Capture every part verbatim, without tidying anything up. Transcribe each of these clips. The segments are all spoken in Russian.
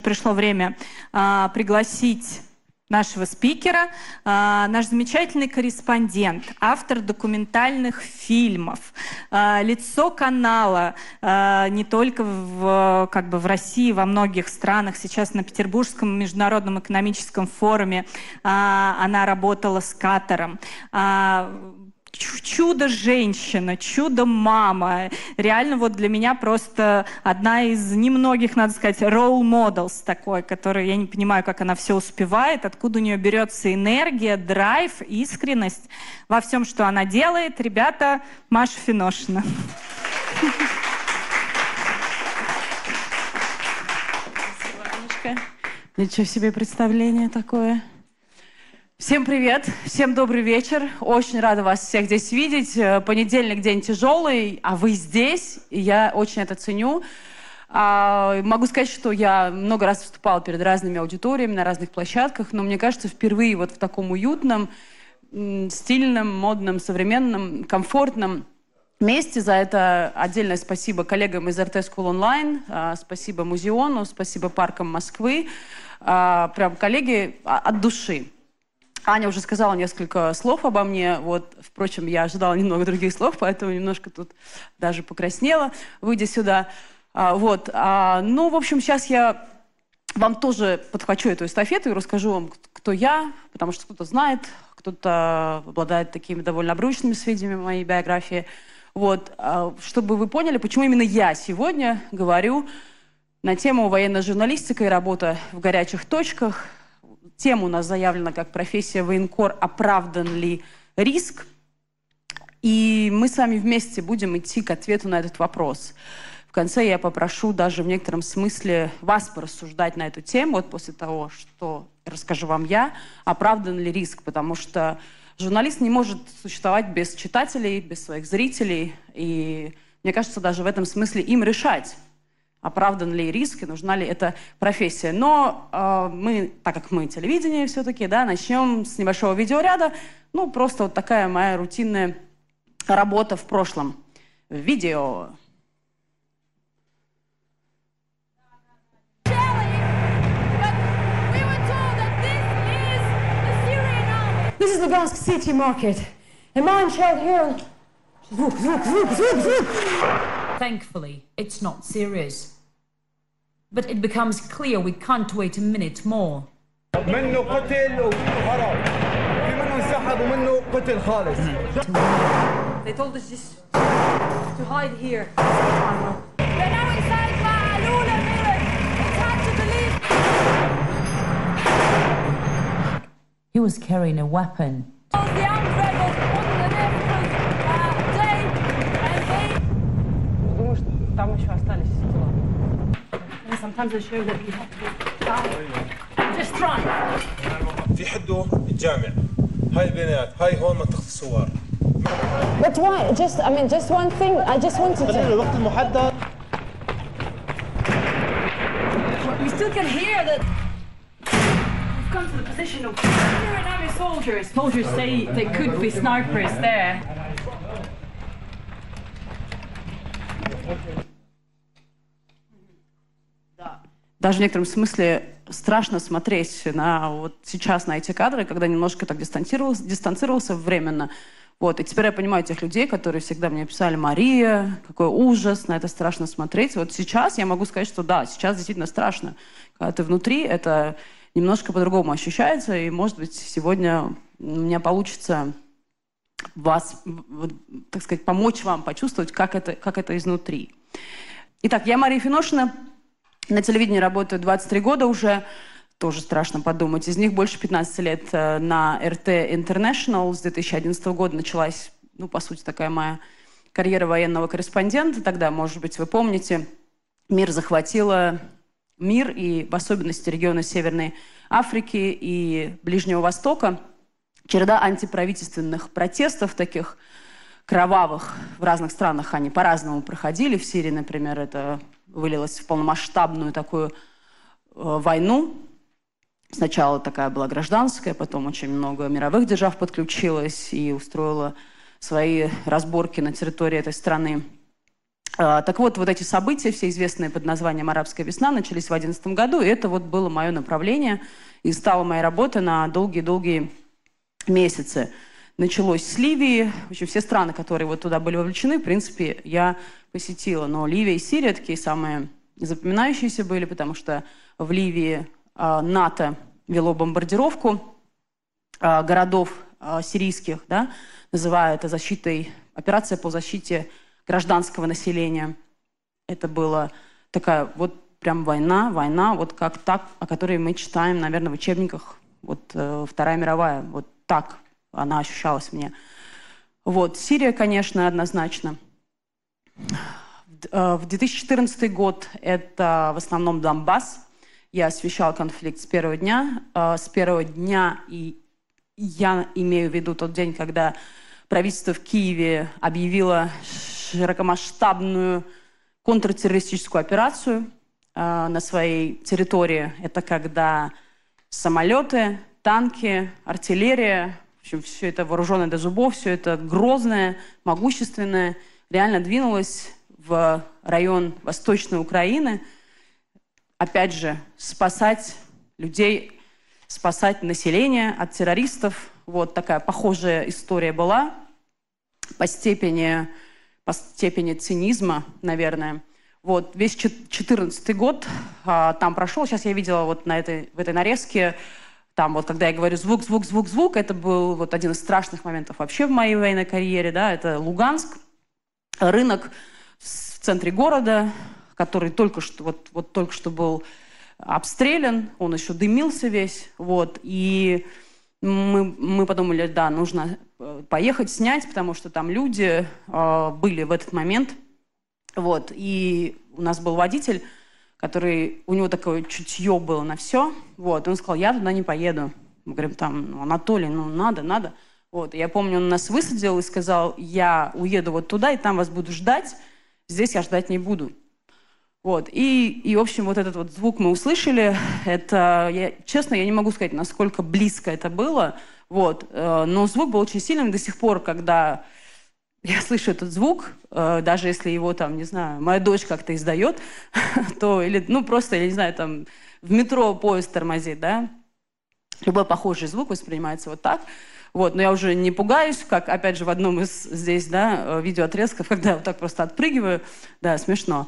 пришло время а, пригласить нашего спикера, а, наш замечательный корреспондент, автор документальных фильмов, а, лицо канала а, не только в, как бы в России, во многих странах. Сейчас на Петербургском международном экономическом форуме а, она работала с Катаром. А, чудо-женщина, чудо-мама. Реально вот для меня просто одна из немногих, надо сказать, role models такой, которой я не понимаю, как она все успевает, откуда у нее берется энергия, драйв, искренность во всем, что она делает. Ребята, Маша Финошина. Ничего себе представление такое. Всем привет, всем добрый вечер. Очень рада вас всех здесь видеть. Понедельник день тяжелый, а вы здесь, и я очень это ценю. А, могу сказать, что я много раз выступала перед разными аудиториями на разных площадках, но мне кажется, впервые вот в таком уютном, стильном, модном, современном, комфортном месте. За это отдельное спасибо коллегам из эр тэ School Online, спасибо Музеону, спасибо паркам Москвы. Прям коллеги от души. Аня уже сказала несколько слов обо мне. Вот, впрочем, я ожидала немного других слов, поэтому немножко тут даже покраснела, выйдя сюда. А, вот. А, ну, в общем, сейчас я вам тоже подхвачу эту эстафету и расскажу вам, кто я, потому что кто-то знает, кто-то обладает такими довольно обрывочными сведениями в моей биографии. Вот. А, чтобы вы поняли, почему именно я сегодня говорю на тему военной журналистики и работа в горячих точках. Тема у нас заявлена как профессия военкор «Оправдан ли риск?». И мы с вами вместе будем идти к ответу на этот вопрос. В конце я попрошу даже в некотором смысле вас порассуждать на эту тему, вот после того, что расскажу вам я, оправдан ли риск, потому что журналист не может существовать без читателей, без своих зрителей, и мне кажется, даже в этом смысле им решать, оправдан ли риск и нужна ли эта профессия. Но э, мы, так как мы телевидение все-таки, да, начнем с небольшого видеоряда. Ну, просто вот такая моя рутинная работа в прошлом. Видео. This is Lugansk City Market. A man shall hear... Звук, звук, звук, звук, звук. Thankfully, it's not serious. But it becomes clear we can't wait a minute more. منه قتل وهرب. في منه انسحب ومنه قتل خالص. They told us just to hide here. They're now inside Ma'alula village. It's hard to believe. He was carrying a weapon. The armed rebels wanted an emperor's uh, day and they... Думаю, что там еще остались дела. Sometimes they show that you have to try. Just try. في حده الجامع. هاي البنايات، هاي هون منطقة الصور. But why? Just, I mean, just one thing. I just wanted to... الوقت المحدد. We still can hear that... We've come to the position of Syrian army soldiers. Soldiers say they could be snipers there. Даже в некотором смысле страшно смотреть на, вот сейчас на эти кадры, когда немножко так дистанцировался, дистанцировался временно. Вот. И теперь я понимаю тех людей, которые всегда мне писали: «Мария, какой ужас, на это страшно смотреть». Вот сейчас я могу сказать, что да, сейчас действительно страшно. Когда ты внутри, это немножко по-другому ощущается, и, может быть, сегодня у меня получится вас, так сказать, помочь вам почувствовать, как это, как это изнутри. Итак, я Мария Финошина. На телевидении работаю двадцать три года уже, тоже страшно подумать. Из них больше пятнадцати лет на эр тэ International. С две тысячи одиннадцатого года началась, ну, по сути, такая моя карьера военного корреспондента. Тогда, может быть, вы помните, мир захватила мир, и в особенности регионы Северной Африки и Ближнего Востока. Череда антиправительственных протестов, таких кровавых, в разных странах они по-разному проходили. В Сирии, например, это вылилось в полномасштабную такую э, войну. Сначала такая была гражданская, потом очень много мировых держав подключилось и устроила свои разборки на территории этой страны. Так вот, вот эти события, все известные под названием «Арабская весна», начались в две тысячи одиннадцатом году, и это вот было мое направление, и стала моя работа на долгие-долгие месяцы. Началось с Ливии. В общем, все страны, которые вот туда были вовлечены, в принципе, я посетила. Но Ливия и Сирия такие самые запоминающиеся были, потому что в Ливии э, НАТО вело бомбардировку э, городов э, сирийских, да, называя это защитой, операция по защите гражданского населения. Это была такая вот прям война, война, вот как так, о которой мы читаем, наверное, в учебниках, вот э, Вторая мировая, вот так она ощущалась мне. Вот. Сирия, конечно, однозначно. В две тысячи четырнадцатый год это в основном Донбасс. Я освещала конфликт с первого дня. С первого дня, и я имею в виду тот день, когда правительство в Киеве объявило широкомасштабную контртеррористическую операцию на своей территории. Это когда самолеты, танки, артиллерия, в общем, все это вооруженное до зубов, все это грозное, могущественное, реально двинулось в район Восточной Украины. Опять же, спасать людей, спасать население от террористов. Вот такая похожая история была по степени, по степени цинизма, наверное. Вот весь две тысячи четырнадцатый год а, там прошел. Сейчас я видела вот на этой, в этой нарезке, там вот когда я говорю звук, звук, звук, звук, это был вот один из страшных моментов вообще в моей военной карьере, да, это Луганск, рынок в центре города, который только что, вот, вот только что был обстрелян, он еще дымился весь, вот, и мы, мы подумали, да, нужно поехать, снять, потому что там люди э, были в этот момент, вот, и у нас был водитель, который, у него такое чутье было на все, вот, и он сказал, я туда не поеду. Мы говорим, там, ну, Анатолий, ну, надо, надо. Вот, и я помню, он нас высадил и сказал, я уеду вот туда, и там вас буду ждать, здесь я ждать не буду. Вот, и, и, в общем, вот этот вот звук мы услышали, это, я, честно, я не могу сказать, насколько близко это было, вот, э, но звук был очень сильным до сих пор, когда я слышу этот звук, э, даже если его там, не знаю, моя дочь как-то издает, то, или, ну, просто, я не знаю, там, в метро поезд тормозит, да, любой похожий звук воспринимается вот так, вот, но я уже не пугаюсь, как, опять же, в одном из здесь, да, видеоотрезков, когда я вот так просто отпрыгиваю, да, смешно.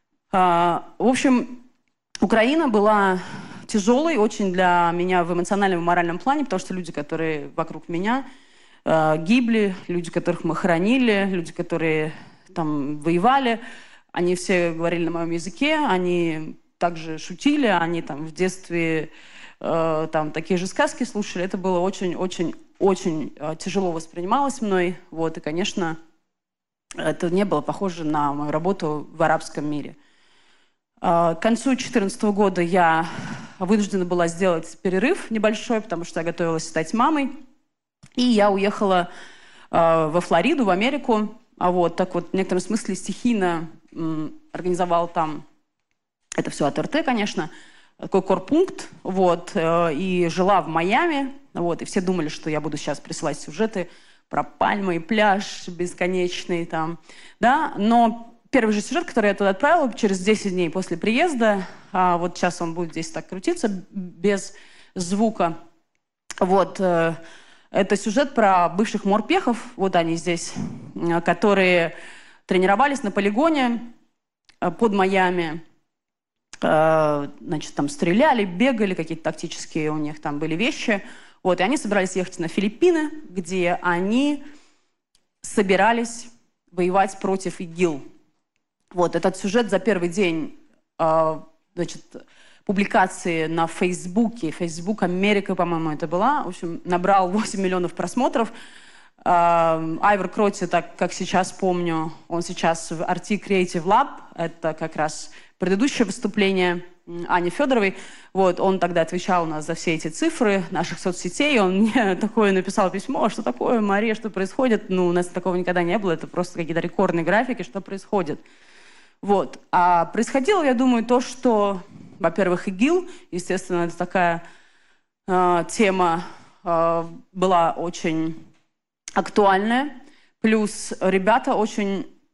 А, в общем, Украина была тяжелой очень для меня в эмоциональном и моральном плане, потому что люди, которые вокруг меня, гибли, люди, которых мы хоронили, люди, которые там воевали, они все говорили на моем языке, они также шутили, они там в детстве э, там такие же сказки слушали. Это было очень-очень-очень э, тяжело воспринималось мной. Вот, и, конечно, это не было похоже на мою работу в арабском мире. Э, к концу две тысячи четырнадцатого года я вынуждена была сделать перерыв небольшой, потому что я готовилась стать мамой. И я уехала э, во Флориду, в Америку. А вот так вот в некотором смысле стихийно м, организовал там, это все от эр тэ, конечно, такой корпункт. Вот, э, и жила в Майами. Вот, и все думали, что я буду сейчас присылать сюжеты про пальмы и пляж бесконечный там. Да? Но первый же сюжет, который я туда отправила, через десять дней после приезда, а вот сейчас он будет здесь так крутиться, без звука. Вот, э, это сюжет про бывших морпехов, вот они здесь, которые тренировались на полигоне под Майами. Значит, там стреляли, бегали, какие-то тактические у них там были вещи. Вот, и они собирались ехать на Филиппины, где они собирались воевать против ИГИЛ. Вот, этот сюжет за первый день, значит, публикации на Фейсбуке, Фейсбук Америка, по-моему, это была, в общем, набрал восемь миллионов просмотров. Айвор Кротти, так как сейчас помню, он сейчас в ар ти Creative Lab, это как раз предыдущее выступление Ани Федоровой, вот, он тогда отвечал у нас за все эти цифры наших соцсетей, он мне такое написал письмо, что такое, Мария, что происходит, ну, у нас такого никогда не было, это просто какие-то рекордные графики, что происходит. Вот, а происходило, я думаю, то, что... Во-первых, ИГИЛ, естественно, это такая э, тема э, была очень актуальная. Плюс ребята очень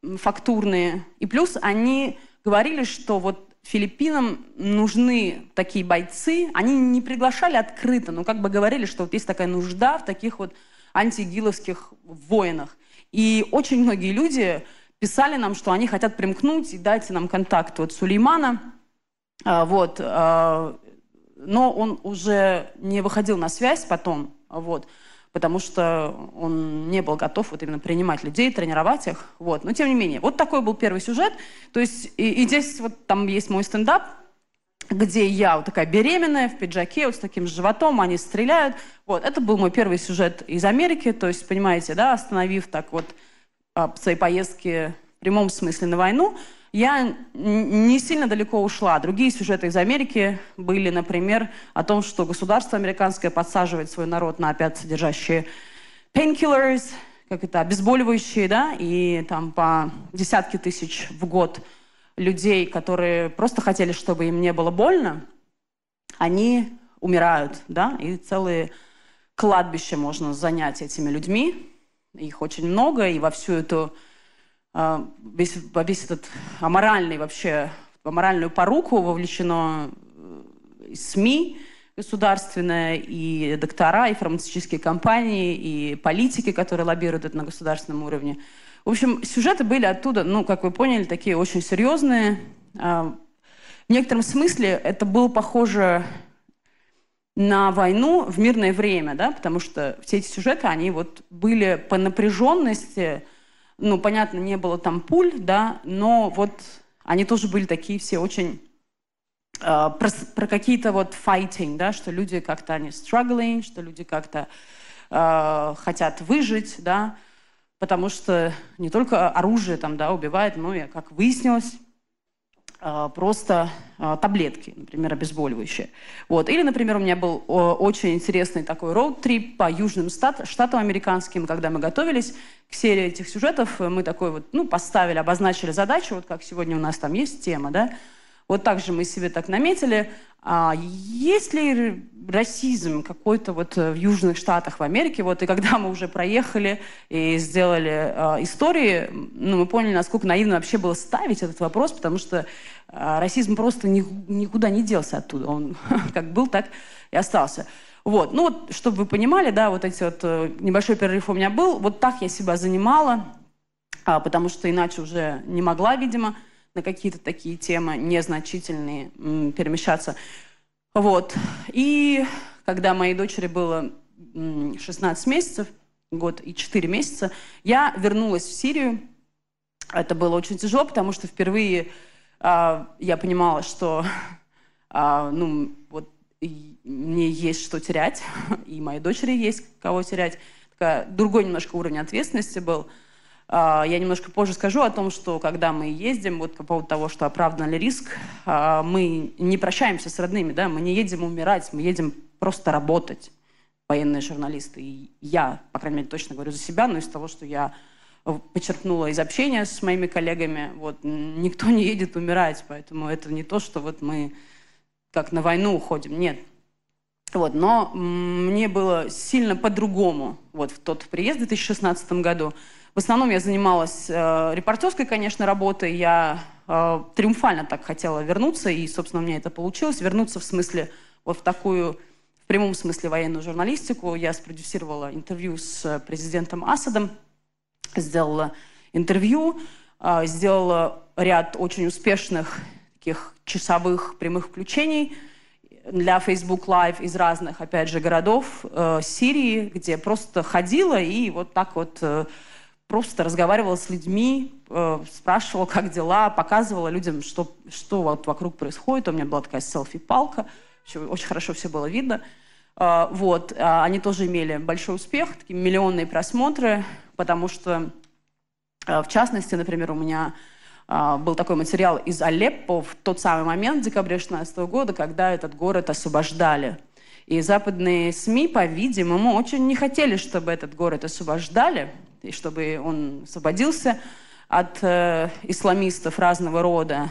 фактурные. И плюс они говорили, что вот Филиппинам нужны такие бойцы. Они не приглашали открыто, но как бы говорили, что вот есть такая нужда в таких вот антиигиловских воинах. И очень многие люди писали нам, что они хотят примкнуть и дайте нам контакт вот Сулеймана. А, вот, а, но он уже не выходил на связь потом, вот, потому что он не был готов вот именно принимать людей, тренировать их. Вот. Но тем не менее, вот такой был первый сюжет. То есть и, и здесь вот там есть мой стендап, где я вот такая беременная, в пиджаке, вот с таким животом, они стреляют. Вот. Это был мой первый сюжет из Америки. То есть, понимаете, да, остановив так вот свои поездки в прямом смысле на войну, я не сильно далеко ушла. Другие сюжеты из Америки были, например, о том, что государство американское подсаживает свой народ на опять содержащие painkillers, как это, обезболивающие, да, и там по десятки тысяч в год людей, которые просто хотели, чтобы им не было больно, они умирают, да, и целые кладбища можно занять этими людьми. Их очень много, и во всю эту Весь, весь этот аморальный вообще, аморальную поруку вовлечено и СМИ государственное, и доктора, и фармацевтические компании, и политики, которые лоббируют это на государственном уровне. В общем, сюжеты были оттуда, ну, как вы поняли, такие очень серьезные. В некотором смысле это было похоже на войну в мирное время, да, потому что все эти сюжеты, они вот были по напряженности. Ну, понятно, не было там пуль, да, но вот они тоже были такие все очень э, про, про какие-то вот fighting, да, что люди как-то они struggling, что люди как-то э, хотят выжить, да, потому что не только оружие там, да, убивает, но и, как выяснилось, э, просто э, таблетки, например, обезболивающие. Вот. Или, например, у меня был о, очень интересный такой роуд-трип по южным штат, штатам американским, когда мы готовились к серии этих сюжетов, мы такой вот, ну, поставили, обозначили задачу, вот как сегодня у нас там есть тема, да, вот так же мы себе так наметили, а есть ли расизм какой-то вот в Южных Штатах, в Америке, вот, и когда мы уже проехали и сделали э, истории, ну, мы поняли, насколько наивно вообще было ставить этот вопрос, потому что э, расизм просто ни, никуда не делся оттуда, он как был, так и остался. Вот, ну вот, чтобы вы понимали, да, вот эти вот, небольшой перерыв у меня был, вот так я себя занимала, а, потому что иначе уже не могла, видимо, на какие-то такие темы незначительные м, перемещаться. Вот, и когда моей дочери было м, шестнадцать месяцев, год и четыре месяца, я вернулась в Сирию. Это было очень тяжело, потому что впервые а, я понимала, что, а, ну, вот, и мне есть что терять, и моей дочери есть кого терять. Такая, другой немножко уровень ответственности был. Я немножко позже скажу о том, что когда мы ездим, вот по поводу того, что оправдан ли риск, мы не прощаемся с родными, да? Мы не едем умирать, мы едем просто работать, военные журналисты. И я, по крайней мере, точно говорю за себя, но из того, что я подчеркнула из общения с моими коллегами, вот, никто не едет умирать, поэтому это не то, что вот мы как на войну уходим, нет. Вот, но мне было сильно по-другому вот, в тот приезд в две тысячи шестнадцатом году. В основном я занималась э, репортерской, конечно, работой. Я э, триумфально так хотела вернуться, и, собственно, у меня это получилось. Вернуться в смысле, вот в такую, в прямом смысле военную журналистику. Я спродюсировала интервью с президентом Асадом, сделала интервью, э, сделала ряд очень успешных таких часовых прямых включений для Facebook Live из разных, опять же, городов э, Сирии, где просто ходила и вот так вот э, просто разговаривала с людьми, э, спрашивала, как дела, показывала людям, что, что вот вокруг происходит. У меня была такая селфи-палка, очень хорошо все было видно. Э, вот. Они тоже имели большой успех, такие миллионные просмотры, потому что, э, в частности, например, у меня был такой материал из Алеппо в тот самый момент, в декабре две тысячи шестнадцатого года, когда этот город освобождали. И западные СМИ, по-видимому, очень не хотели, чтобы этот город освобождали, и чтобы он освободился от э, исламистов разного рода.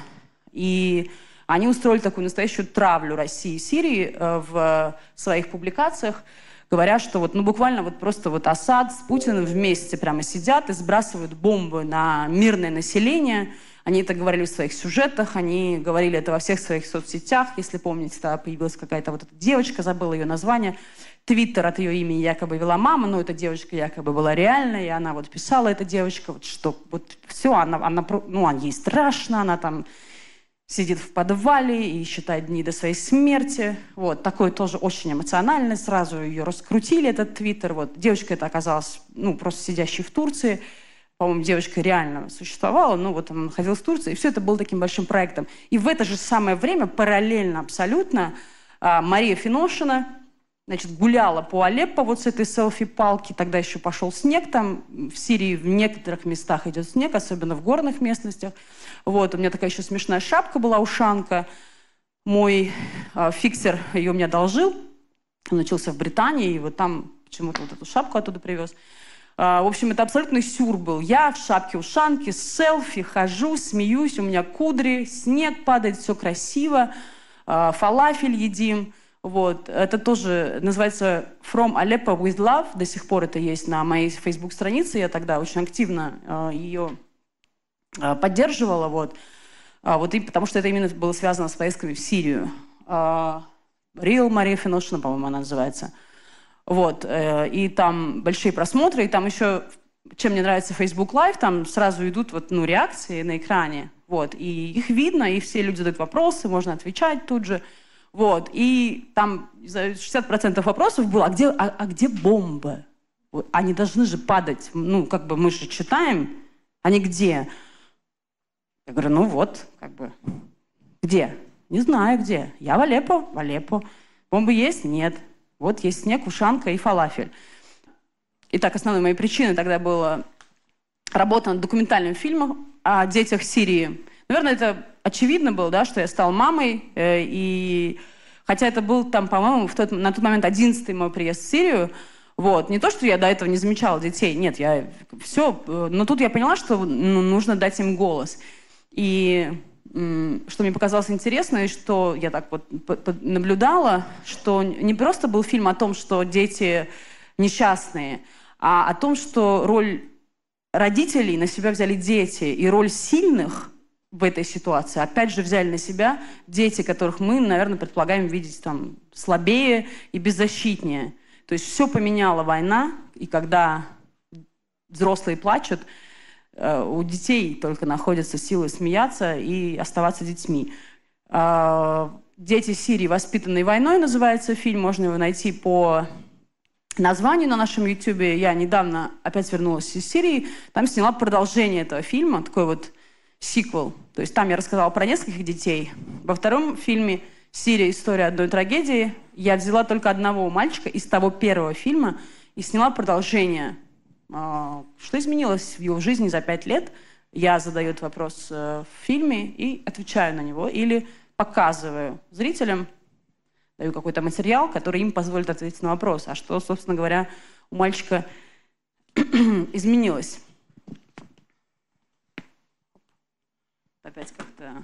И они устроили такую настоящую травлю России и Сирии э, в своих публикациях, говоря, что вот, ну, буквально вот просто вот Асад с Путиным вместе прямо сидят и сбрасывают бомбы на мирное население. Они это говорили в своих сюжетах, они говорили это во всех своих соцсетях. Если помните, тогда появилась какая-то вот эта девочка, забыла ее название. Твиттер от ее имени якобы вела мама, но эта девочка якобы была реальной, и она вот писала, эта девочка, вот что, вот все, она, она, ну, ей страшно, она там сидит в подвале и считает дни до своей смерти. Вот, такой тоже очень эмоциональный, сразу ее раскрутили, этот твиттер. Вот, девочка эта оказалась, ну, просто сидящей в Турции. По-моему, девочка реально существовала, ну, вот она находилась в Турции, и все это было таким большим проектом. И в это же самое время, параллельно абсолютно, Мария Финошина, значит, гуляла по Алеппо вот с этой селфи-палки. Тогда еще пошел снег там. В Сирии в некоторых местах идет снег, особенно в горных местностях. Вот, у меня такая еще смешная шапка была, ушанка. Мой э, фиксер ее мне одолжил. Он учился в Британии, и вот там почему-то вот эту шапку оттуда привез. Э, в общем, это абсолютный сюр был. Я в шапке-ушанке с селфи хожу, смеюсь, у меня кудри, снег падает, все красиво. Э, фалафель едим. Вот. Это тоже называется «From Aleppo with Love». До сих пор это есть на моей Facebook-странице. Я тогда очень активно э, ее э, поддерживала. Вот. А, вот и потому что это именно было связано с поездками в Сирию. Э, Real Мария Финошина, по-моему, она называется. Вот. Э, и там большие просмотры. И там еще, чем мне нравится Facebook Live, там сразу идут вот, ну, реакции на экране. Вот. И их видно, и все люди задают вопросы, можно отвечать тут же. Вот, и там шестьдесят процентов вопросов было, а где, а, а где бомбы? Они должны же падать, ну, как бы мы же читаем, они где? Я говорю, ну вот, как бы, где? Не знаю, где. Я в Алеппо, в Алеппо. Бомбы есть? Нет. Вот есть снег, ушанка и фалафель. Итак, основной моей причиной тогда была работа над документальным фильмом о детях Сирии. Наверное, это очевидно было, да, что я стала мамой, э, и хотя это был там, по-моему, в тот, на тот момент одиннадцатый мой приезд в Сирию, вот, не то, что я до этого не замечала детей, нет, я все, э, но тут я поняла, что ну, нужно дать им голос. И э, что мне показалось интересно, и что я так вот наблюдала, что не просто был фильм о том, что дети несчастные, а о том, что роль родителей на себя взяли дети, и роль сильных в этой ситуации, опять же, взяли на себя дети, которых мы, наверное, предполагаем видеть там слабее и беззащитнее. То есть все поменяла война, и когда взрослые плачут, у детей только находятся силы смеяться и оставаться детьми. «Дети Сирии, воспитанные войной» называется фильм, можно его найти по названию на нашем ютубе. Я недавно опять вернулась из Сирии, там сняла продолжение этого фильма, такой вот сиквел. То есть там я рассказала про нескольких детей. Во втором фильме «Сирия. История одной трагедии» я взяла только одного мальчика из того первого фильма и сняла продолжение. Что изменилось в его жизни за пять лет? Я задаю этот вопрос в фильме и отвечаю на него. Или показываю зрителям, даю какой-то материал, который им позволит ответить на вопрос. А что, собственно говоря, у мальчика изменилось? Опять как-то...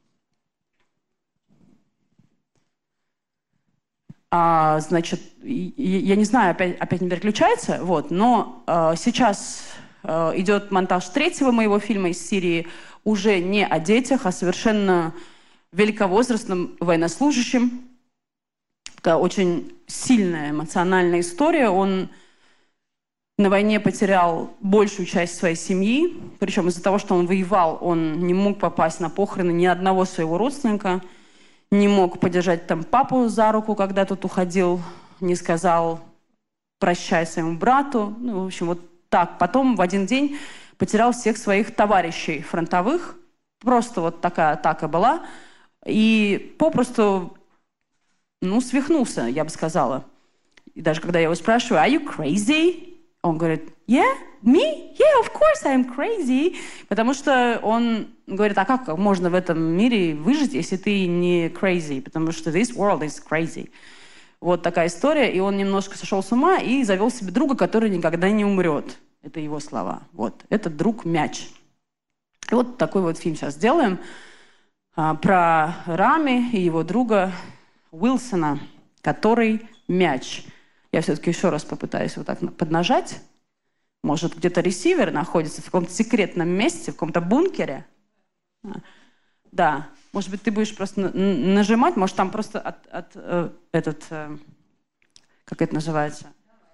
А, значит, я не знаю, опять, опять не переключается, вот, но а, сейчас а, идет монтаж третьего моего фильма из Сирии, уже не о детях, а совершенно великовозрастном военнослужащем. Это очень сильная эмоциональная история. Он на войне потерял большую часть своей семьи, причем из-за того, что он воевал, он не мог попасть на похороны ни одного своего родственника, не мог подержать там папу за руку, когда тот уходил, не сказал «прощай» своему брату. Ну, в общем, вот так. Потом в один день потерял всех своих товарищей фронтовых. Просто вот такая атака была. И попросту, ну, свихнулся, я бы сказала. И даже когда я его спрашиваю «Are you crazy?» Он говорит «Yeah? Me? Yeah, of course I'm crazy». Потому что он говорит, а как можно в этом мире выжить, если ты не crazy? Потому что this world is crazy. Вот такая история. И он немножко сошел с ума и завел себе друга, который никогда не умрет. Это его слова. Вот. Это друг мяч. И вот такой вот фильм сейчас сделаем а, про Рами и его друга Уилсона, который мяч. Я все-таки еще раз попытаюсь вот так поднажать. Может, где-то ресивер находится в каком-то секретном месте, в каком-то бункере. Да. Может быть, ты будешь просто нажимать, может, там просто от, от э, этот, э, как это называется?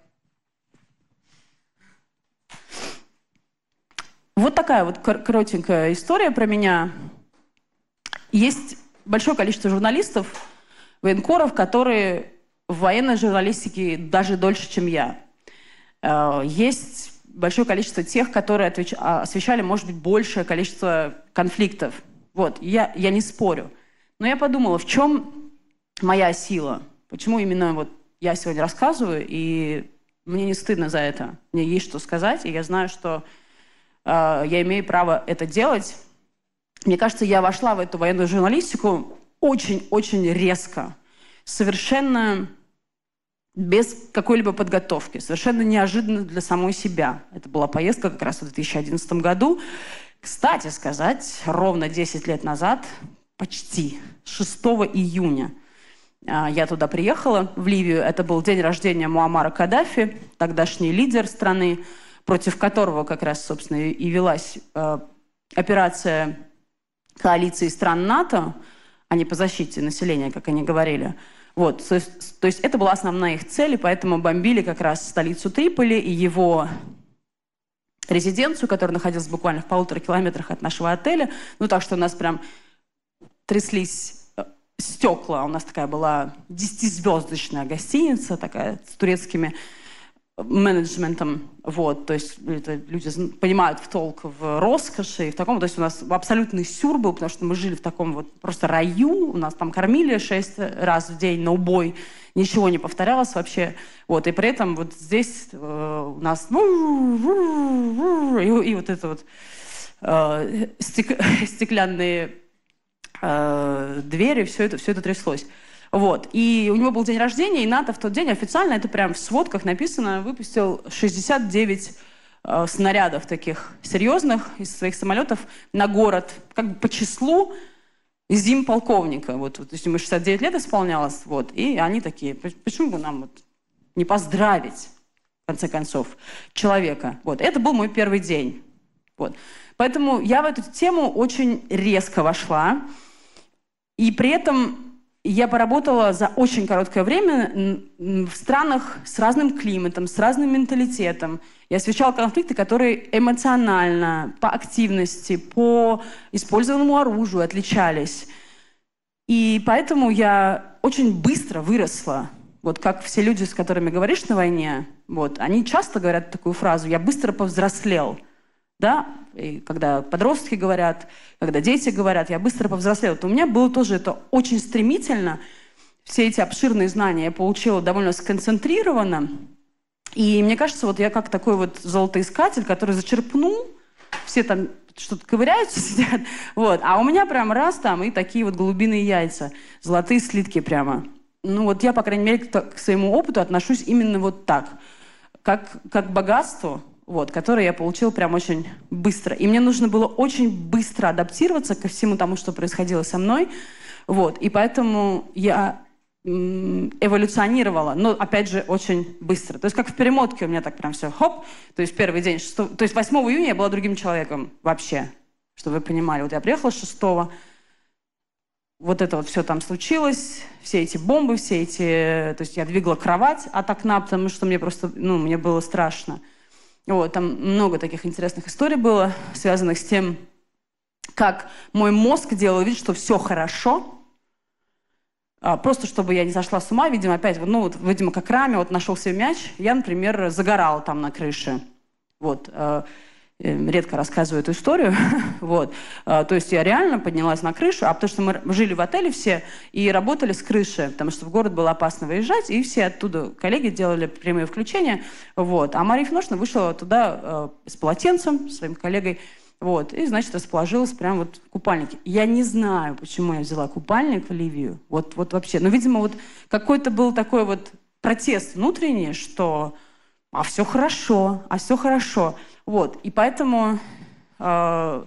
Вот такая вот коротенькая история про меня. Есть большое количество журналистов, военкоров, которые в военной журналистике даже дольше, чем я. Есть большое количество тех, которые отвеч... освещали, может быть, большее количество конфликтов. Вот, я, я не спорю. Но я подумала, в чем моя сила? Почему именно вот я сегодня рассказываю, и мне не стыдно за это. Мне есть что сказать, и я знаю, что э, я имею право это делать. Мне кажется, я вошла в эту военную журналистику очень-очень резко. Совершенно без какой-либо подготовки. Совершенно неожиданно для самой себя. Это была поездка как раз в две тысячи одиннадцатом году. Кстати сказать, ровно десять лет назад, почти, шестого июня, я туда приехала, в Ливию. Это был день рождения Муаммара Каддафи, тогдашний лидер страны, против которого как раз, собственно, и велась э, операция коалиции стран НАТО, а не по защите населения, как они говорили. Вот, то есть, то есть это была основная их цель, и поэтому бомбили как раз столицу Триполи и его резиденцию, которая находилась буквально в полутора километрах от нашего отеля. Ну, так что у нас прям тряслись стекла. У нас такая была десятизвездочная гостиница, такая с турецкими менеджментом. Вот, то есть это люди понимают в толк в роскоши и в таком. То есть у нас абсолютный сюр был, потому что мы жили в таком вот просто раю. У нас там кормили шесть раз в день на убой. Ничего не повторялось вообще. Вот, и при этом вот здесь э, у нас... И, и вот это вот э, стек, стеклянные э, двери, все это, все это тряслось. Вот. И у него был день рождения, и НАТО в тот день официально, это прям в сводках написано, выпустил шестьдесят девять э, снарядов таких серьезных из своих самолетов на город, как бы по числу зимполковника. Вот, вот, то есть ему шестьдесят девять лет исполнялось, вот, и они такие, почему бы нам вот не поздравить, в конце концов, человека? Вот. Это был мой первый день. Вот. Поэтому я в эту тему очень резко вошла, и при этом я поработала за очень короткое время в странах с разным климатом, с разным менталитетом. Я освещала конфликты, которые эмоционально, по активности, по использованному оружию отличались. И поэтому я очень быстро выросла. Вот как все люди, с которыми говоришь на войне, вот, они часто говорят такую фразу «я быстро повзрослел». Да? И когда подростки говорят, когда дети говорят, я быстро повзрослела. То у меня было тоже это очень стремительно. Все эти обширные знания я получила довольно сконцентрированно. И мне кажется, вот я как такой вот золотоискатель, который зачерпнул, все там что-то ковыряются, сидят, вот, а у меня прям раз там и такие вот голубиные яйца, золотые слитки прямо. Ну вот я, по крайней мере, к, к своему опыту отношусь именно вот так, как, как к богатству, вот, которое я получила прям очень быстро. И мне нужно было очень быстро адаптироваться ко всему тому, что происходило со мной. Вот, и поэтому я м- эволюционировала, но, опять же, очень быстро. То есть как в перемотке у меня так прям все хоп. То есть первый день, шестого, то есть восьмого июня я была другим человеком вообще, чтобы вы понимали. Вот я приехала шестого, вот это вот все там случилось, все эти бомбы, все эти... То есть я двигала кровать от окна, потому что мне просто, ну, мне было страшно. Вот, там много таких интересных историй было, связанных с тем, как мой мозг делал вид, что все хорошо, а, просто чтобы я не сошла с ума, видимо, опять, ну, вот, видимо, как раме, вот нашелся мяч, я, например, загорала там на крыше, вот, э, редко рассказываю эту историю, вот, э, то есть я реально поднялась на крышу, а потому что мы жили в отеле все и работали с крыши, потому что в город было опасно выезжать, и все оттуда коллеги делали прямые включения, вот, а Мария Ефимовна вышла туда э, с полотенцем, своим коллегой, вот, и, значит, расположилась прямо вот в купальнике. Я не знаю, почему я взяла купальник в Ливию, вот, вот вообще, но, видимо, вот какой-то был такой вот протест внутренний, что а все хорошо, а все хорошо. Вот, и поэтому, э,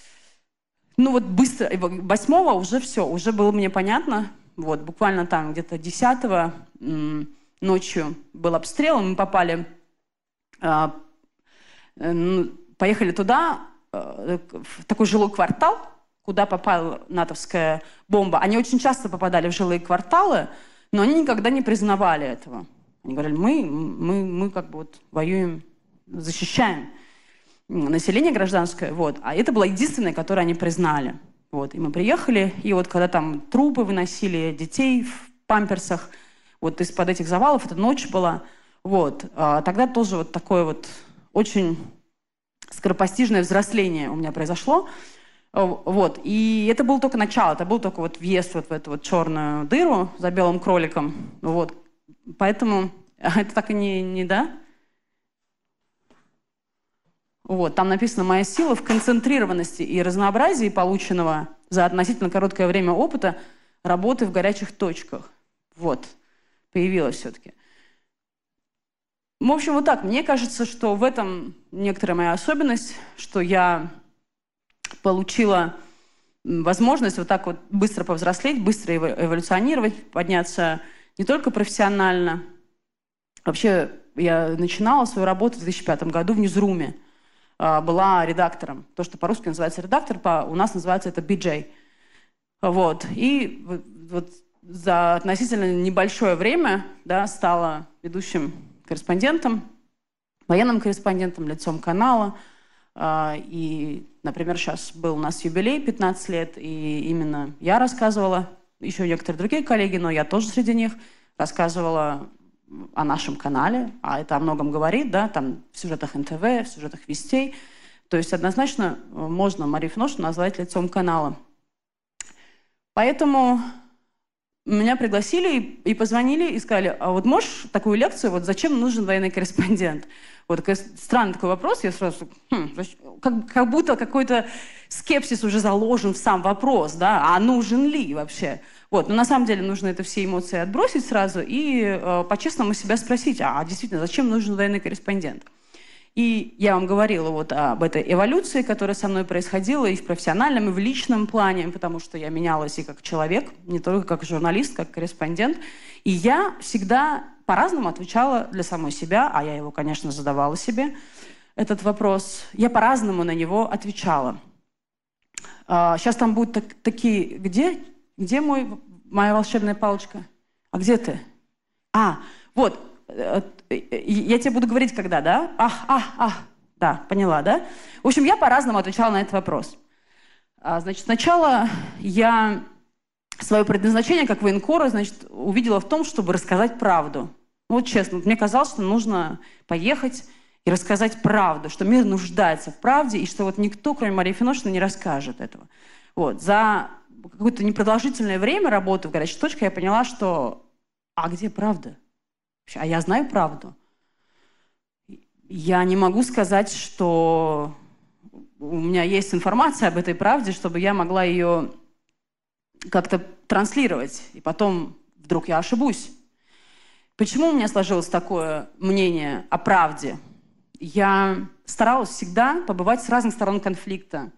ну вот быстро, восьмого уже все, уже было мне понятно, вот, буквально там где-то десятого м- ночью был обстрел, мы попали, э, э, поехали туда, э, в такой жилой квартал, куда попала натовская бомба. Они очень часто попадали в жилые кварталы, но они никогда не признавали этого. Они говорили, мы, мы, мы как бы вот воюем, защищаем население гражданское. Вот. А это была единственная, которую они признали. Вот. И мы приехали, и вот когда там трупы выносили, детей в памперсах, вот из-под этих завалов, это ночь была, вот. А тогда тоже вот такое вот очень скоропостижное взросление у меня произошло. Вот. И это было только начало, это был только вот въезд вот в эту вот черную дыру за белым кроликом. Вот. Поэтому это так и не, не да? Вот. Там написано «Моя сила в концентрированности и разнообразии полученного за относительно короткое время опыта работы в горячих точках». Вот. Появилась все-таки. В общем, вот так. Мне кажется, что в этом некоторая моя особенность, что я получила возможность вот так вот быстро повзрослеть, быстро эволюционировать, подняться не только профессионально. Вообще, я начинала свою работу в две тысячи пятом году в Ньюзруме. Была редактором. То, что по-русски называется редактор, по, у нас называется это би джей. Вот. И вот, вот за относительно небольшое время, да, стала ведущим корреспондентом, военным корреспондентом, лицом канала. И, например, сейчас был у нас юбилей, пятнадцать лет, и именно я рассказывала, еще некоторые другие коллеги, но я тоже среди них, рассказывала о нашем канале, а это о многом говорит, да, там в сюжетах эн тэ вэ, в сюжетах Вестей. То есть однозначно можно Марию Финошину назвать лицом канала. Поэтому меня пригласили и позвонили и сказали, а вот можешь такую лекцию, вот зачем нужен военный корреспондент? Вот странный такой вопрос, я сразу, хм, как, как будто какой-то скепсис уже заложен в сам вопрос, да, а нужен ли вообще? Вот, но на самом деле нужно это все эмоции отбросить сразу и э, по-честному себя спросить, а действительно, зачем нужен военный корреспондент? И я вам говорила вот об этой эволюции, которая со мной происходила и в профессиональном, и в личном плане, потому что я менялась и как человек, не только как журналист, как корреспондент. И я всегда по-разному отвечала для самой себя, а я его, конечно, задавала себе, этот вопрос. Я по-разному на него отвечала. А, сейчас там будут так, такие... Где, где мой, моя волшебная палочка? А где ты? А, вот... Я тебе буду говорить, когда, да? Ах, ах, ах. Да, поняла, да? В общем, я по-разному отвечала на этот вопрос. Значит, сначала я свое предназначение как военкора, значит, увидела в том, чтобы рассказать правду. Вот честно, мне казалось, что нужно поехать и рассказать правду, что мир нуждается в правде, и что вот никто, кроме Марии Финошиной, не расскажет этого. Вот. За какое-то непродолжительное время работы в горячей точке я поняла, что а где правда? А я знаю правду. Я не могу сказать, что у меня есть информация об этой правде, чтобы я могла ее как-то транслировать. И потом вдруг я ошибусь. Почему у меня сложилось такое мнение о правде? Я старалась всегда побывать с разных сторон конфликта.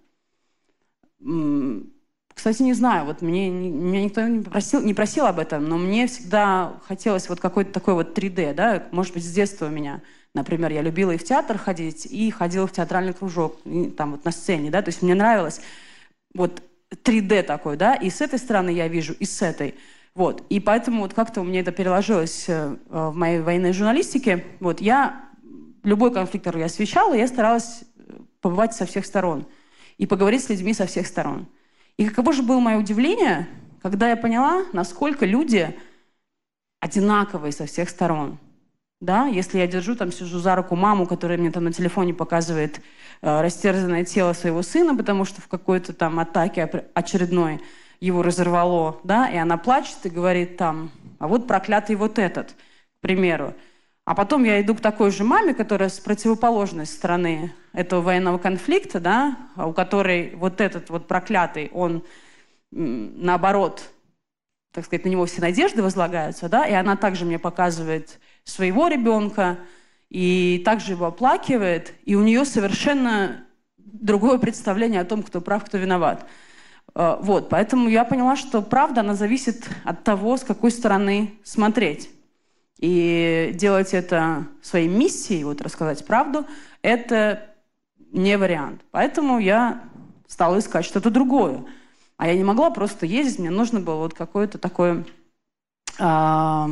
Кстати, не знаю, вот мне, меня никто не просил, не просил об этом, но мне всегда хотелось вот какой-то такой вот три дэ, да, может быть, с детства у меня. Например, я любила и в театр ходить, и ходила в театральный кружок, и там вот на сцене, да, то есть мне нравилось вот три дэ такой, да, и с этой стороны я вижу, и с этой. Вот, и поэтому вот как-то у меня это переложилось в моей военной журналистике. Вот, я, любой конфликт, который я освещала, я старалась побывать со всех сторон и поговорить с людьми со всех сторон. И каково же было мое удивление, когда я поняла, насколько люди одинаковые со всех сторон. Да? Если я держу, там, сижу за руку маму, которая мне там на телефоне показывает э, растерзанное тело своего сына, потому что в какой-то там атаке очередной его разорвало, да, и она плачет и говорит там, а вот проклятый вот этот, к примеру. А потом я иду к такой же маме, которая с противоположной стороны этого военного конфликта, да, у которой вот этот вот проклятый, он, наоборот, так сказать, на него все надежды возлагаются, да, и она также мне показывает своего ребенка и также его оплакивает, и у нее совершенно другое представление о том, кто прав, кто виноват. Вот, поэтому я поняла, что правда, она зависит от того, с какой стороны смотреть. И делать это своей миссией, вот рассказать правду, это не вариант. Поэтому я стала искать что-то другое. А я не могла просто ездить, мне нужно было вот какое-то такое а,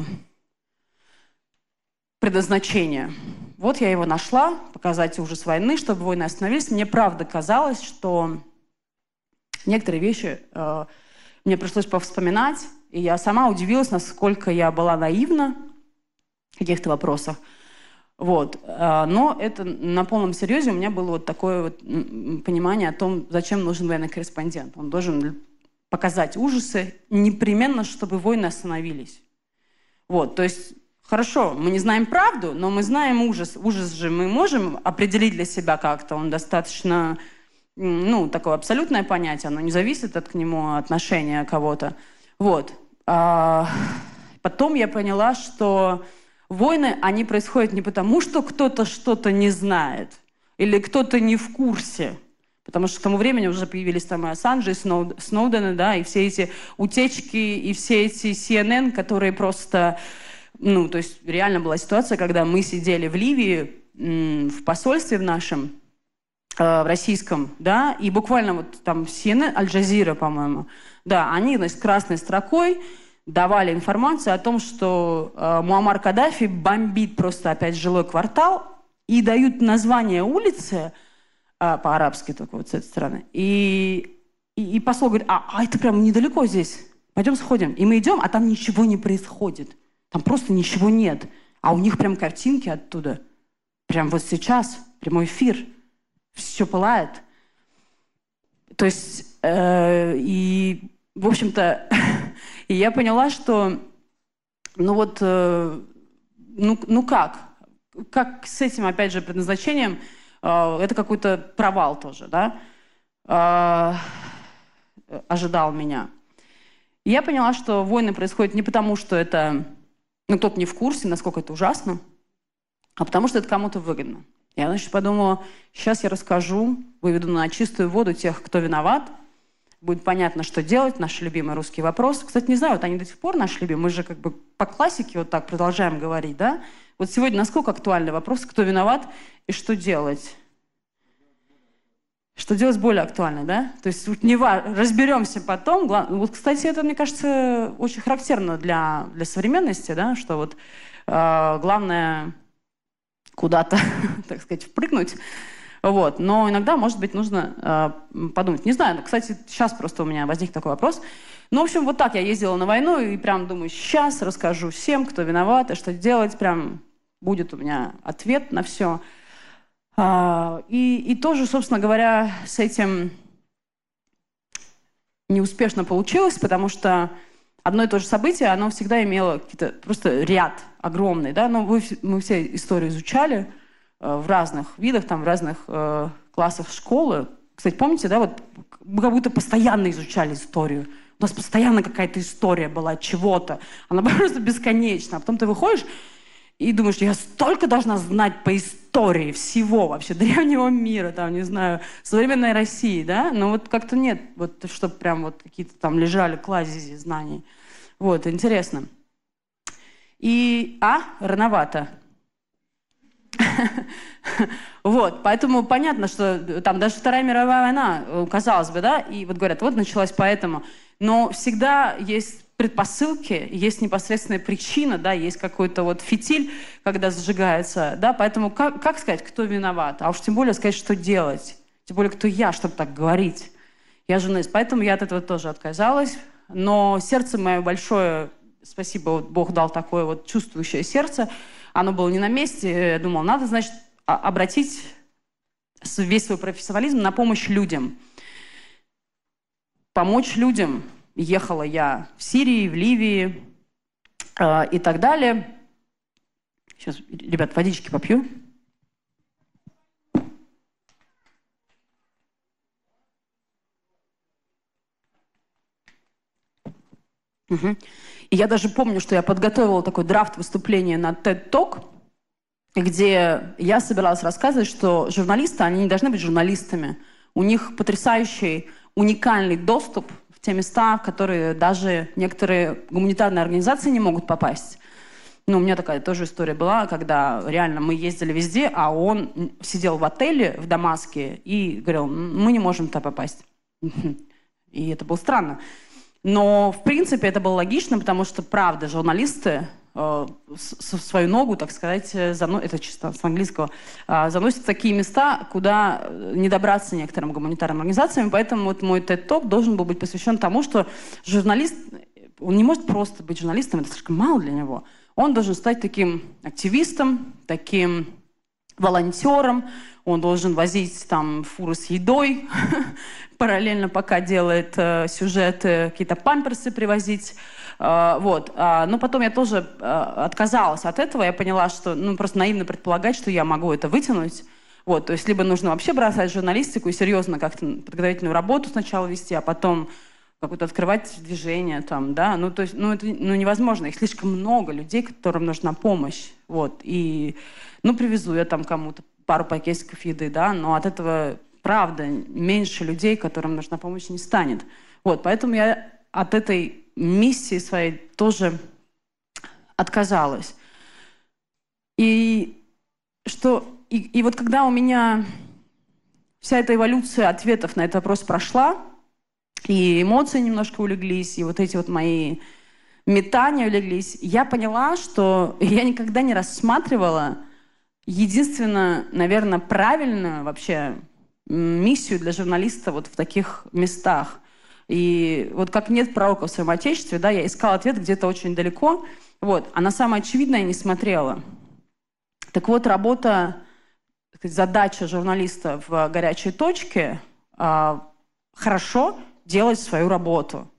предназначение. Вот я его нашла, показать ужас войны, чтобы войны остановились. Мне правда казалось, что некоторые вещи э, мне пришлось повспоминать, и я сама удивилась, насколько я была наивна в каких-то вопросах. Вот. Но это на полном серьезе у меня было вот такое вот понимание о том, зачем нужен военный корреспондент. Он должен показать ужасы непременно, чтобы войны остановились. Вот. То есть, хорошо, мы не знаем правду, но мы знаем ужас. Ужас же мы можем определить для себя как-то. Он достаточно, ну, такое абсолютное понятие, оно не зависит от к нему отношения кого-то. Вот. А потом я поняла, что войны, они происходят не потому, что кто-то что-то не знает или кто-то не в курсе. Потому что к тому времени уже появились там и Ассанжи, и Сноуд... Сноудены, да, и все эти утечки, и все эти си эн эн, которые просто... Ну, то есть реально была ситуация, когда мы сидели в Ливии, в посольстве в нашем, э, в российском, да, и буквально вот там си эн эн, Аль-Джазира, по-моему, да, они, значит, красной строкой давали информацию о том, что э, Муаммар Каддафи бомбит просто опять жилой квартал, и дают название улицы, э, по-арабски только вот с этой стороны, и, и, и посол говорит, а, а это прям недалеко здесь, пойдем сходим. И мы идем, а там ничего не происходит, там просто ничего нет, а у них прям картинки оттуда, прям вот сейчас, прямой эфир, все пылает. То есть, э, и, в общем-то, и я поняла, что, ну вот, э, ну, ну как? Как с этим, опять же, предназначением, э, это какой-то провал тоже, да, э, ожидал меня. И я поняла, что войны происходят не потому, что это, ну, кто-то не в курсе, насколько это ужасно, а потому что это кому-то выгодно. Я, значит, подумала, сейчас я расскажу, выведу на чистую воду тех, кто виноват, будет понятно, что делать, наш любимый русский вопрос. Кстати, не знаю, вот они до сих пор наши любимые, мы же как бы по классике вот так продолжаем говорить, да? Вот сегодня насколько актуальный вопрос, кто виноват и что делать? Что делать более актуально, да? То есть вот не важно, разберемся потом. Вот, кстати, это, мне кажется, очень характерно для, для современности, да? Что вот э, главное куда-то, так сказать, впрыгнуть. Вот. Но иногда, может быть, нужно э, подумать. Не знаю, кстати, сейчас просто у меня возник такой вопрос. Ну, в общем, вот так я ездила на войну и прям думаю, сейчас расскажу всем, кто виноват и что делать. Прям будет у меня ответ на все. А, и, и тоже, собственно говоря, с этим неуспешно получилось, потому что одно и то же событие, оно всегда имело какие-то просто ряд огромный, да, но вы, мы все историю изучали э, в разных видах, там, в разных э, классах школы. Кстати, помните, да, вот мы как будто постоянно изучали историю. У нас постоянно какая-то история была чего-то. Она была просто бесконечна. А потом ты выходишь и думаешь, я столько должна знать по истории всего вообще, древнего мира, там, не знаю, современной России, да? Но вот как-то нет, вот, чтобы прям вот какие-то там лежали кладези знаний. Вот, интересно. И, а, рановато. Вот, поэтому понятно, что там даже Вторая мировая война, казалось бы, да, и вот говорят, вот началась поэтому. Но всегда есть предпосылки, есть непосредственная причина, да, есть какой-то вот фитиль, когда зажигается, да, поэтому как, как сказать, кто виноват, а уж тем более сказать, что делать, тем более, кто я, чтобы так говорить. Я журналист, поэтому я от этого тоже отказалась, но сердце мое большое, спасибо, вот Бог дал такое вот чувствующее сердце, оно было не на месте, я думала, надо, значит, обратить весь свой профессионализм на помощь людям, помочь людям. Ехала я в Сирии, в Ливии э, и так далее. Сейчас, ребят, водички попью. Угу. И я даже помню, что я подготовила такой драфт выступления на TED Talk, где я собиралась рассказывать, что журналисты, они не должны быть журналистами. У них потрясающий, уникальный доступ в те места, в которые даже некоторые гуманитарные организации не могут попасть. Ну, у меня такая тоже история была, когда реально мы ездили везде, а он сидел в отеле в Дамаске и говорил, мы не можем туда попасть. И это было странно. Но, в принципе, это было логично, потому что, правда, журналисты э, свою ногу, так сказать, зано... это чисто с английского, э, заносят в такие места, куда не добраться некоторым гуманитарным организациям. Поэтому вот мой тед-ток должен был быть посвящен тому, что журналист, он не может просто быть журналистом, это слишком мало для него. Он должен стать таким активистом, таким волонтером, он должен возить там фуры с едой, параллельно пока делает э, сюжеты, какие-то памперсы привозить. Э, вот. А, но потом я тоже э, отказалась от этого, я поняла, что ну, просто наивно предполагать, что я могу это вытянуть. Вот. То есть либо нужно вообще бросать журналистику и серьезно как-то подготовительную работу сначала вести, а потом какое-то открывать движение там, да, ну, то есть, ну, это ну, невозможно, их слишком много людей, которым нужна помощь, вот, и, ну, привезу я там кому-то пару пакетиков еды, да, но от этого, правда, меньше людей, которым нужна помощь, не станет, вот, поэтому я от этой миссии своей тоже отказалась, и что, и, и вот когда у меня вся эта эволюция ответов на этот вопрос прошла, и эмоции немножко улеглись, и вот эти вот мои метания улеглись, я поняла, что я никогда не рассматривала единственно, наверное, правильную вообще миссию для журналиста вот в таких местах. И вот как нет пророка в своем отечестве, да, я искала ответ где-то очень далеко, вот, а на самое очевидное не смотрела. Так вот, работа, так сказать, задача журналиста в горячей точке э, хорошо делать свою работу.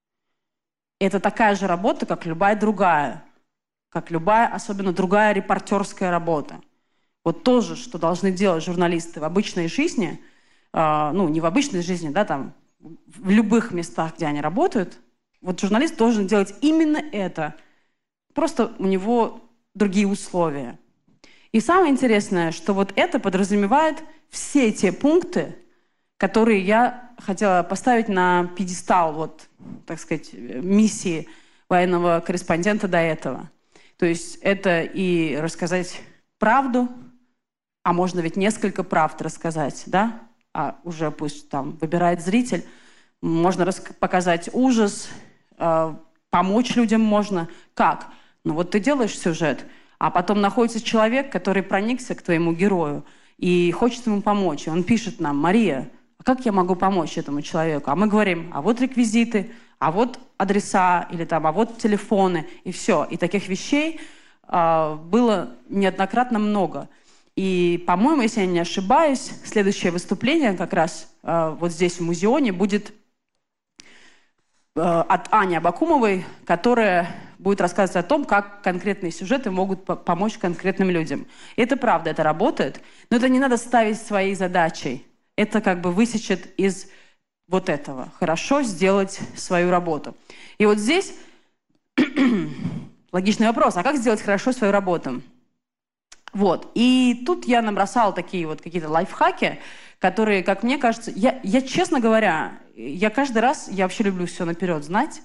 Это такая же работа, как любая другая. Как любая, особенно другая репортерская работа. Вот то же, что должны делать журналисты в обычной жизни, э, ну, не в обычной жизни, да, там, в любых местах, где они работают, вот журналист должен делать именно это. Просто у него другие условия. И самое интересное, что вот это подразумевает все те пункты, которые я хотела поставить на пьедестал, вот, так сказать, миссии военного корреспондента до этого. То есть это и рассказать правду, а можно ведь несколько правд рассказать, да? А уже пусть там выбирает зритель. Можно показать ужас, э, помочь людям можно. Как? Ну вот ты делаешь сюжет, а потом находится человек, который проникся к твоему герою и хочет ему помочь. И он пишет нам: Мария, как я могу помочь этому человеку? А мы говорим, а вот реквизиты, а вот адреса, или там, а вот телефоны, и все. И таких вещей э, было неоднократно много. И, по-моему, если я не ошибаюсь, следующее выступление как раз э, вот здесь, в Музеоне, будет э, от Ани Абакумовой, которая будет рассказывать о том, как конкретные сюжеты могут по- помочь конкретным людям. И это правда, это работает, но это не надо ставить своей задачей. Это как бы высечет из вот этого. Хорошо сделать свою работу. И вот здесь логичный вопрос. А как сделать хорошо свою работу? Вот. И тут я набросала такие вот какие-то лайфхаки, которые, как мне кажется... Я, я, честно говоря, я каждый раз... Я вообще люблю все наперед знать.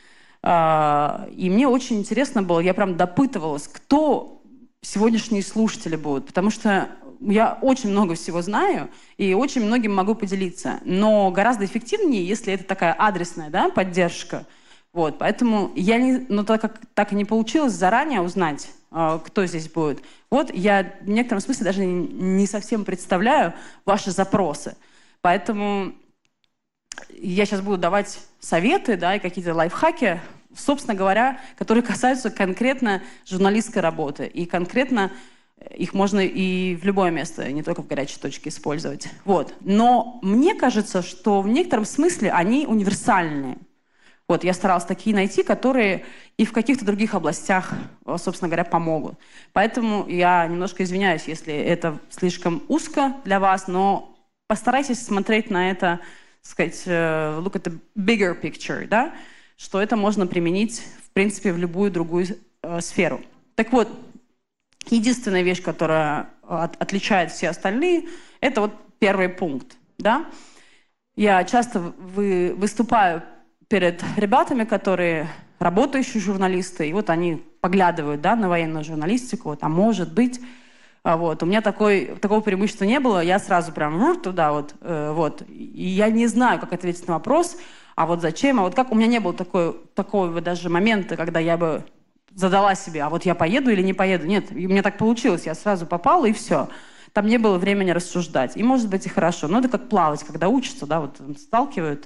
И мне очень интересно было, я прям допытывалась, кто сегодняшние слушатели будут. Потому что я очень много всего знаю и очень многим могу поделиться. Но гораздо эффективнее, если это такая адресная, да, поддержка. Вот, поэтому я не, ну, так как так и не получилось заранее узнать, э, кто здесь будет. Вот я в некотором смысле даже не, не совсем представляю ваши запросы. Поэтому я сейчас буду давать советы, да, и какие-то лайфхаки, собственно говоря, которые касаются конкретно журналистской работы. И конкретно их можно и в любое место, не только в горячей точке использовать. Вот. Но мне кажется, что в некотором смысле они универсальные. Вот, я старалась такие найти, которые и в каких-то других областях, собственно говоря, помогут. Поэтому я немножко извиняюсь, если это слишком узко для вас, но постарайтесь смотреть на это, так сказать, look at the bigger picture, да? Что это можно применить, в принципе, в любую другую э, сферу. Так вот, единственная вещь, которая от, отличает все остальные, это вот первый пункт. Да? Я часто вы, выступаю перед ребятами, которые работающие журналисты, и вот они поглядывают, да, на военную журналистику, вот, а может быть, а вот, у меня такой, такого преимущества не было, я сразу прям туда вот, э, вот, и я не знаю, как ответить на вопрос, а вот зачем, а вот как, у меня не было такой, такого даже момента, когда я бы задала себе, а вот я поеду или не поеду, нет, и у меня так получилось, я сразу попала, и все. Там не было времени рассуждать. И, может быть, и хорошо. Но это как плавать, когда учатся, да, вот сталкивают.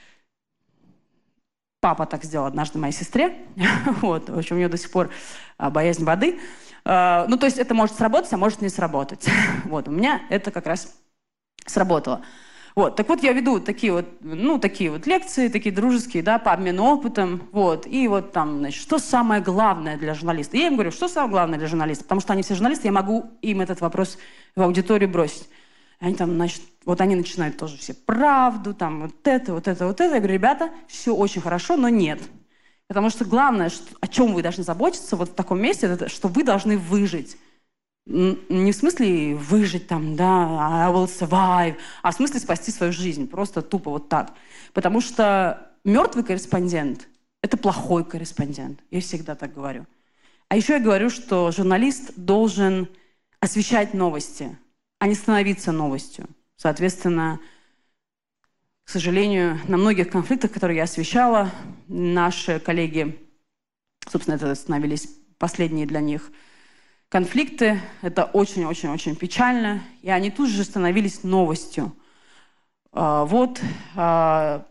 Папа так сделал однажды моей сестре. Вот, в общем, у нее до сих пор а, боязнь воды. А, ну, то есть это может сработать, а может не сработать. Вот, у меня это как раз сработало. Вот, так вот я веду такие вот, ну, такие вот лекции, такие дружеские, да, по обмену опытом, вот, и вот там, значит, что самое главное для журналиста? И я им говорю, что самое главное для журналиста? Потому что они все журналисты, я могу им этот вопрос в аудиторию бросить. И они там, значит, вот они начинают тоже все правду, там, вот это, вот это, вот это. Я говорю, ребята, все очень хорошо, но нет. Потому что главное, что, о чем вы должны заботиться вот в таком месте, это что вы должны выжить. Не в смысле выжить там, да, I will survive, а в смысле спасти свою жизнь. Просто тупо вот так. Потому что мертвый корреспондент – это плохой корреспондент. Я всегда так говорю. А еще я говорю, что журналист должен освещать новости, а не становиться новостью. Соответственно, к сожалению, на многих конфликтах, которые я освещала, наши коллеги, собственно, это становились последние для них конфликты, это очень-очень-очень печально, и они тут же становились новостью. А, вот, а,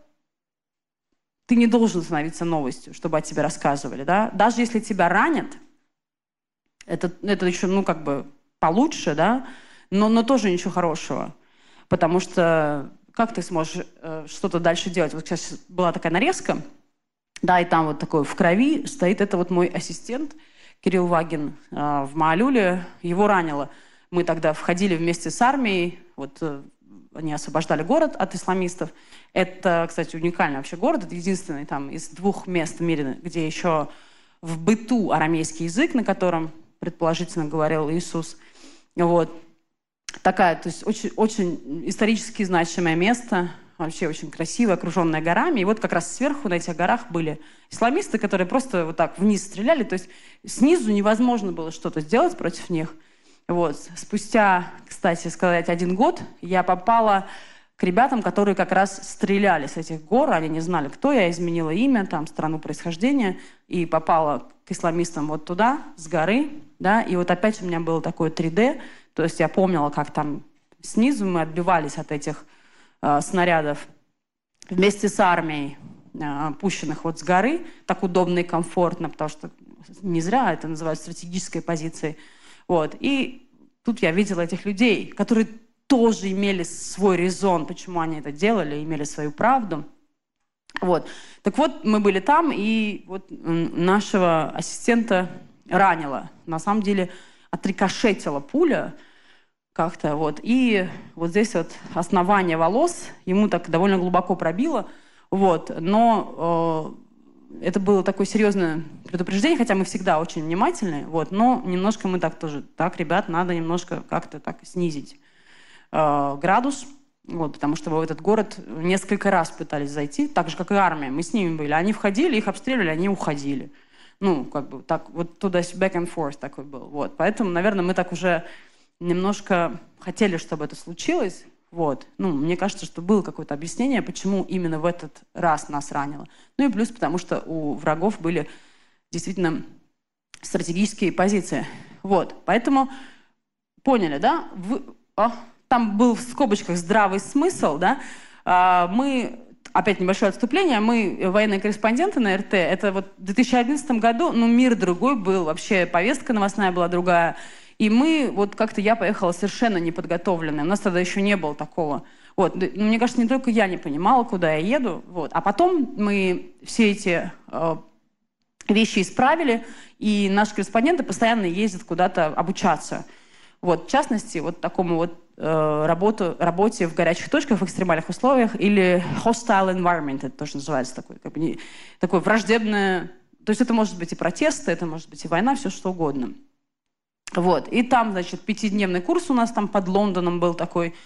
ты не должен становиться новостью, чтобы о тебе рассказывали, да? Даже если тебя ранят, это, это еще, ну, как бы получше, да? Но, но тоже ничего хорошего, потому что как ты сможешь э, что-то дальше делать? Вот сейчас была такая нарезка, да, и там вот такой в крови стоит, это вот мой ассистент, Кирилл Вагин э, в Маалюле, его ранило. Мы тогда входили вместе с армией, вот э, они освобождали город от исламистов. Это, кстати, уникальный вообще город, это единственный там из двух мест в мире, где еще в быту арамейский язык, на котором, предположительно, говорил Иисус. Вот. Такая, то есть очень, очень исторически значимое место, вообще очень красиво, окруженное горами. И вот как раз сверху на этих горах были исламисты, которые просто вот так вниз стреляли. То есть снизу невозможно было что-то сделать против них. Вот. Спустя, кстати сказать, один год я попала к ребятам, которые как раз стреляли с этих гор. Они не знали, кто я, изменила имя, там, страну происхождения. И попала к исламистам вот туда, с горы. Да? И вот опять у меня было такое три дэ. То есть я помнила, как там снизу мы отбивались от этих э, снарядов вместе с армией, э, пущенных вот с горы. Так удобно и комфортно, потому что не зря это называют стратегической позицией. Вот. И тут я видела этих людей, которые тоже имели свой резон, почему они это делали, имели свою правду. Вот. Так вот, мы были там, и вот нашего ассистента ранило. На самом деле отрикошетила пуля как-то, вот, и вот здесь вот основание волос ему так довольно глубоко пробило, вот, но э, это было такое серьезное предупреждение, хотя мы всегда очень внимательны, вот, но немножко мы так тоже, так, ребят, надо немножко как-то так снизить э, градус, вот, потому что в этот город несколько раз пытались зайти, так же, как и армия, мы с ними были, они входили, их обстреливали, они уходили. Ну, как бы так, вот туда back and forth такой был. Вот. Поэтому, наверное, мы так уже немножко хотели, чтобы это случилось. Вот. Ну, мне кажется, что было какое-то объяснение, почему именно в этот раз нас ранило. Ну и плюс, потому что у врагов были действительно стратегические позиции. Вот. Поэтому поняли, да? Вы... О, там был в скобочках здравый смысл, да? А, мы... Опять небольшое отступление. Мы военные корреспонденты на эр тэ. Это вот в две тысячи одиннадцатом году, ну, мир другой был, вообще повестка новостная была другая. И мы, вот как-то я поехала совершенно неподготовленная. У нас тогда еще не было такого. Вот. Мне кажется, не только я не понимала, куда я еду. Вот. А потом мы все эти э, вещи исправили, и наши корреспонденты постоянно ездят куда-то обучаться. Вот. В частности, вот такому вот Работу, работе в горячих точках, в экстремальных условиях, или hostile environment, это тоже называется такое, как бы не, такое враждебное... То есть это может быть и протесты, это может быть и война, все что угодно. Вот. И там, значит, пятидневный курс у нас там под Лондоном был такой,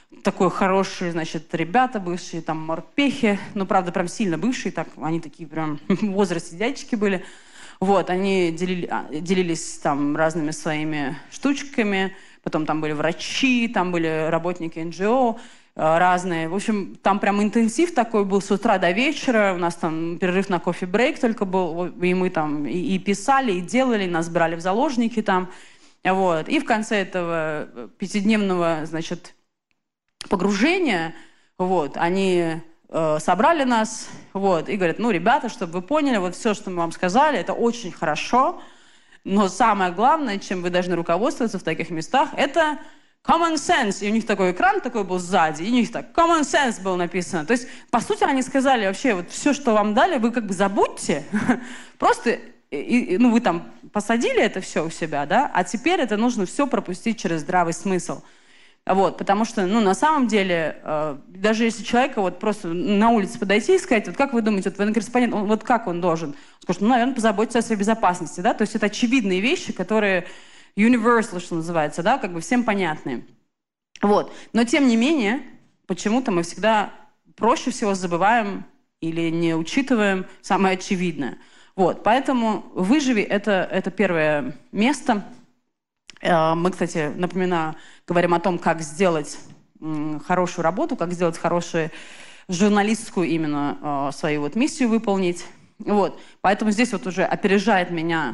такой хорошие, значит, ребята бывшие, там, морпехи, ну, правда, прям сильно бывшие, так, они такие прям в возрасте дядечки были. Вот, они делили, делились там разными своими штучками, потом там были врачи, там были работники эн джи о разные. В общем, там прям интенсив такой был с утра до вечера, у нас там перерыв на кофе-брейк только был, и мы там и, и писали, и делали, нас брали в заложники там. Вот. И в конце этого пятидневного, значит, погружения, вот, они э, собрали нас, вот, и говорят, ну, ребята, чтобы вы поняли, вот все, что мы вам сказали, это очень хорошо, но самое главное, чем вы должны руководствоваться в таких местах, это common sense. И у них такой экран такой был сзади, и у них так common sense было написано. То есть, по сути, они сказали вообще, вот все, что вам дали, вы как бы забудьте, просто, и, и, ну, вы там посадили это все у себя, да, а теперь это нужно все пропустить через здравый смысл. Вот, потому что, ну, на самом деле, э, даже если человека вот просто на улице подойти и сказать, вот как вы думаете, вот военный корреспондент, он, вот как он должен? Он скажет, ну, наверное, позаботиться о своей безопасности, да, то есть это очевидные вещи, которые universal, что называется, да, как бы всем понятные. Вот, но тем не менее, почему-то мы всегда проще всего забываем или не учитываем самое очевидное. Вот, поэтому «Выживи» — это, это первое место. Мы, кстати, напоминаю, говорим о том, как сделать хорошую работу, как сделать хорошую журналистскую именно свою вот миссию выполнить. Вот. Поэтому здесь вот уже опережает меня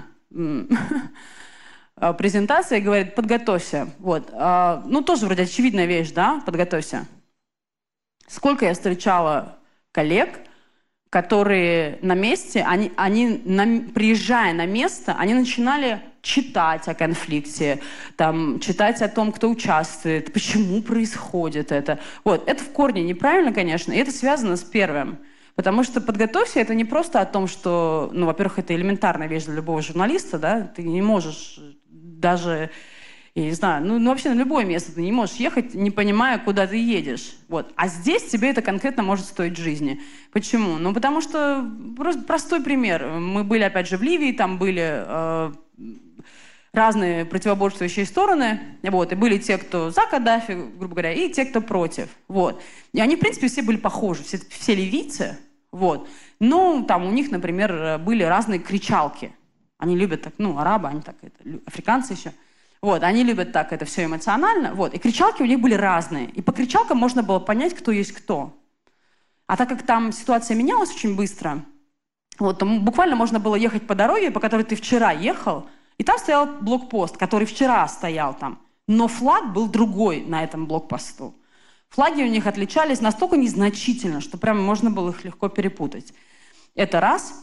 презентация и говорит, подготовься. Вот. Ну, тоже вроде очевидная вещь, да, подготовься. Сколько я встречала коллег, которые на месте, они, они на, приезжая на место, они начинали читать о конфликте, там, читать о том, кто участвует, почему происходит это. Вот. Это в корне неправильно, конечно, и это связано с первым. Потому что подготовься, это не просто о том, что, ну, во-первых, это элементарная вещь для любого журналиста, да, ты не можешь даже, я не знаю, ну, ну вообще на любое место ты не можешь ехать, не понимая, куда ты едешь. Вот. А здесь тебе это конкретно может стоить жизни. Почему? Ну, потому что, просто простой пример. Мы были, опять же, в Ливии, там были э, разные противоборствующие стороны, вот, и были те, кто за Каддафи, грубо говоря, и те, кто против. Вот. И они, в принципе, все были похожи, все, все ливийцы, вот. Ну, там у них, например, были разные кричалки. Они любят так, ну, арабы, они так, это, африканцы еще. Вот, они любят так это все эмоционально. Вот, и кричалки у них были разные. И по кричалкам можно было понять, кто есть кто. А так как там ситуация менялась очень быстро, вот, то буквально можно было ехать по дороге, по которой ты вчера ехал, и там стоял блокпост, который вчера стоял там. Но флаг был другой на этом блокпосту. Флаги у них отличались настолько незначительно, что прямо можно было их легко перепутать. Это раз.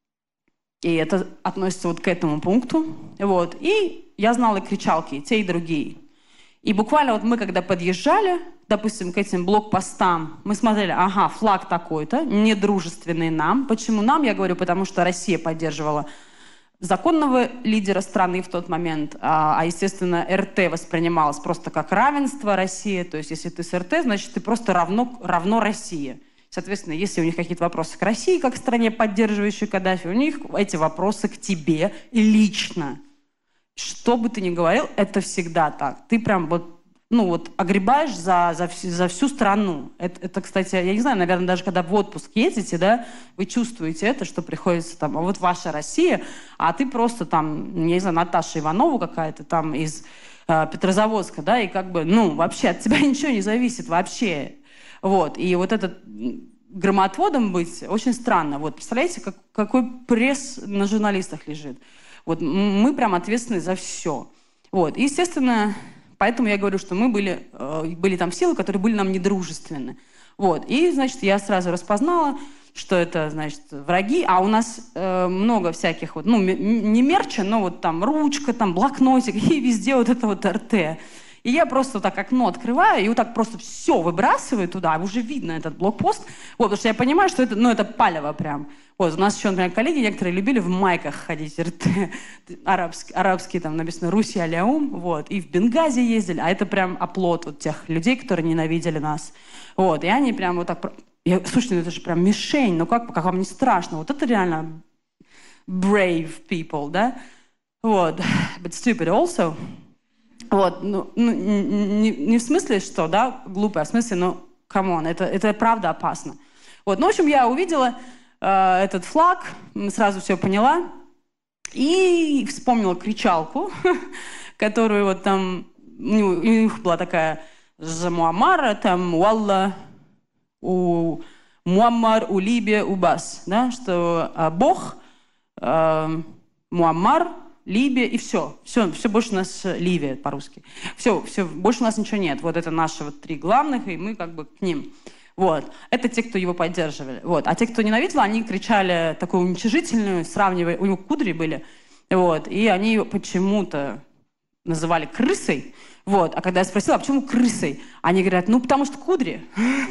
И это относится вот к этому пункту. Вот. И я знала кричалки, и те, и другие. И буквально вот мы, когда подъезжали, допустим, к этим блокпостам, мы смотрели, ага, флаг такой-то, недружественный нам. Почему нам? Я говорю, потому что Россия поддерживала законного лидера страны в тот момент, а, а, естественно, эр тэ воспринималось просто как равенство России. То есть, если ты с эр тэ, значит, ты просто равно, равно России. Соответственно, если у них какие-то вопросы к России, как к стране, поддерживающей Каддафи, у них эти вопросы к тебе лично. Что бы ты ни говорил, это всегда так. Ты прям вот, ну вот, огребаешь за, за, за всю страну. Это, это, кстати, я не знаю, наверное, даже когда в отпуск едете, да, вы чувствуете это, что приходится там, а вот ваша Россия, а ты просто там, я не знаю, Наташа Иванова какая-то там из э, Петрозаводска, да, и как бы, ну, вообще от тебя ничего не зависит вообще. Вот. И вот этот громоотводом быть очень странно. Вот. Представляете, как, какой пресс на журналистах лежит. Вот. Мы прям ответственны за все. Вот. И, естественно, поэтому я говорю, что мы были, были там силы, которые были нам недружественны. Вот. И, значит, я сразу распознала, что это, значит, враги. А у нас э, много всяких, вот, ну, не мерча, но вот там ручка, там блокнотик, и везде вот это вот эр тэ. И я просто вот так окно открываю, и вот так просто все выбрасываю туда, уже видно этот блокпост. Вот, потому что я понимаю, что это, ну, это палево прям. Вот, у нас еще, например, коллеги некоторые любили в майках ходить, эр тэ, арабские, арабские там написано «Руси аляум», вот, и в Бенгази ездили, а это прям оплот вот тех людей, которые ненавидели нас. Вот, и они прям вот так... Я, слушайте, ну это же прям мишень, ну как, как вам не страшно? Вот это реально brave people, да? Вот, but stupid also. Вот, ну, ну не, не в смысле, что, да, глупо, а в смысле, ну, камон, это, это правда опасно. Вот, ну, в общем, я увидела э, этот флаг, сразу все поняла и вспомнила кричалку, которую вот там, у них была такая «За Муаммара», там «Уалла», у Муаммар, у Либия, у Бас, да, что э, Бог, э, Муаммар, Либия и все. Все, все больше у нас Ливия по-русски. Все, все, больше у нас ничего нет. Вот это наши вот три главных, и мы как бы к ним. Вот. Это те, кто его поддерживали. Вот. А те, кто ненавидел, они кричали такую уничижительную, сравнивая, у него кудри были, вот, и они его почему-то называли крысой. Вот. А когда я спросила, а почему крысой? Они говорят, ну, потому что кудри.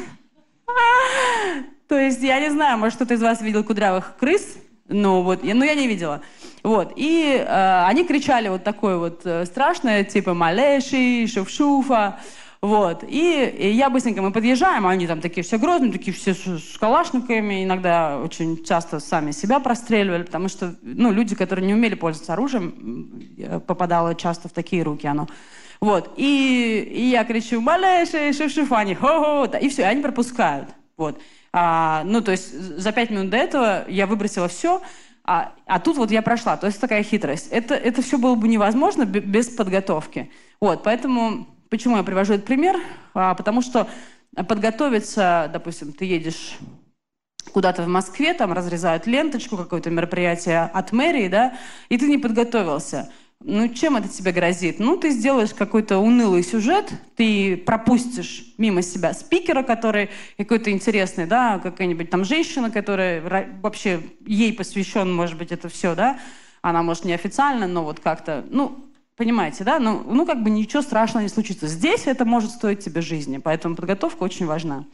То есть, я не знаю, может, кто-то из вас видел кудрявых крыс, но вот, ну, я не видела. Вот. И э, они кричали вот такое вот э, страшное, типа «Малеши», «Шуф-шуфа». Вот. И, и я быстренько, мы подъезжаем, а они там такие все грозные, такие все с, с калашниками, иногда очень часто сами себя простреливали, потому что, ну, люди, которые не умели пользоваться оружием, попадало часто в такие руки оно. Вот. И, и я кричу «Малеши», «Шуф-шуфа», они «Хо-хо», и все, и они пропускают. Вот. А, ну, то есть за пять минут до этого я выбросила все, а, а тут вот я прошла. То есть такая хитрость. Это, это все было бы невозможно без подготовки. Вот, поэтому, почему я привожу этот пример? А, потому что подготовиться, допустим, ты едешь куда-то в Москве, там разрезают ленточку, какое-то мероприятие от мэрии, да, и ты не подготовился. Ну, чем это тебе грозит? Ну, ты сделаешь какой-то унылый сюжет, ты пропустишь мимо себя спикера, который какой-то интересный, да, какая-нибудь там женщина, которая вообще ей посвящен, может быть, это все, да, она, может, неофициально, но вот как-то, ну, понимаете, да, ну, ну, как бы ничего страшного не случится. Здесь это может стоить тебе жизни, поэтому подготовка очень важна.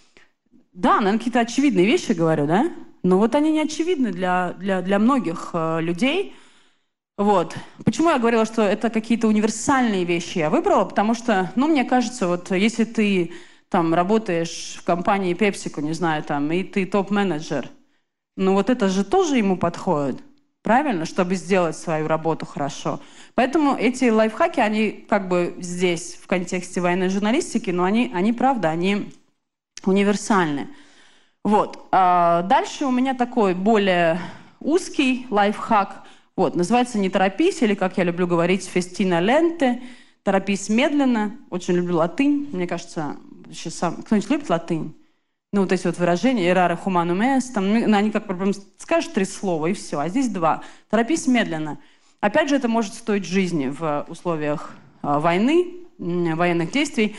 Да, наверное, какие-то очевидные вещи говорю, да, но вот они не очевидны для, для, для многих э, людей. Вот. Почему я говорила, что это какие-то универсальные вещи я выбрала? Потому что, ну, мне кажется, вот если ты там работаешь в компании PepsiCo, не знаю, там, и ты топ-менеджер, ну, вот это же тоже ему подходит, правильно, чтобы сделать свою работу хорошо. Поэтому эти лайфхаки, они как бы здесь, в контексте военной журналистики, но они, они правда, они универсальны. Вот. А дальше у меня такой более узкий лайфхак. Вот, называется «Не торопись», или, как я люблю говорить, «Фестина ленте», «Торопись медленно». Очень люблю латынь. Мне кажется, сам... кто-нибудь любит латынь? Ну, вот эти вот выражения «errare humanum est», там, они как бы скажешь три слова, и все, а здесь два. «Торопись медленно». Опять же, это может стоить жизни в условиях э, войны, э, военных действий.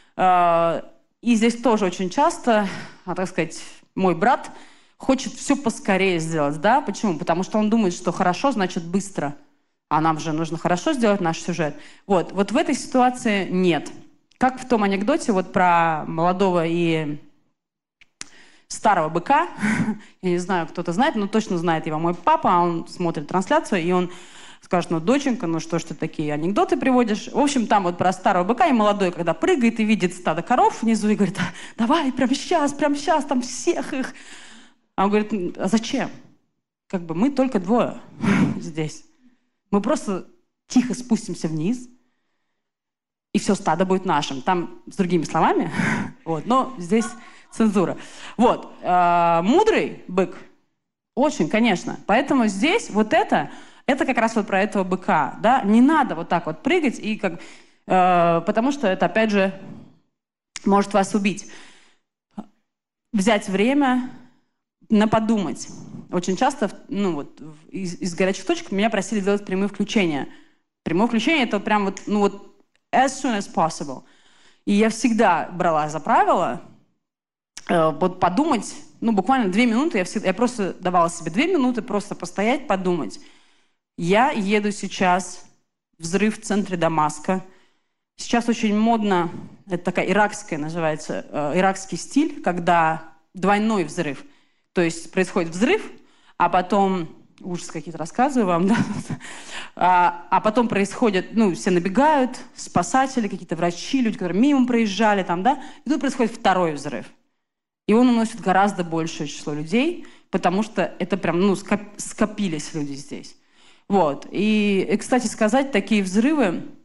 Э, и здесь тоже очень часто, а, так сказать, мой брат хочет все поскорее сделать, да? Почему? Потому что он думает, что хорошо, значит быстро. А нам же нужно хорошо сделать наш сюжет. Вот, вот в этой ситуации нет. Как в том анекдоте вот про молодого и старого быка. Я не знаю, кто-то знает, но точно знает его мой папа. Он смотрит трансляцию, и он скажет: ну, доченька, ну что ж ты такие анекдоты приводишь? В общем, там вот про старого быка и молодой, когда прыгает и видит стадо коров внизу, и говорит: давай, прямо сейчас, прямо сейчас, там всех их. А он говорит: а зачем? Как бы мы только двое здесь. Мы просто тихо спустимся вниз, и все стадо будет нашим. Там с другими словами, вот, но здесь цензура. Вот. Э, мудрый бык. Очень, конечно. Поэтому здесь вот это, это как раз вот про этого быка. Да? Не надо вот так вот прыгать, и как, э, потому что это, опять же, может вас убить. Взять время на подумать. Очень часто, ну вот, из, из горячих точек меня просили делать прямые включения. Прямое включение — это прям вот, ну вот, as soon as possible. И я всегда брала за правило э, вот подумать, ну, буквально две минуты, я, всегда, я просто давала себе две минуты просто постоять, подумать. Я еду сейчас, взрыв в центре Дамаска. Сейчас очень модно, это такая иракская, называется, э, иракский стиль, когда двойной взрыв. То есть происходит взрыв, а потом, ужас какие-то рассказываю вам, да, а, а потом происходит, ну, все набегают, спасатели, какие-то врачи, люди, которые мимо проезжали, там, да, и тут происходит второй взрыв. И он уносит гораздо большее число людей, потому что это прям, ну, скоп, скопились люди здесь. Вот. И, и, кстати сказать, такие взрывы,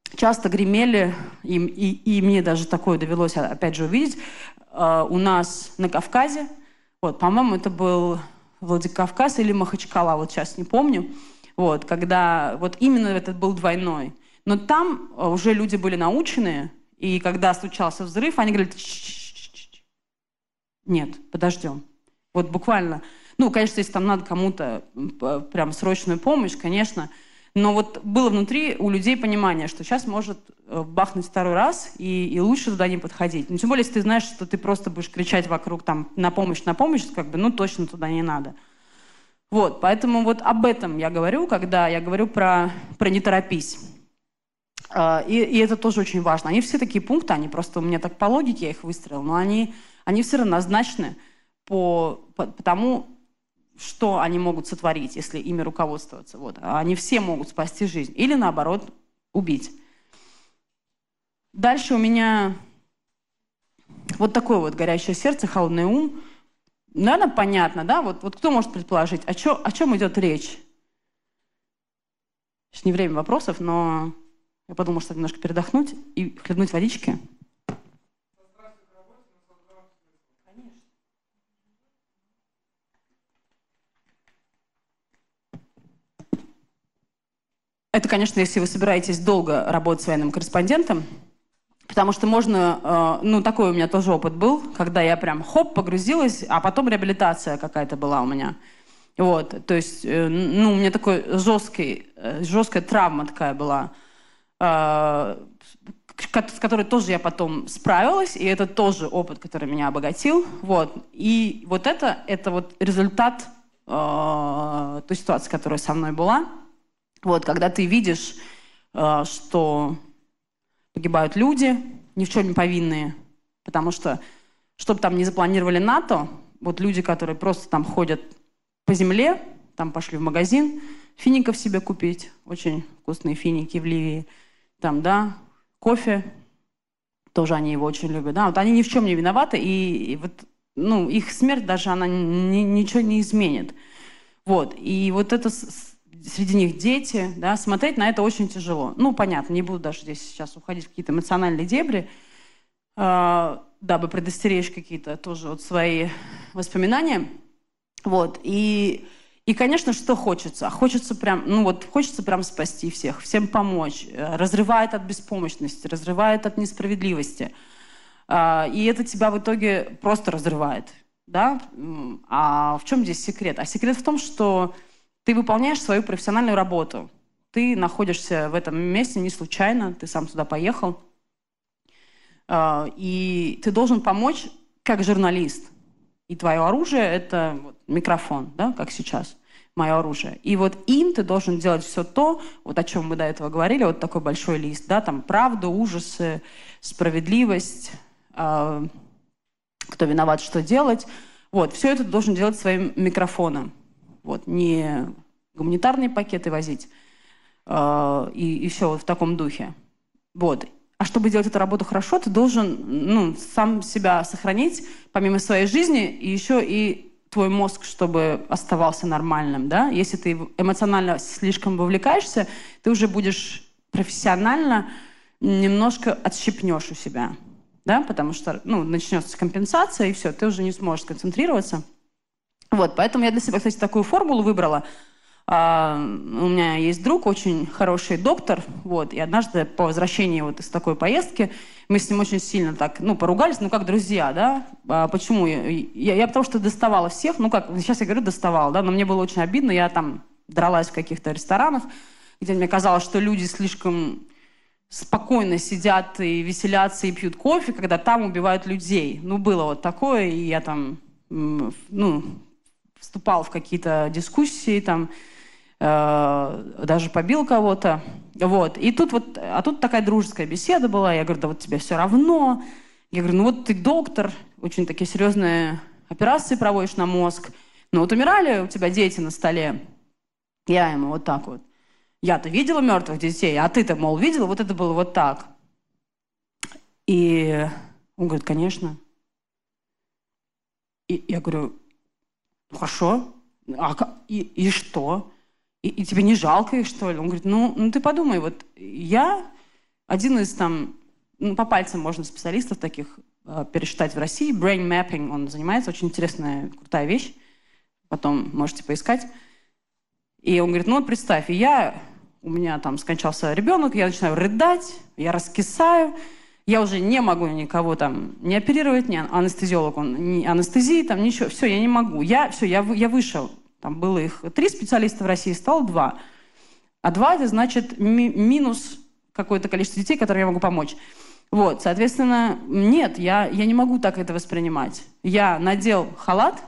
часто гремели, и, и, и мне даже такое довелось, опять же, увидеть, э, у нас на Кавказе, вот, по-моему, это был Владикавказ или Махачкала, вот сейчас не помню, вот, когда вот именно этот был двойной. Но там уже люди были наученные, и когда случался взрыв, они говорили: «Ч-ч-ч-ч-ч. Нет, подождем». Вот буквально. Ну, конечно, если там надо кому-то прям срочную помощь, конечно. Но вот было внутри у людей понимание, что сейчас может бахнуть второй раз, и, и лучше туда не подходить. Ну, тем более, если ты знаешь, что ты просто будешь кричать вокруг там на помощь, на помощь, как бы, ну, точно туда не надо. Вот, поэтому вот об этом я говорю, когда я говорю про, про «не торопись». И, и это тоже очень важно. Они все такие пункты, они просто у меня так по логике я их выстроила, но они, они все равнозначны по, по, по тому, что они могут сотворить, если ими руководствоваться. Вот. Они все могут спасти жизнь или, наоборот, убить. Дальше у меня вот такое вот горящее сердце, холодный ум. Наверное, понятно, да? Вот, вот кто может предположить, о, чё, о чем идет речь? Сейчас не время вопросов, но я подумала, что немножко передохнуть и хлебнуть водички. Это, конечно, если вы собираетесь долго работать с военным корреспондентом, потому что можно, ну, такой у меня тоже опыт был, когда я прям хоп, погрузилась, а потом реабилитация какая-то была у меня. Вот, то есть, ну, у меня такой жесткий, жесткая травма такая была, с которой тоже я потом справилась, и это тоже опыт, который меня обогатил. Вот. И вот это, это вот результат э, той ситуации, которая со мной была. Вот, когда ты видишь, э, что погибают люди, ни в чем не повинные, потому что, что бы там ни запланировали НАТО, вот люди, которые просто там ходят по земле, там пошли в магазин фиников себе купить, очень вкусные финики в Ливии, там, да, кофе, тоже они его очень любят, да, вот они ни в чем не виноваты, и, и вот, ну, их смерть даже, она ни, ничего не изменит. Вот, и вот это, среди них дети, да, смотреть на это очень тяжело. Ну, понятно, не буду даже здесь сейчас уходить в какие-то эмоциональные дебри, э, дабы предостеречь какие-то тоже вот свои воспоминания, вот, и... И, конечно, что хочется? Хочется прям, ну вот, хочется прям спасти всех, всем помочь. Разрывает от беспомощности, разрывает от несправедливости. И это тебя в итоге просто разрывает. Да? А в чем здесь секрет? А секрет в том, что ты выполняешь свою профессиональную работу. Ты находишься в этом месте не случайно, ты сам туда поехал. И ты должен помочь как журналист. И твое оружие — это вот микрофон, да, как сейчас, мое оружие. И вот им ты должен делать все то, вот о чем мы до этого говорили, вот такой большой лист, да, там правду, ужасы, справедливость, э, кто виноват, что делать. Вот, все это ты должен делать своим микрофоном. Вот, не гуманитарные пакеты возить э, и, и все вот в таком духе. Вот. А чтобы делать эту работу хорошо, ты должен, ну, сам себя сохранить, помимо своей жизни, и еще и твой мозг, чтобы оставался нормальным, да? Если ты эмоционально слишком вовлекаешься, ты уже будешь профессионально немножко отщипнешь у себя, да? Потому что, ну, начнется компенсация, и все, ты уже не сможешь сконцентрироваться. Вот, поэтому я для себя, кстати, такую формулу выбрала. Uh, у меня есть друг, очень хороший доктор, вот, и однажды по возвращении вот из такой поездки мы с ним очень сильно так, ну, поругались, ну, как друзья, да. Uh, почему? Я, я, я потому что доставала всех, ну, как, сейчас я говорю, доставала, да, но мне было очень обидно, я там дралась в каких-то ресторанах, где мне казалось, что люди слишком спокойно сидят и веселятся, и пьют кофе, когда там убивают людей. Ну, было вот такое, и я там, ну, вступала в какие-то дискуссии, там, даже побил кого-то, вот, и тут вот, а тут такая дружеская беседа была, я говорю, да вот тебе все равно, я говорю, ну вот ты доктор, очень такие серьезные операции проводишь на мозг, ну вот умирали у тебя дети на столе, я ему вот так вот, я-то видела мертвых детей, а ты-то, мол, видела, вот это было вот так, и он говорит, конечно, и я говорю, хорошо, а, и, и что? И, и тебе не жалко их, что ли? Он говорит, ну, ну ты подумай, вот я один из там, ну, по пальцам можно специалистов таких э, пересчитать в России. Brain mapping он занимается, очень интересная, крутая вещь. Потом можете поискать. И он говорит, ну вот представь, я, у меня там скончался ребенок, я начинаю рыдать, я раскисаю, я уже не могу никого там не оперировать, не анестезиолог, он, не анестезии, там ничего, все, я не могу. Я, все, я, я вышел. Там было их три специалиста в России, стало два. А два, это значит ми- минус какое-то количество детей, которым я могу помочь. Вот, соответственно, нет, я, я не могу так это воспринимать. Я надел халат,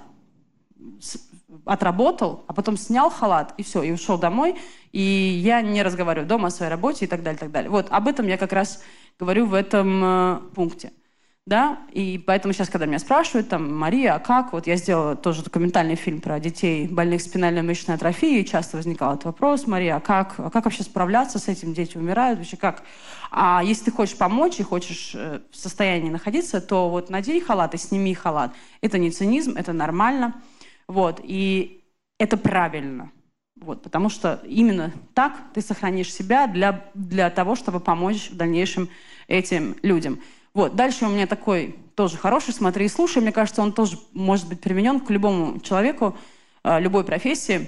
отработал, а потом снял халат, и все, и ушел домой, и я не разговариваю дома о своей работе и так далее, и так далее. Вот, об этом я как раз говорю в этом э, пункте. Да, и поэтому сейчас, когда меня спрашивают, там, Мария, а как? Вот я сделала тоже документальный фильм про детей, больных спинальной мышечной атрофией, и часто возникал этот вопрос, Мария, а как? А как вообще справляться с этим? Дети умирают, вообще как? А если ты хочешь помочь и хочешь э, в состоянии находиться, то вот надень халат и сними халат. Это не цинизм, это нормально. Вот, и это правильно. Вот, потому что именно так ты сохранишь себя для, для того, чтобы помочь в дальнейшем этим людям. Вот, дальше у меня такой тоже хороший «Смотри и слушай». Мне кажется, он тоже может быть применен к любому человеку, любой профессии.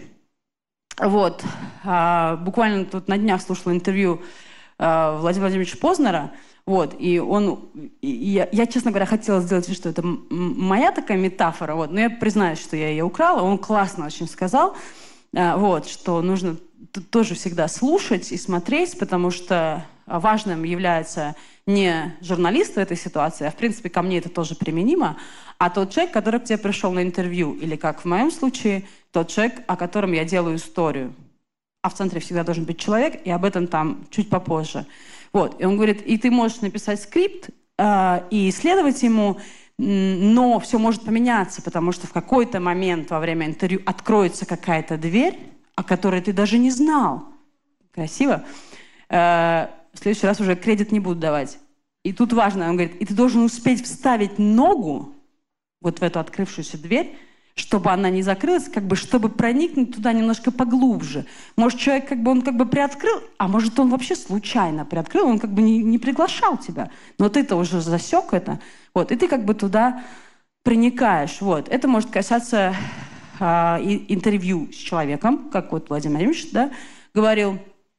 Вот, буквально тут на днях слушала интервью Владимира Владимировича Познера. Вот, и он, и я, я, честно говоря, хотела сделать вид, что это моя такая метафора, вот, но я признаюсь, что я ее украла. Он классно очень сказал, вот, что нужно тоже всегда слушать и смотреть, потому что важным является не журналист в этой ситуации, а, в принципе, ко мне это тоже применимо, а тот человек, который к тебе пришел на интервью, или, как в моем случае, тот человек, о котором я делаю историю. А в центре всегда должен быть человек, и об этом там чуть попозже. Вот. И он говорит, и ты можешь написать скрипт э, и исследовать ему, но все может поменяться, потому что в какой-то момент во время интервью откроется какая-то дверь, о которой ты даже не знал. Красиво. Э, в следующий раз уже кредит не буду давать. И тут важно, он говорит, и ты должен успеть вставить ногу вот в эту открывшуюся дверь, чтобы она не закрылась, как бы, чтобы проникнуть туда немножко поглубже. Может, человек как бы, он как бы приоткрыл, а может, он вообще случайно приоткрыл, он как бы не, не приглашал тебя. Но ты-то уже засек это. Вот, и ты как бы туда проникаешь. Вот. Это может касаться э, интервью с человеком, как вот Владимир Владимирович, да, говорил,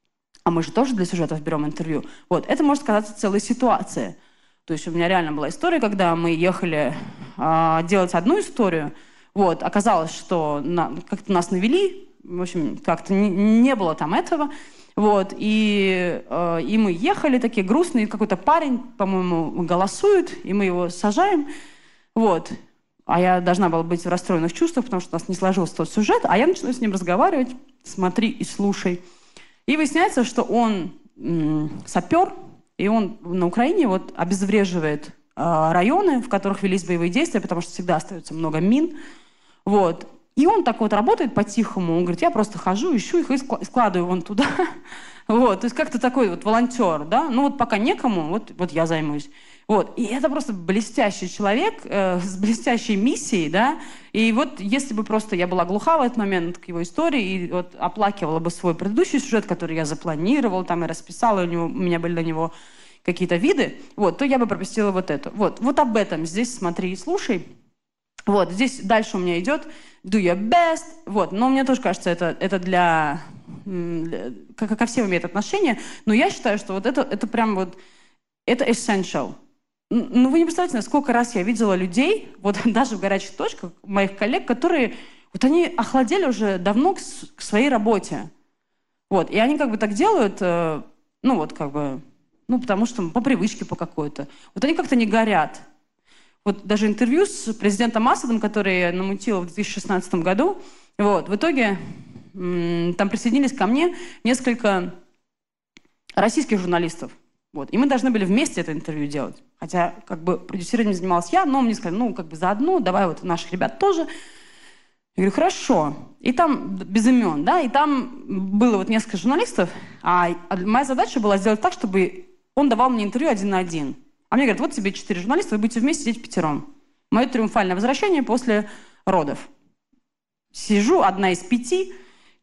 а мы же тоже для сюжетов берем интервью. Вот. Это может казаться целой ситуацией. То есть у меня реально была история, когда мы ехали э, делать одну историю. Вот, оказалось, что на, как-то нас навели, в общем, как-то не, не было там этого. Вот, и, э, и мы ехали такие грустные, какой-то парень, по-моему, голосует, и мы его сажаем. Вот. А я должна была быть в расстроенных чувствах, потому что у нас не сложился тот сюжет, а я начинаю с ним разговаривать, смотри и слушай. И выясняется, что он м- сапер, и он на Украине вот обезвреживает э, районы, в которых велись боевые действия, потому что всегда остается много мин. Вот. И он так вот работает по-тихому. Он говорит, я просто хожу, ищу их и складываю вон туда. Вот. То есть как-то такой вот волонтер, да? Ну вот пока некому, вот, вот я займусь. Вот. И это просто блестящий человек э, с блестящей миссией, да? И вот если бы просто я была глуха в этот момент к его истории и вот оплакивала бы свой предыдущий сюжет, который я запланировала, там и расписала, у, него, у меня были на него какие-то виды, вот, то я бы пропустила вот это. Вот. Вот об этом здесь смотри и слушай. Вот, здесь дальше у меня идет do your best. Вот, но мне тоже кажется, это, это для, для... Как ко всем имеет отношение. Но я считаю, что вот это, это прям вот... Это essential. Ну, вы не представляете, сколько раз я видела людей, вот даже в горячих точках, моих коллег, которые... Вот они охладели уже давно к, к своей работе. Вот, и они как бы так делают, э, ну, вот как бы... Ну, потому что по привычке по какой-то. Вот они как-то не горят. Вот даже интервью с президентом Асадом, который я намутила в две тысячи шестнадцатом году, вот, в итоге м- там присоединились ко мне несколько российских журналистов. Вот, и мы должны были вместе это интервью делать. Хотя как бы продюсированием занималась я, но мне сказали, ну, как бы заодно, давай вот наших ребят тоже. Я говорю, хорошо. И там без имен, да, и там было вот несколько журналистов, а моя задача была сделать так, чтобы он давал мне интервью один на один. А мне говорят, вот тебе четыре журналиста, вы будете вместе сидеть пятером. Мое триумфальное возвращение после родов. Сижу, одна из пяти,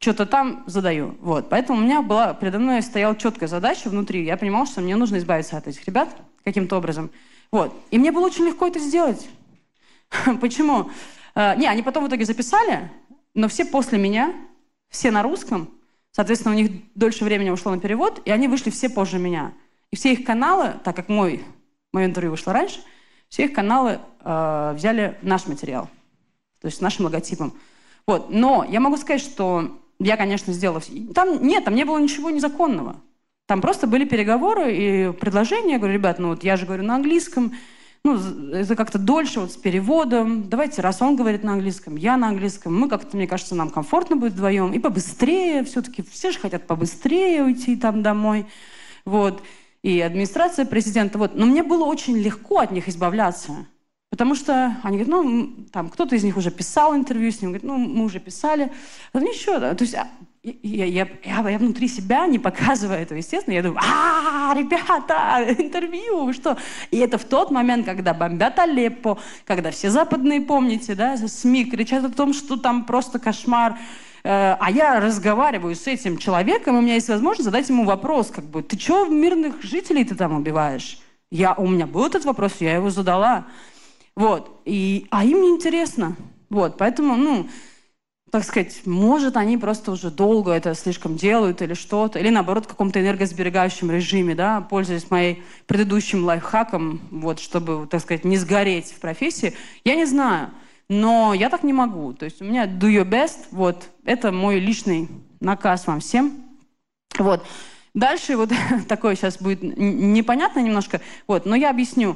что-то там задаю. Вот. Поэтому у меня была, передо мной стояла четкая задача внутри. Я понимала, что мне нужно избавиться от этих ребят каким-то образом. Вот. И мне было очень легко это сделать. Почему? Не, они потом в итоге записали, но все после меня, все на русском. Соответственно, у них дольше времени ушло на перевод, и они вышли все позже меня. И все их каналы, так как мой, мое интервью вышло раньше, все их каналы э, взяли наш материал. То есть с нашим логотипом. Вот. Но я могу сказать, что я, конечно, сделала... Там нет, там не было ничего незаконного. Там просто были переговоры и предложения. Я говорю, ребят, ну вот я же говорю на английском, ну, это как-то дольше вот с переводом. Давайте, раз он говорит на английском, я на английском, мы как-то, мне кажется, нам комфортно будет вдвоем. И побыстрее все-таки. Все же хотят побыстрее уйти там домой. Вот. И администрация президента. Вот. Но мне было очень легко от них избавляться. Потому что они говорят, ну, там, кто-то из них уже писал интервью с ним, говорит, ну, мы уже писали. Ну, ничего, да. То есть я, я, я, я, я внутри себя, не показывая этого, естественно, я думаю, а, ребята, интервью, вы что? И это в тот момент, когда бомбят Алеппо, когда все западные, помните, да, СМИ кричат о том, что там просто кошмар. А я разговариваю с этим человеком, и у меня есть возможность задать ему вопрос, как бы, ты что мирных жителей ты там убиваешь? Я, у меня был этот вопрос, я его задала. Вот. И, а им не интересно. Вот. Поэтому, ну, так сказать, может, они просто уже долго это слишком делают или что-то, или, наоборот, в каком-то энергосберегающем режиме, да, пользуясь моим предыдущим лайфхаком, вот, чтобы, так сказать, не сгореть в профессии. Я не знаю, но я так не могу. То есть у меня do your best, вот, это мой личный наказ вам всем. Вот. Дальше вот такое сейчас будет непонятно немножко, вот, но я объясню.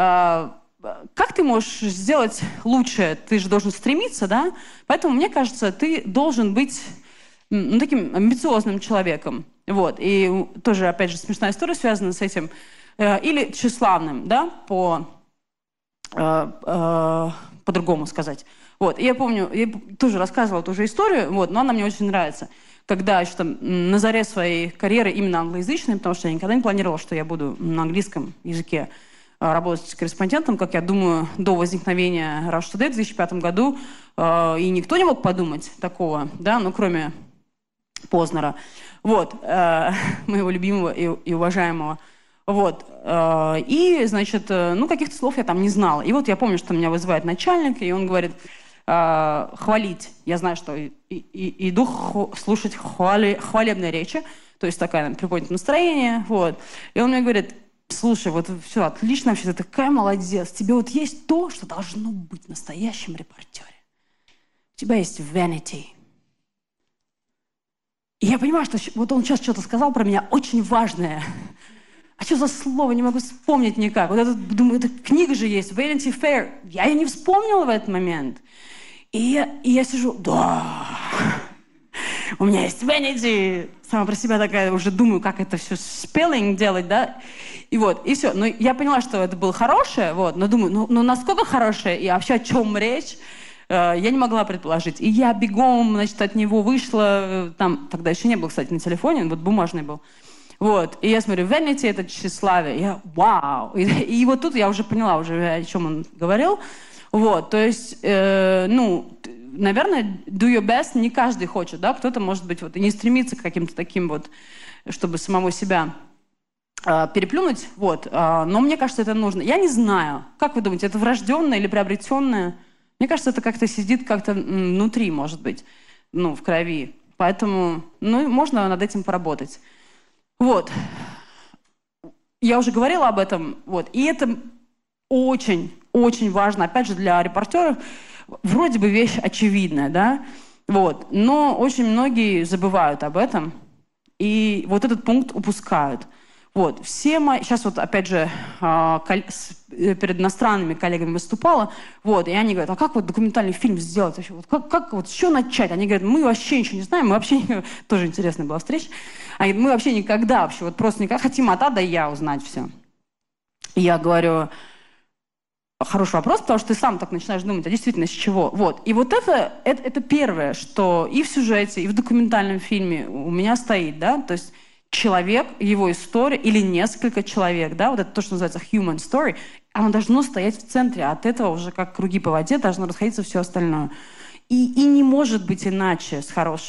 Как ты можешь сделать лучше? Ты же должен стремиться, да? Поэтому, мне кажется, ты должен быть ну, таким амбициозным человеком. Вот. И тоже, опять же, смешная история связана с этим. Или тщеславным, да, по, э, э, по-другому сказать. Вот. И я помню, я тоже рассказывала ту же историю, вот, но она мне очень нравится. Когда еще там на заре своей карьеры именно англоязычной, потому что я никогда не планировала, что я буду на английском языке работать корреспондентом, как я думаю, до возникновения Russia Today в две тысячи пятом году. Э, и никто не мог подумать такого, да, ну, кроме Познера. Вот, э, моего любимого и, и уважаемого. Вот. Э, и, значит, э, ну, каких-то слов я там не знала. И вот я помню, что меня вызывает начальник, и он говорит, э, хвалить. Я знаю, что и, и, иду ху- слушать хвали, хвалебные речи, то есть такое приподнятое настроение. Вот. И он мне говорит, слушай, вот все отлично вообще, ты такая молодец. Тебе вот есть то, что должно быть в настоящем репортере. У тебя есть vanity. И я понимаю, что вот он сейчас что-то сказал про меня очень важное. А что за слово? Не могу вспомнить никак. Вот это, думаю, эта книга же есть, Vanity Fair. Я ее не вспомнила в этот момент. И я, и я сижу, да, у меня есть vanity. Сама про себя такая уже думаю, как это все spelling делать, да. И вот, и все. Но я поняла, что это было хорошее, вот, но думаю, ну, ну насколько хорошее и вообще о чем речь, э, я не могла предположить. И я бегом, значит, от него вышла, там тогда еще не было, кстати, на телефоне, вот бумажный был. Вот, и я смотрю, vanity — это тщеславие. Я, вау! И, и вот тут я уже поняла, уже о чем он говорил. Вот, то есть, э, ну, наверное, do your best не каждый хочет, да, кто-то, может быть, вот и не стремится к каким-то таким вот, чтобы самого себя э, переплюнуть, вот, э, но мне кажется, это нужно. Я не знаю, как вы думаете, это врожденное или приобретенное? Мне кажется, это как-то сидит как-то внутри, может быть, ну, в крови. Поэтому, ну, можно над этим поработать. Вот. Я уже говорила об этом, вот, и это очень, очень важно, опять же, для репортеров. Вроде бы вещь очевидная, да, вот, но очень многие забывают об этом и вот этот пункт упускают. Вот, все мои... Сейчас вот, опять же, перед иностранными коллегами выступала, вот, и они говорят, а как вот документальный фильм сделать вообще? Вот как, как вот с чего начать? Они говорят, мы вообще ничего не знаем, мы вообще... Тоже интересная была встреча. Они говорят, мы вообще никогда вообще, вот просто никогда хотим от А до Я узнать все. И я говорю... Хороший вопрос, потому что ты сам так начинаешь думать, а действительно с чего? Вот. И вот это, это, это первое, что и в сюжете, и в документальном фильме у меня стоит, да, то есть человек, его история или несколько человек, да, вот это то, что называется human story, оно должно стоять в центре, а от этого уже как круги по воде должно расходиться все остальное. И, и не может быть иначе с хорошим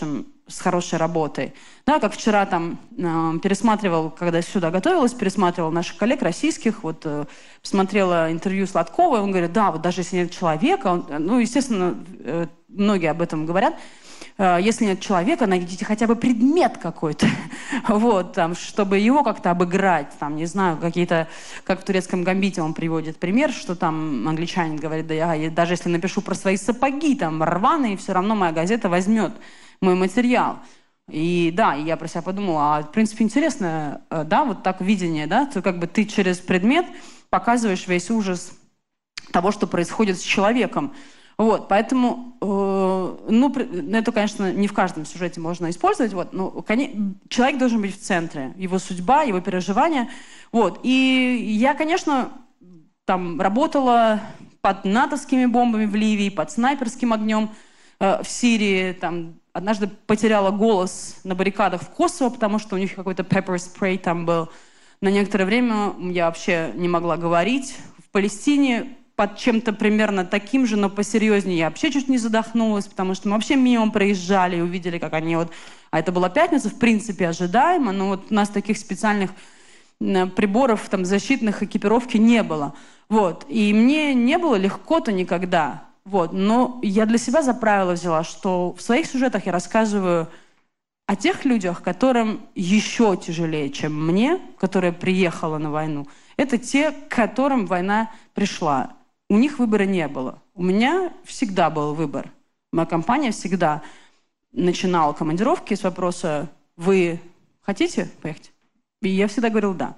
с хорошей работой. Да, как вчера там э, пересматривал, когда сюда готовилась, пересматривал наших коллег российских, вот э, посмотрела интервью Сладкова, он говорит, да, вот даже если нет человека, он, ну, естественно, э, многие об этом говорят, э, если нет человека, найдите хотя бы предмет какой-то, вот, там, чтобы его как-то обыграть, там, не знаю, какие-то, как в турецком гамбите он приводит пример, что там англичанин говорит, да я даже если напишу про свои сапоги, там, рваные, все равно моя газета возьмет мой материал. И да, я про себя подумала, а в принципе интересно, да, вот так видение, да, то как бы ты через предмет показываешь весь ужас того, что происходит с человеком. Вот, поэтому, э, ну, это, конечно, не в каждом сюжете можно использовать, вот, но конечно, человек должен быть в центре, его судьба, его переживания, вот. И я, конечно, там работала под натовскими бомбами в Ливии, под снайперским огнем э, в Сирии, там, однажды потеряла голос на баррикадах в Косово, потому что у них какой-то pepper spray там был. На некоторое время я вообще не могла говорить. В Палестине под чем-то примерно таким же, но посерьезнее, я вообще чуть не задохнулась, потому что мы вообще мимо проезжали и увидели, как они вот... А это была пятница, в принципе, ожидаемо, но вот у нас таких специальных приборов, там, защитных, экипировки не было. Вот. И мне не было легко-то никогда. Вот. Но я для себя за правило взяла, что в своих сюжетах я рассказываю о тех людях, которым еще тяжелее, чем мне, которая приехала на войну. Это те, к которым война пришла. У них выбора не было. У меня всегда был выбор. Моя компания всегда начинала командировки с вопроса «Вы хотите поехать?» И я всегда говорила «да».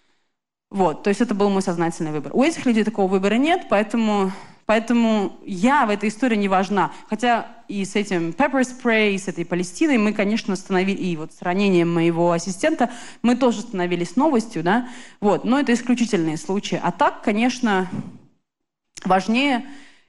Вот. То есть это был мой сознательный выбор. У этих людей такого выбора нет, поэтому... Поэтому я в этой истории не важна. Хотя и с этим pepper spray, и с этой Палестиной мы, конечно, становились... И вот с ранением моего ассистента мы тоже становились новостью, да? Вот. Но это исключительные случаи. А так, конечно, важнее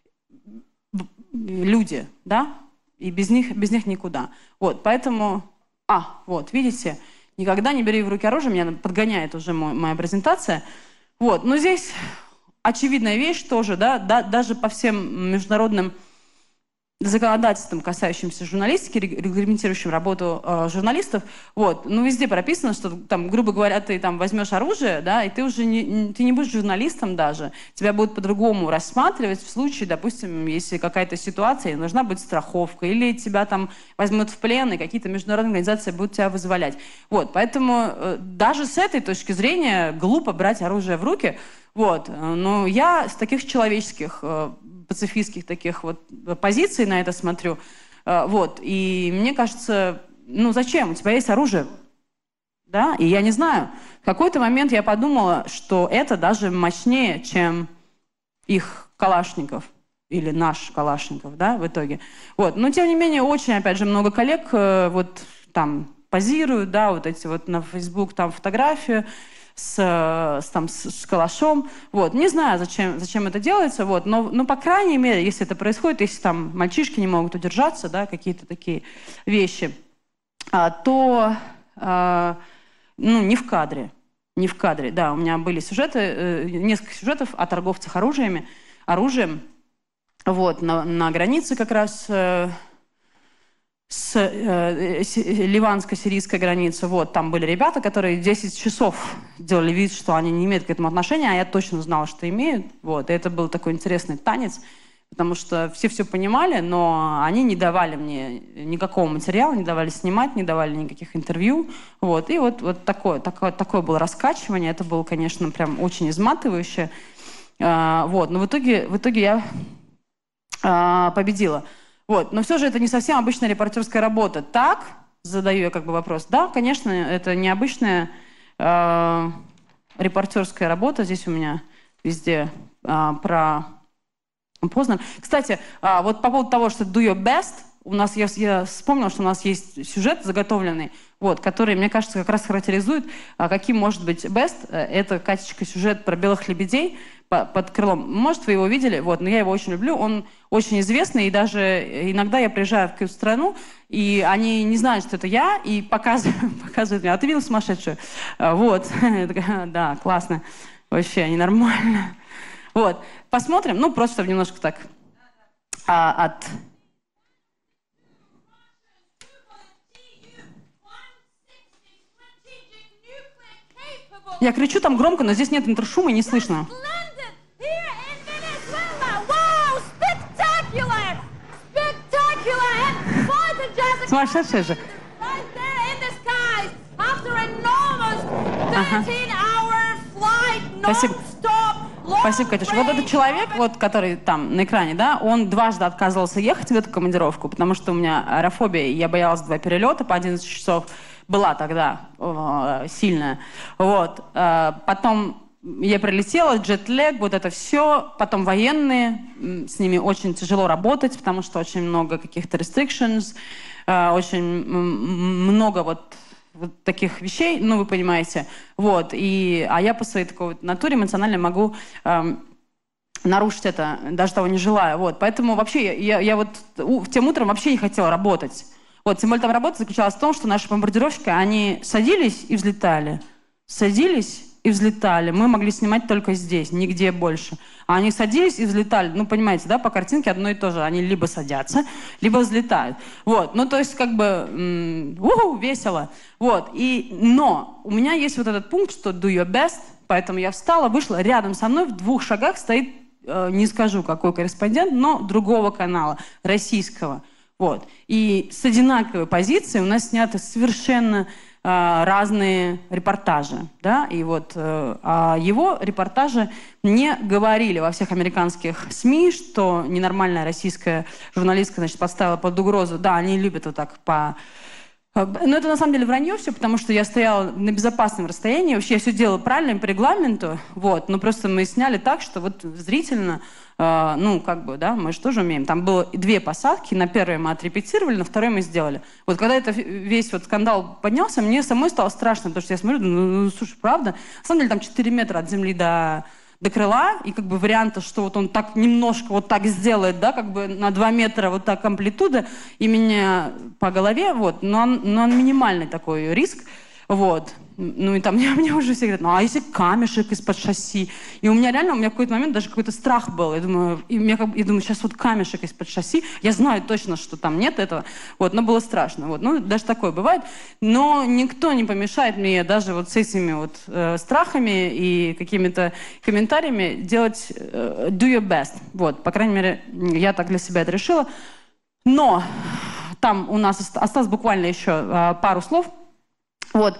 люди, да? И без них, без них никуда. Вот. Поэтому... А, вот, видите? Никогда не бери в руки оружие. Меня подгоняет уже мой, моя презентация. Вот. Но здесь... Очевидная вещь тоже, да, да, даже по всем международным законодательствам, касающимся журналистики, регламентирующим работу э, журналистов, вот, ну, везде прописано, что, там, грубо говоря, ты там возьмешь оружие, да, и ты уже не, ты не будешь журналистом даже, тебя будут по-другому рассматривать в случае, допустим, если какая-то ситуация, нужна будет страховка, или тебя там возьмут в плен, и какие-то международные организации будут тебя вызволять. Вот, поэтому э, даже с этой точки зрения глупо брать оружие в руки. Вот. Но я с таких человеческих, пацифистских таких вот позиций на это смотрю. Вот. И мне кажется, ну зачем? У тебя есть оружие. Да? И я не знаю. В какой-то момент я подумала, что это даже мощнее, чем их Калашников. Или наш Калашников, да, в итоге. Вот. Но, тем не менее, очень, опять же, много коллег вот там позируют, да, вот эти вот на Facebook там фотографии, С, с, там, с, с калашом. Вот. Не знаю, зачем, зачем это делается, вот. но, но, по крайней мере, если это происходит, если там мальчишки не могут удержаться, да, какие-то такие вещи, а, то а, ну, не в кадре. Не в кадре, да. У меня были сюжеты, э, несколько сюжетов о торговцах оружиями, оружием вот, на, на границе как раз... Э, с э, ливанско-сирийской границы. Вот, там были ребята, которые десять часов делали вид, что они не имеют к этому отношения, а я точно знала, что имеют. Вот, и это был такой интересный танец, потому что все все понимали, но они не давали мне никакого материала, не давали снимать, не давали никаких интервью. Вот, и вот, вот такое, такое, такое было раскачивание. Это было, конечно, прям очень изматывающе. А, вот, но в итоге, в итоге я а, победила. Вот. Но все же это не совсем обычная репортерская работа. Так, задаю я как бы вопрос. Да, конечно, это необычная э, репортерская работа. Здесь у меня везде э, про Познер. Кстати, э, вот по поводу того, что do your best, у нас, я, я вспомнила, что у нас есть сюжет заготовленный, вот, который, мне кажется, как раз характеризует, э, каким может быть best. Это, Катечка, сюжет про белых лебедей под крылом. Может, вы его видели, вот, но я его очень люблю. Он очень известный, и даже иногда я приезжаю в какую-то страну, и они не знают, что это я, и показывают, показывают мне, а ты видел сумасшедшую? Вот, да, классно, вообще, они нормально. Вот, посмотрим, ну, просто чтобы немножко так а, от... Я кричу там громко, но здесь нет интершума и не слышно. Сумасшедшая же. Ага. Спасибо. Спасибо, Катюша. Вот этот человек, вот, который там на экране, да, он дважды отказывался ехать в эту командировку, потому что у меня аэрофобия, и я боялась два перелета по одиннадцать часов. Была тогда э, сильная. Вот. Э, потом я прилетела, джетлэг, вот это все. Потом военные, с ними очень тяжело работать, потому что очень много каких-то restrictions, э, очень много вот, вот таких вещей, ну, вы понимаете. Вот. И, а я по своей такой вот натуре эмоционально могу э, нарушить это, даже того не желая. Вот. Поэтому вообще я, я, я вот у, тем утром вообще не хотела работать. Вот, тем более там работа заключалась в том, что наши бомбардировщики, они садились и взлетали. Садились и взлетали. Мы могли снимать только здесь, нигде больше. А они садились и взлетали. Ну, понимаете, да, по картинке одно и то же. Они либо садятся, либо взлетают. Вот, ну, то есть, как бы, м- уху, весело. Вот, и, но у меня есть вот этот пункт, что do your best, поэтому я встала, вышла, рядом со мной в двух шагах стоит, э, не скажу, какой корреспондент, но другого канала, российского. Вот. И с одинаковой позиции у нас сняты совершенно э, разные репортажи. Да? И вот э, а его репортажи не говорили во всех американских СМИ, что ненормальная российская журналистка, значит, поставила под угрозу. Да, они любят вот так по... Но это на самом деле вранье все, потому что я стояла на безопасном расстоянии. Вообще я все делала правильно по регламенту. Вот. Но просто мы сняли так, что вот зрительно... Uh, ну, как бы, да, мы же тоже умеем. Там было две посадки, на первой мы отрепетировали, на второй мы сделали. Вот когда это весь вот скандал поднялся, мне самой стало страшно, потому что я смотрю, ну, ну слушай, правда? На самом деле там четыре метра от земли до, до крыла, и как бы варианта, что вот он так немножко вот так сделает, да, как бы на два метра вот так амплитуда, и меня по голове, вот, но он, но он минимальный такой риск, вот. Ну и там мне, мне уже все говорят, ну а если камешек из-под шасси? И у меня реально, у меня в какой-то момент даже какой-то страх был. Я думаю, и меня, я думаю, сейчас вот камешек из-под шасси. Я знаю точно, что там нет этого. Вот, но было страшно. Вот. Ну, даже такое бывает. Но никто не помешает мне даже вот с этими вот э, страхами и какими-то комментариями делать э, do your best. Вот, по крайней мере, я так для себя это решила. Но там у нас осталось буквально еще э, пару слов. Вот.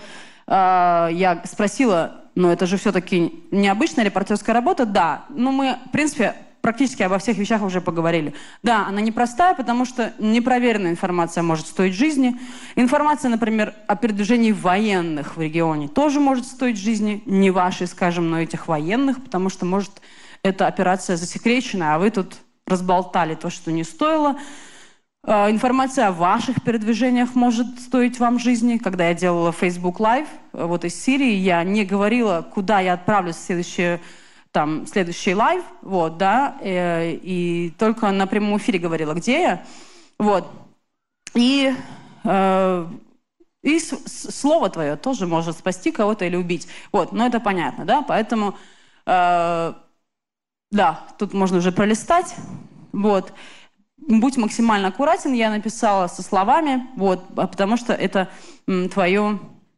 Я спросила, ну это же все-таки необычная репортерская работа? Да. Ну мы, в принципе, практически обо всех вещах уже поговорили. Да, она непростая, потому что непроверенная информация может стоить жизни. Информация, например, о передвижении военных в регионе тоже может стоить жизни. Не вашей, скажем, но этих военных, потому что, может, эта операция засекречена, а вы тут разболтали то, что не стоило. Информация о ваших передвижениях может стоить вам жизни. Когда я делала Facebook Live вот из Сирии, я не говорила, куда я отправлюсь в следующий, там, следующий лайв, вот, да, и, и только на прямом эфире говорила, где я. Вот. И, э, и с, с, слово твое тоже может спасти кого-то или убить. Вот, но это понятно, да, поэтому, э, да, тут можно уже пролистать, вот. Будь максимально аккуратен, я написала со словами, вот, потому что это м, твое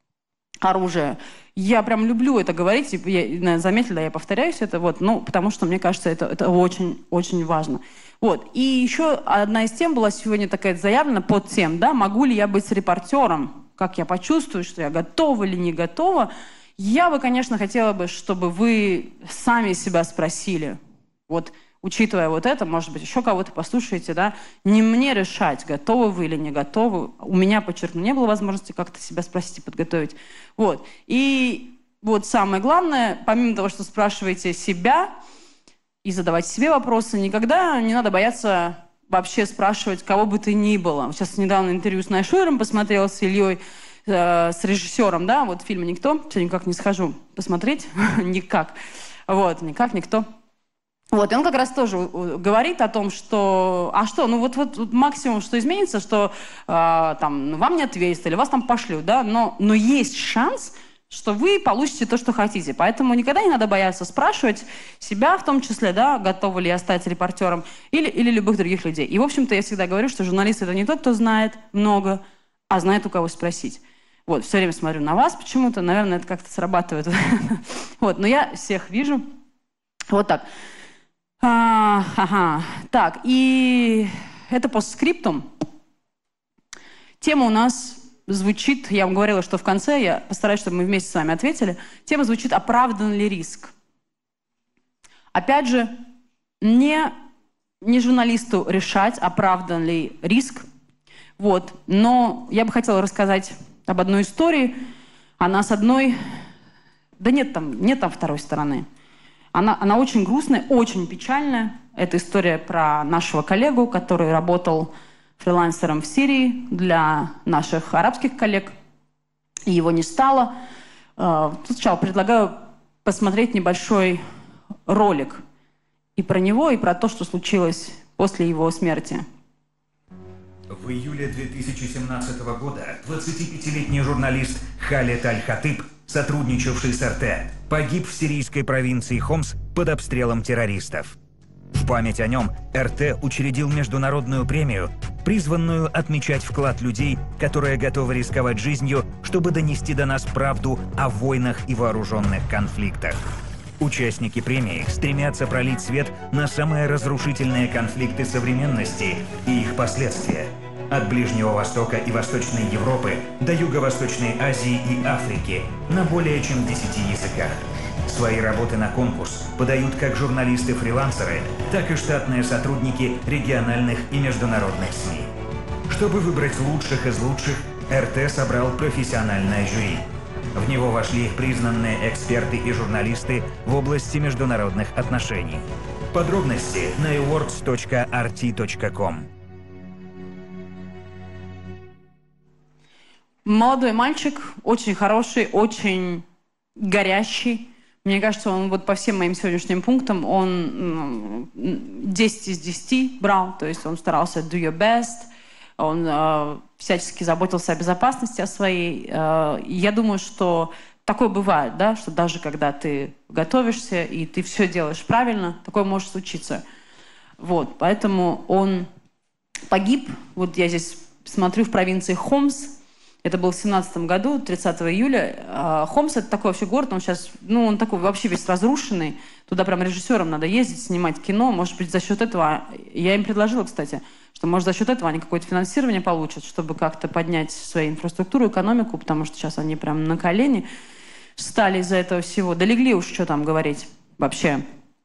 оружие. Я прям люблю это говорить, я заметила, я повторяюсь это, вот, ну, потому что мне кажется, это, это очень-очень важно. Вот. И еще одна из тем была сегодня такая заявлена под тем, да, могу ли я быть репортером, как я почувствую, что я готова или не готова. Я бы, конечно, хотела бы, чтобы вы сами себя спросили, вот, учитывая вот это, может быть, еще кого-то послушаете, да, не мне решать, готовы вы или не готовы. У меня, подчеркну, не было возможности как-то себя спросить и подготовить. Вот. И вот самое главное, помимо того, что спрашиваете себя и задавать себе вопросы, никогда не надо бояться вообще спрашивать кого бы ты ни было. Сейчас недавно интервью с Найшуером посмотрела, с Ильей, э, с режиссером, да, вот фильма «Никто». Все никак не схожу посмотреть. Никак. Вот, никак, никто. Вот, и он как раз тоже говорит о том, что, а что, ну вот, вот, вот максимум, что изменится, что э, там, ну, вам не ответят или вас там пошлют, да, но, но есть шанс, что вы получите то, что хотите. Поэтому никогда не надо бояться спрашивать себя в том числе, да, готовы ли я стать репортером или, или любых других людей. И, в общем-то, я всегда говорю, что журналист — это не тот, кто знает много, а знает, у кого спросить. Вот, все время смотрю на вас почему-то, наверное, это как-то срабатывает. Вот, но я всех вижу. Вот так. А, ага. Так, и это постскриптум. Тема у нас звучит, я вам говорила, что в конце, я постараюсь, чтобы мы вместе с вами ответили. Тема звучит «Оправдан ли риск?». Опять же, не, не журналисту решать, оправдан ли риск. Вот. Но я бы хотела рассказать об одной истории. Она с одной... Да нет там, нет там второй стороны. Она, она очень грустная, очень печальная. Это история про нашего коллегу, который работал фрилансером в Сирии для наших арабских коллег. И его не стало. Сначала предлагаю посмотреть небольшой ролик и про него, и про то, что случилось после его смерти. В июле две тысячи семнадцатого года двадцатипятилетний журналист Халед Аль-Хатыб, сотрудничавший с эр тэ, погиб в сирийской провинции Хомс под обстрелом террористов. В память о нем эр тэ учредил международную премию, призванную отмечать вклад людей, которые готовы рисковать жизнью, чтобы донести до нас правду о войнах и вооруженных конфликтах. Участники премии стремятся пролить свет на самые разрушительные конфликты современности и их последствия. От Ближнего Востока и Восточной Европы до Юго-Восточной Азии и Африки на более чем десяти языках. Свои работы на конкурс подают как журналисты-фрилансеры, так и штатные сотрудники региональных и международных СМИ. Чтобы выбрать лучших из лучших, эр тэ собрал профессиональное жюри. В него вошли признанные эксперты и журналисты в области международных отношений. Подробности на awards точка эр тэ точка ком. Молодой мальчик, очень хороший, очень горящий. Мне кажется, он вот по всем моим сегодняшним пунктам, он десять из десяти брал, то есть он старался do your best, он э, всячески заботился о безопасности о своей. Э, я думаю, что такое бывает, да, что даже когда ты готовишься и ты все делаешь правильно, такое может случиться. Вот, поэтому он погиб. Вот я здесь смотрю в провинции Хомс. Это было в семнадцатом году, тридцатого июля. Хомс — это такой вообще город, он сейчас, ну, он такой вообще весь разрушенный. Туда прям режиссерам надо ездить, снимать кино. Может быть, за счет этого... Я им предложила, кстати, что, может, за счет этого они какое-то финансирование получат, чтобы как-то поднять свою инфраструктуру, экономику, потому что сейчас они прям на колени встали из-за этого всего. Долегли уж, что там говорить вообще.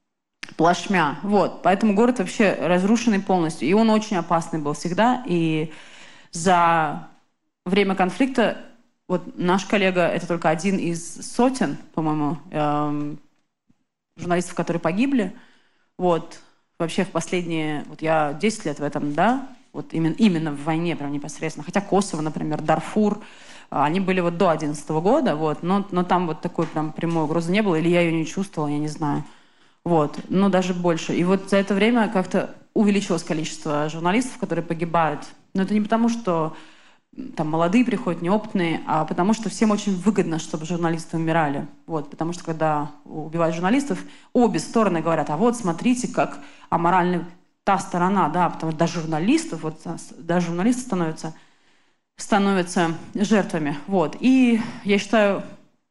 Плашмя. Вот. Поэтому город вообще разрушенный полностью. И он очень опасный был всегда. И за... время конфликта, вот наш коллега, это только один из сотен, по-моему, эм, журналистов, которые погибли. Вот. Вообще в последние... Вот я десять лет в этом, да, вот именно, именно в войне прям непосредственно. Хотя Косово, например, Дарфур, они были вот до одиннадцатого года, вот, но, но там вот такой прям прямой угрозы не было, или я ее не чувствовала, я не знаю. Вот. Но даже больше. И вот за это время как-то увеличилось количество журналистов, которые погибают. Но это не потому, что там молодые приходят, неопытные, а потому что всем очень выгодно, чтобы журналисты умирали. Вот, потому что когда убивают журналистов, обе стороны говорят, а вот смотрите, как аморальна та сторона, да, потому что даже журналистов, вот, даже журналисты становятся, становятся жертвами. Вот. И я считаю,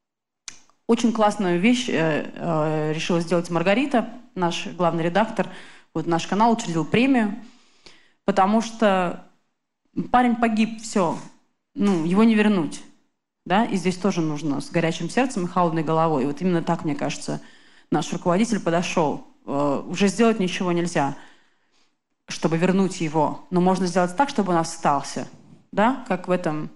очень классную вещь э, э, решила сделать Маргарита, наш главный редактор. Вот наш канал учредил премию, потому что парень погиб, все, ну, его не вернуть, да, и здесь тоже нужно с горячим сердцем и холодной головой. И вот именно так, мне кажется, наш руководитель подошел. Э, уже сделать ничего нельзя, чтобы вернуть его, но можно сделать так, чтобы он остался, да, как в этом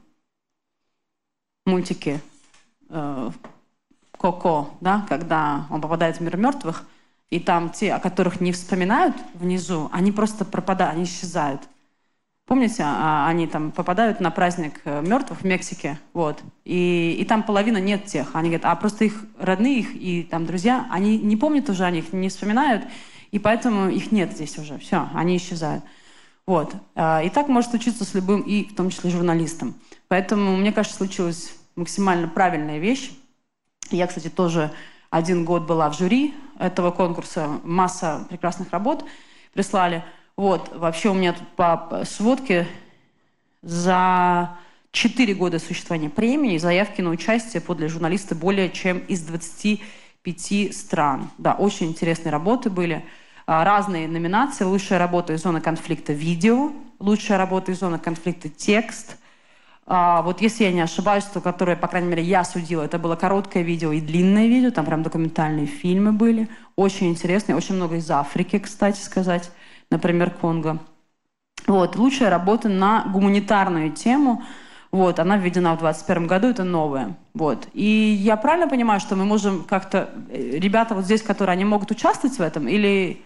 мультике э, Коко, да, когда он попадает в мир мертвых, и там те, о которых не вспоминают внизу, они просто пропадают, они исчезают. Помните, они там попадают на праздник мертвых в Мексике, вот, и, и там половина нет тех. Они говорят, а просто их родные, их и там друзья, они не помнят уже о них, не вспоминают, и поэтому их нет здесь уже. Все, они исчезают. Вот. И так может случиться с любым, и в том числе журналистом. Поэтому, мне кажется, случилась максимально правильная вещь. Я, кстати, тоже один год была в жюри этого конкурса, масса прекрасных работ прислали. Вот, вообще у меня тут по сводке за четыре года существования премии, заявки на участие подали журналисты более чем из двадцати пяти стран. Да, очень интересные работы были. Разные номинации. Лучшая работа из зоны конфликта — видео. Лучшая работа из зоны конфликта — текст. А, вот если я не ошибаюсь, то, которое, по крайней мере, я судила, это было короткое видео и длинное видео. Там прям документальные фильмы были. Очень интересные. Очень много из Африки, кстати сказать. Например, Конго. Вот. Лучшая работа на гуманитарную тему. Вот. Она введена в двадцать первом году. Это новая. Вот. И я правильно понимаю, что мы можем как-то... Ребята вот здесь, которые, они могут участвовать в этом? Или...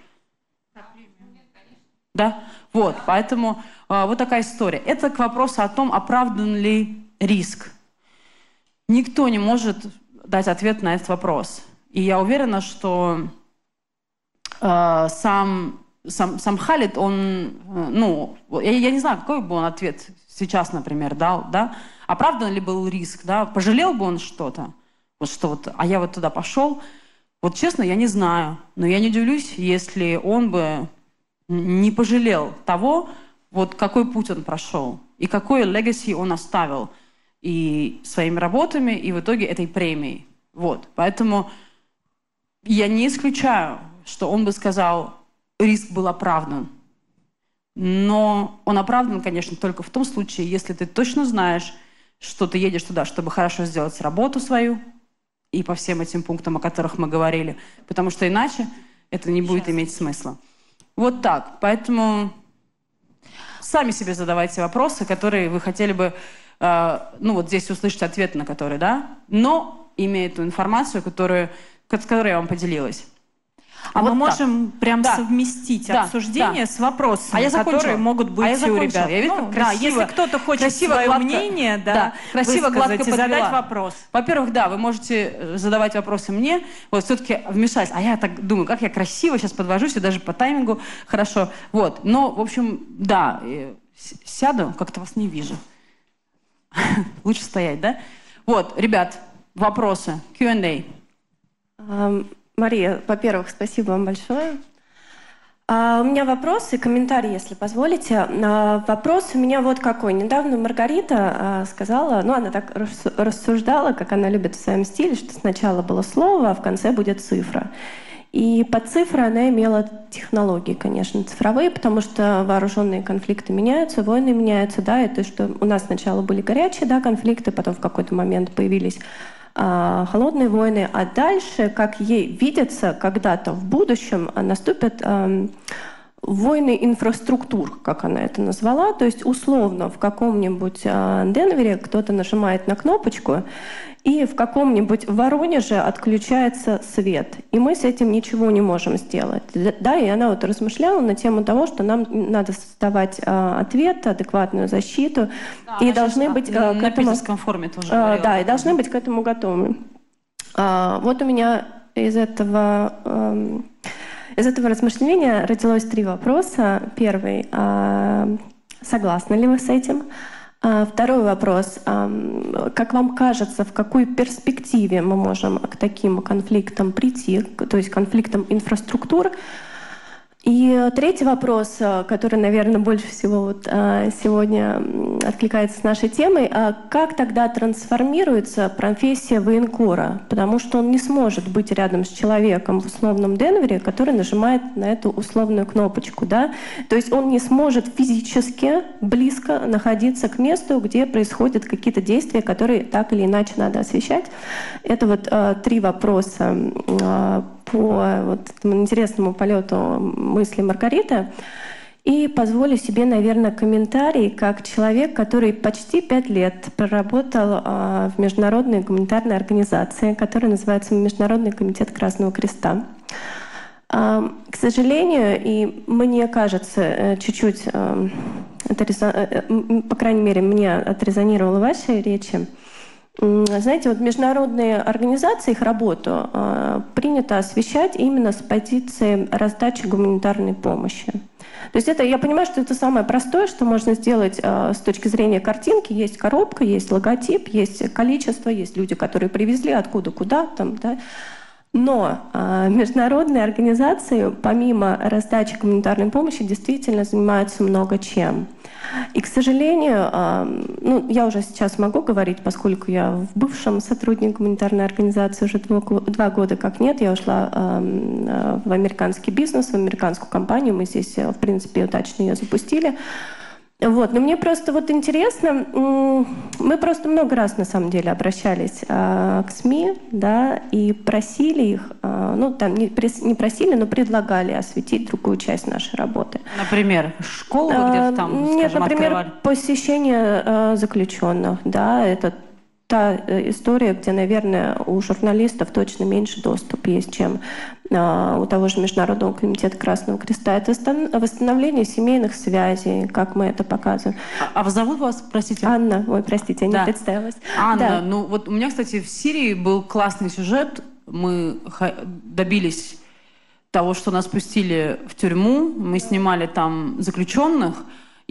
Да? Вот. Поэтому... Вот такая история. Это к вопросу о том, оправдан ли риск. Никто не может дать ответ на этот вопрос. И я уверена, что э, сам, сам, сам Халид, он, э, ну, я, я не знаю, какой бы он ответ сейчас, например, дал, да? Оправдан ли был риск, да? Пожалел бы он что-то? Вот что вот, а я вот туда пошел. Вот честно, я не знаю. Но я не удивлюсь, если он бы не пожалел того, вот какой путь он прошел, и какой легаси он оставил и своими работами, и в итоге этой премией. Вот. Поэтому я не исключаю, что он бы сказал, риск был оправдан. Но он оправдан, конечно, только в том случае, если ты точно знаешь, что ты едешь туда, чтобы хорошо сделать работу свою, и по всем этим пунктам, о которых мы говорили, потому что иначе это не будет иметь смысла. Вот так. Поэтому... Сами себе задавайте вопросы, которые вы хотели бы, э, ну вот здесь услышать ответ на которые, да, но имея ту информацию, которую, с которой я вам поделилась. А вот мы так. можем прям да. совместить да. обсуждение да. с вопросами, а я которые могут быть а я у ребят. Я вижу, ну, как красиво, да, если кто-то хочет красиво, свое гладко, мнение, да, да, красиво, гладко и задать вопрос. Во-первых, да, вы можете задавать вопросы мне, вот все-таки вмешать. А я так думаю, как я красиво сейчас подвожусь, и даже по таймингу хорошо. Вот, но, в общем, да, сяду, как-то вас не вижу. Лучше стоять, да? Вот, ребят, вопросы, кью энд эй. Um... Мария, во-первых, спасибо вам большое. А, у меня вопрос и комментарий, если позволите. А, вопрос у меня вот какой. Недавно Маргарита а, сказала, ну она так рассуждала, как она любит в своем стиле, что сначала было слово, а в конце будет цифра. И под цифрой она имела технологии, конечно, цифровые, потому что вооруженные конфликты меняются, войны меняются, да, и то, что у нас сначала были горячие, да, конфликты, потом в какой-то момент появились холодные войны, а дальше, как ей видится, когда-то в будущем наступят э, войны инфраструктур, как она это назвала, то есть условно в каком-нибудь э, Денвере кто-то нажимает на кнопочку, и в каком-нибудь Воронеже отключается свет, и мы с этим ничего не можем сделать. Да, и она вот размышляла на тему того, что нам надо создавать э, ответ, адекватную защиту, да, и должны быть э, на к этому, форме тоже э, да, и должны быть к этому готовы. Э, вот у меня из этого э, из этого размышления родилось три вопроса. Первый: э, согласны ли вы с этим? Второй вопрос. Как вам кажется, в какой перспективе мы можем к таким конфликтам прийти, то есть конфликтам инфраструктур? И третий вопрос, который, наверное, больше всего вот сегодня откликается с нашей темой. Как тогда трансформируется профессия военкора? Потому что он не сможет быть рядом с человеком в условном Денвере, который нажимает на эту условную кнопочку. Да? То есть он не сможет физически близко находиться к месту, где происходят какие-то действия, которые так или иначе надо освещать. Это вот э, три вопроса э, по вот этому интересному полету мысли Маргариты. И позволю себе, наверное, комментарий как человек, который почти пять лет проработал э, в международной гуманитарной организации, которая называется Международный комитет Красного Креста. Э, к сожалению, и мне кажется, э, чуть-чуть, э, отрезо... э, по крайней мере, мне отрезонировало ваши речи. Знаете, вот международные организации, их работу э, принято освещать именно с позиции раздачи гуманитарной помощи. То есть это, я понимаю, что это самое простое, что можно сделать э, с точки зрения картинки. Есть коробка, есть логотип, есть количество, есть люди, которые привезли откуда, куда там, да. Но э, международные организации, помимо раздачи гуманитарной помощи, действительно занимаются много чем. И, к сожалению, ну, я уже сейчас могу говорить, поскольку я в бывшем сотрудник гуманитарной организации уже два года как нет, я ушла в американский бизнес, в американскую компанию, мы здесь, в принципе, удачно ее запустили. Вот. Но мне просто вот интересно, мы просто много раз на самом деле обращались а, к СМИ, да, и просили их, а, ну там не, не просили, но предлагали осветить другую часть нашей работы. Например, школы вы где-то там, скажем, Нет, например, открывали? Посещение а, заключенных, да, это та история, где, наверное, у журналистов точно меньше доступ есть, чем а, у того же Международного комитета Красного Креста. Это восстановление семейных связей, как мы это показываем. А, а вас зовут вас, простите? Анна. Ой, простите, я да. не представилась. Анна, да. ну вот у меня, кстати, в Сирии был классный сюжет. Мы добились того, что нас пустили в тюрьму. Мы снимали там заключенных.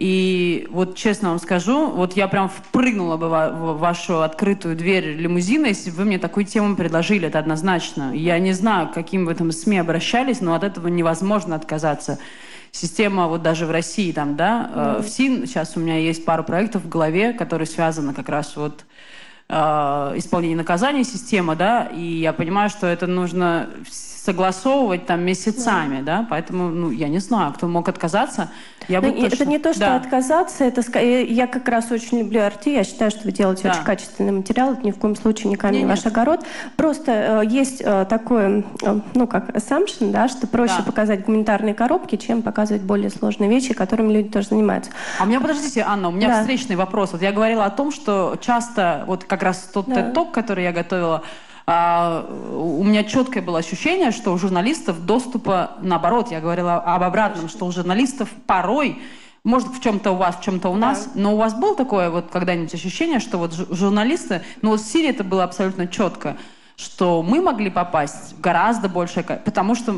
И вот честно вам скажу, вот я прям впрыгнула бы в вашу открытую дверь лимузина, если бы вы мне такую тему предложили, это однозначно. Я не знаю, к каким вы там СМИ обращались, но от этого невозможно отказаться. Система вот даже в России, там, да, mm. в СИН, сейчас у меня есть пару проектов в голове, которые связаны как раз вот э, исполнение наказания, система, да, и я понимаю, что это нужно согласовывать там месяцами, да, да? Поэтому, ну, я не знаю, кто мог отказаться. Я бы это точно... не то, что да. отказаться, это я как раз очень люблю эр ти, я считаю, что вы делаете да. очень качественный материал, это ни в коем случае не камень в ваш огород. Просто э, есть э, такой, э, ну, как assumption, да, что проще да. показать гуманитарные коробки, чем показывать более сложные вещи, которыми люди тоже занимаются. А у меня, подождите, Анна, у меня да. встречный вопрос. Вот я говорила о том, что часто, вот как раз тот да. тед-ток, который я готовила, Uh, у меня четкое было ощущение, что у журналистов доступа, наоборот, я говорила об обратном, что у журналистов порой, может, в чем-то у вас, в чем-то у нас, да. но у вас было такое вот когда-нибудь ощущение, что вот журналисты, ну вот в Сирии это было абсолютно четко, что мы могли попасть в гораздо большее, потому что,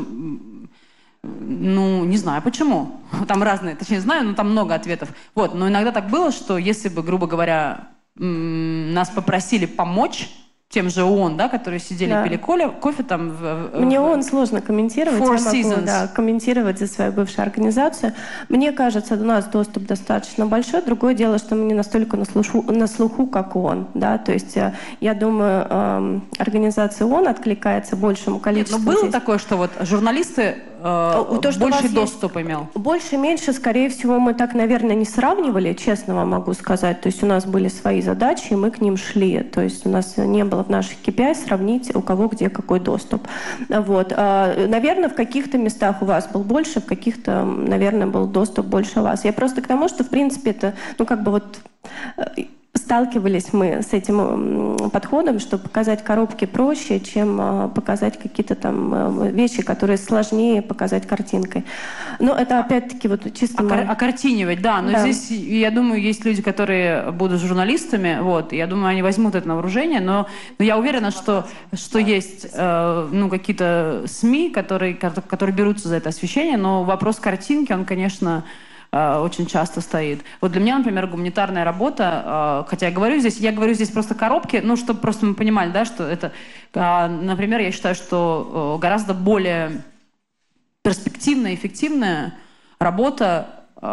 ну, не знаю почему, там разные, точнее, знаю, но там много ответов. Вот, но иногда так было, что если бы, грубо говоря, нас попросили помочь, тем же ООН, да, которые сидели, да. пили кофе, кофе там... В, Мне в... ООН сложно комментировать, Four я могу да, Seasons. комментировать за свою бывшую организацию. Мне кажется, у нас доступ достаточно большой. Другое дело, что мы не настолько на слуху, на слуху как ООН. Да? То есть, я думаю, эм, организация ООН откликается большему количеству... Нет, но было здесь. такое, что вот журналисты э, То, больше доступ есть, имел? Больше-меньше, скорее всего, мы так, наверное, не сравнивали, честно вам могу сказать. То есть у нас были свои задачи, и мы к ним шли. То есть у нас не было в наших кей пи ай сравнить, у кого где какой доступ. Вот. Наверное, в каких-то местах у вас был больше, в каких-то, наверное, был доступ больше у вас. Я просто к тому, что, в принципе, это, ну, как бы вот... Сталкивались мы с этим подходом, что показать коробки проще, чем показать какие-то там вещи, которые сложнее показать картинкой. Но это опять-таки вот чисто... Окар- окартинивать, да. Но да. здесь, я думаю, есть люди, которые будут журналистами, вот, я думаю, они возьмут это на вооружение, но, но я уверена, что, что есть э, ну, какие-то СМИ, которые, которые берутся за это освещение, но вопрос картинки, он, конечно... очень часто стоит. Вот для меня, например, гуманитарная работа, хотя я говорю здесь, я говорю здесь просто коробки, ну, чтобы просто мы понимали, да, что это, например, я считаю, что гораздо более перспективная, эффективная работа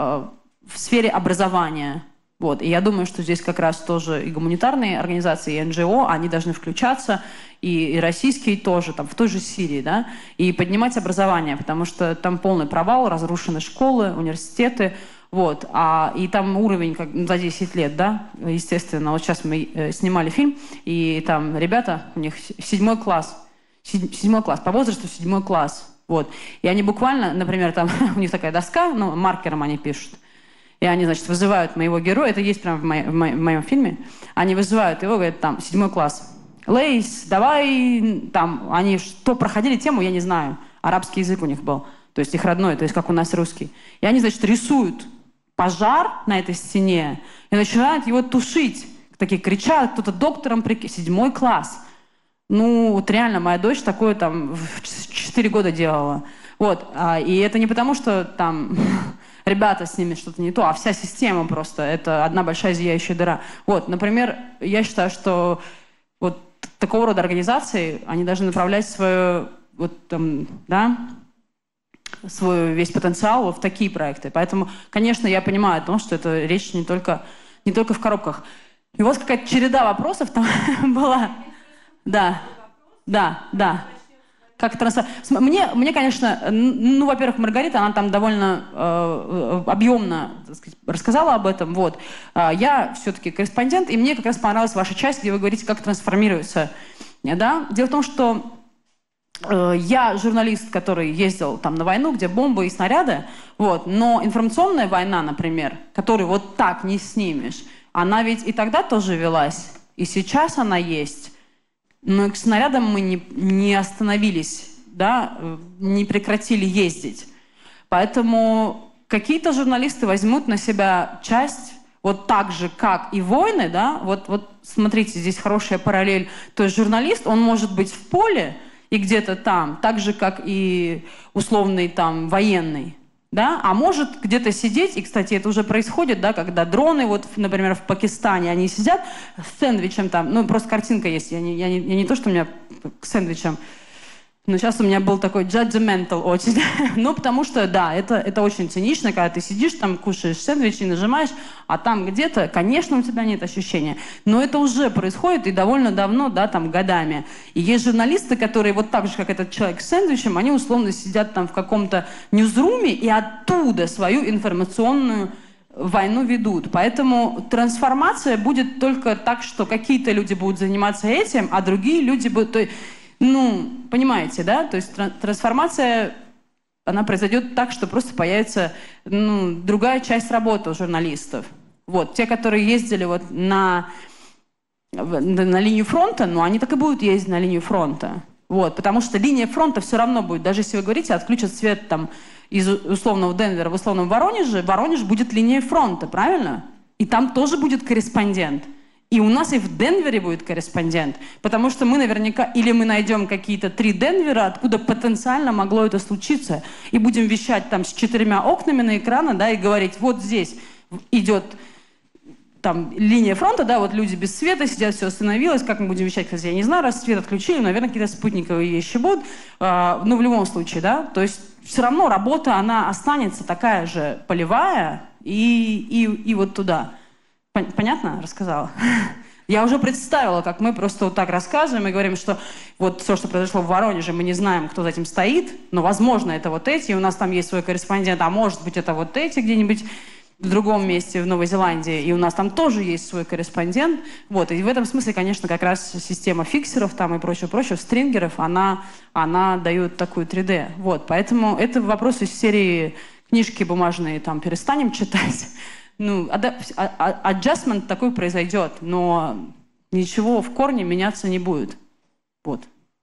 в сфере образования. Вот. И я думаю, что здесь как раз тоже и гуманитарные организации, и эн джи о, они должны включаться, и, и российские тоже, там, в той же Сирии, да, и поднимать образование, потому что там полный провал, разрушены школы, университеты, вот, а, и там уровень как, за десять лет, да, естественно. Вот сейчас мы э, снимали фильм, и там ребята, у них седьмой класс, седьмой класс, по возрасту седьмой класс, вот, и они буквально, например, там у них такая доска, ну, маркером они пишут, и они, значит, вызывают моего героя, это есть прямо в, моей, в, моей, в моем фильме, они вызывают его, говорят, там, седьмой класс, Лейс, давай, там, они что, проходили тему, я не знаю, арабский язык у них был, то есть их родной, то есть как у нас русский, и они, значит, рисуют пожар на этой стене и начинают его тушить, такие кричат, кто-то доктором, прик... седьмой класс, ну, вот реально, моя дочь такое там в четыре года делала, вот, а, и это не потому, что там... ребята с ними что-то не то, а вся система просто, это одна большая зияющая дыра. Вот, например, я считаю, что вот такого рода организации, они должны направлять свою, вот там, да, свой весь потенциал в такие проекты. Поэтому, конечно, я понимаю о том, что это речь не только, не только в коробках. И у вас какая-то череда вопросов там была. Да, да, да. Как трансфер... Мне, мне, конечно, ну, во-первых, Маргарита, она там довольно э, объемно, так сказать, рассказала об этом. Вот. Я все-таки корреспондент, и мне как раз понравилась ваша часть, где вы говорите, как трансформируется. Да? Дело в том, что э, я журналист, который ездил там на войну, где бомбы и снаряды, вот, но информационная война, например, которую вот так не снимешь, она ведь и тогда тоже велась, и сейчас она есть. Но и к снарядам мы не, не остановились, да, не прекратили ездить. Поэтому какие-то журналисты возьмут на себя часть, вот так же, как и войны, да, вот, вот смотрите, здесь хорошая параллель. То есть журналист, он может быть в поле и где-то там, так же, как и условный там военный. Да? А может где-то сидеть, и, кстати, это уже происходит, да, когда дроны, вот, например, в Пакистане, они сидят с сэндвичем там, ну, просто картинка есть, я не, я не, я не то, что у меня к сэндвичам, но сейчас у меня был такой judgmental очень, ну, потому что, да, это, это очень цинично, когда ты сидишь там, кушаешь сэндвич и нажимаешь, а там где-то, конечно, у тебя нет ощущения, но это уже происходит и довольно давно, да, там, годами. И есть журналисты, которые вот так же, как этот человек с сэндвичем, они условно сидят там в каком-то ньюзруме и оттуда свою информационную войну ведут. Поэтому трансформация будет только так, что какие-то люди будут заниматься этим, а другие люди будут... Ну, понимаете, да? То есть трансформация, она произойдет так, что просто появится, ну, другая часть работы у журналистов. Вот. Те, которые ездили вот на, на, на линию фронта, ну, они так и будут ездить на линию фронта. Вот. Потому что линия фронта все равно будет. Даже если вы говорите, отключат свет там из условного Денвера в условном Воронеже, Воронеж будет линией фронта, правильно? И там тоже будет корреспондент. И у нас и в Денвере будет корреспондент, потому что мы наверняка, или мы найдем какие-то три Денвера, откуда потенциально могло это случиться, и будем вещать там с четырьмя окнами на экране, да, и говорить, вот здесь идет там линия фронта, да, вот люди без света сидят, все остановилось, как мы будем вещать, кстати, я не знаю, раз свет отключили, наверное, какие-то спутниковые вещи будут, э, но в любом случае, да, то есть все равно работа, она останется такая же полевая и, и, и вот туда. Понятно? Рассказала. Я уже представила, как мы просто вот так рассказываем и говорим, что вот все, что произошло в Воронеже, мы не знаем, кто за этим стоит, но, возможно, это вот эти, и у нас там есть свой корреспондент, а может быть, это вот эти где-нибудь в другом месте, в Новой Зеландии, и у нас там тоже есть свой корреспондент. Вот. И в этом смысле, конечно, как раз система фиксеров там и прочее-прочее, стрингеров, она, она дает такую три дэ. Вот. Поэтому это вопрос из серии книжки бумажные там перестанем читать. Ну, adjustment такой произойдет, но ничего в корне меняться не будет. Вот.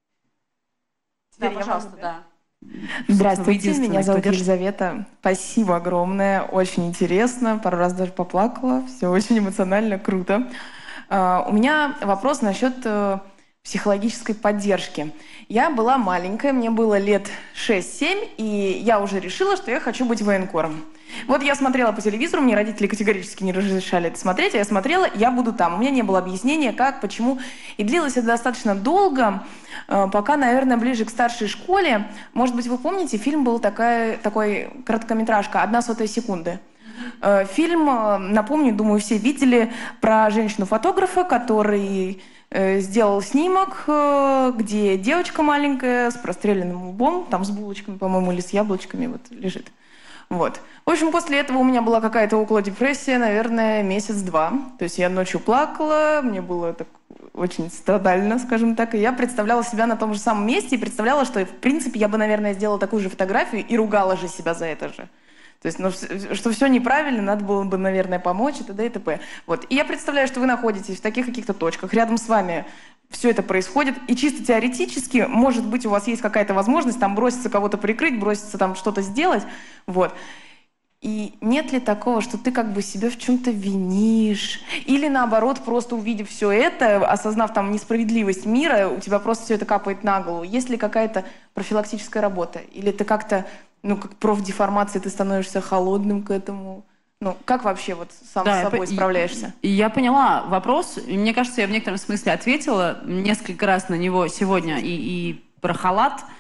Да, пожалуйста, да. Здравствуйте, меня зовут Елизавета. Спасибо огромное, очень интересно, пару раз даже поплакала, все очень эмоционально, круто. Uh, у меня вопрос насчет uh, психологической поддержки. Я была маленькая, мне было лет шесть-семь, и я уже решила, что я хочу быть военкором. Вот я смотрела по телевизору, мне родители категорически не разрешали это смотреть, а я смотрела, я буду там. У меня не было объяснения, как, почему. И длилось это достаточно долго, пока, наверное, ближе к старшей школе. Может быть, вы помните, фильм был такая, такой короткометражка «Одна сотая секунды». Фильм, напомню, думаю, все видели, про женщину-фотографа, который сделал снимок, где девочка маленькая с простреленным лбом, там с булочками, по-моему, или с яблочками вот лежит. Вот. В общем, после этого у меня была какая-то около депрессия, наверное, месяц-два. То есть я ночью плакала, мне было так очень страдально, скажем так, и я представляла себя на том же самом месте и представляла, что, в принципе, я бы, наверное, сделала такую же фотографию и ругала же себя за это же. То есть, ну, что все неправильно, надо было бы, наверное, помочь и т.д. и т.п. Вот. И я представляю, что вы находитесь в таких каких-то точках, рядом с вами все это происходит, и чисто теоретически, может быть, у вас есть какая-то возможность там броситься кого-то прикрыть, броситься там что-то сделать, вот. И нет ли такого, что ты как бы себя в чем-то винишь? Или наоборот, просто увидев все это, осознав там несправедливость мира, у тебя просто все это капает на голову? Есть ли какая-то профилактическая работа? Или ты как-то, ну, как профдеформация, ты становишься холодным к этому? Ну, как вообще вот сам да, с собой справляешься? Я, я поняла вопрос. И мне кажется, я в некотором смысле ответила несколько раз на него сегодня. И, и про халат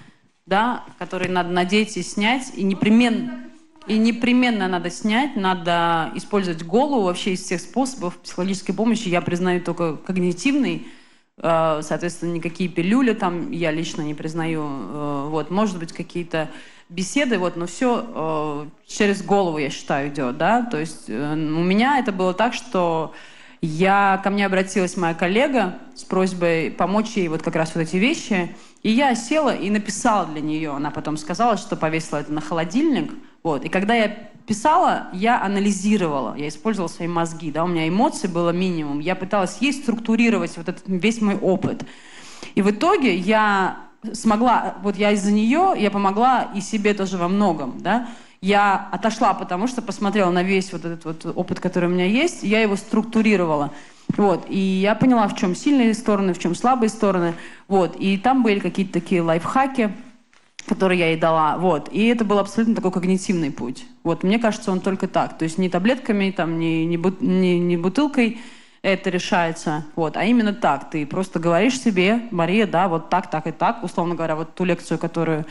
да, который надо надеть и снять, и непременно, и непременно надо снять, надо использовать голову вообще из всех способов психологической помощи. Я признаю только когнитивный, соответственно, никакие пилюли там я лично не признаю. Вот, может быть, какие-то беседы, вот, но все через голову, я считаю, идет, да. То есть у меня это было так, что я, ко мне обратилась моя коллега с просьбой помочь ей вот как раз вот эти вещи. И я села и написала для нее. Она потом сказала, что повесила это на холодильник. Вот. И когда я писала, я анализировала, я использовала свои мозги. Да? У меня эмоций было минимум. Я пыталась ей структурировать вот этот весь мой опыт. И в итоге я смогла, вот я из-за нее, я помогла и себе тоже во многом, да. Я отошла, потому что посмотрела на весь вот этот вот опыт, который у меня есть, я его структурировала. Вот. И я поняла, в чем сильные стороны, в чем слабые стороны. Вот. И там были какие-то такие лайфхаки, которые я ей дала. Вот. И это был абсолютно такой когнитивный путь. Вот. Мне кажется, он только так. То есть не таблетками, там, не, не, бут, не, не бутылкой это решается. Вот. А именно так. Ты просто говоришь себе, Мария, да, вот так, так и так. Условно говоря, вот ту лекцию, которую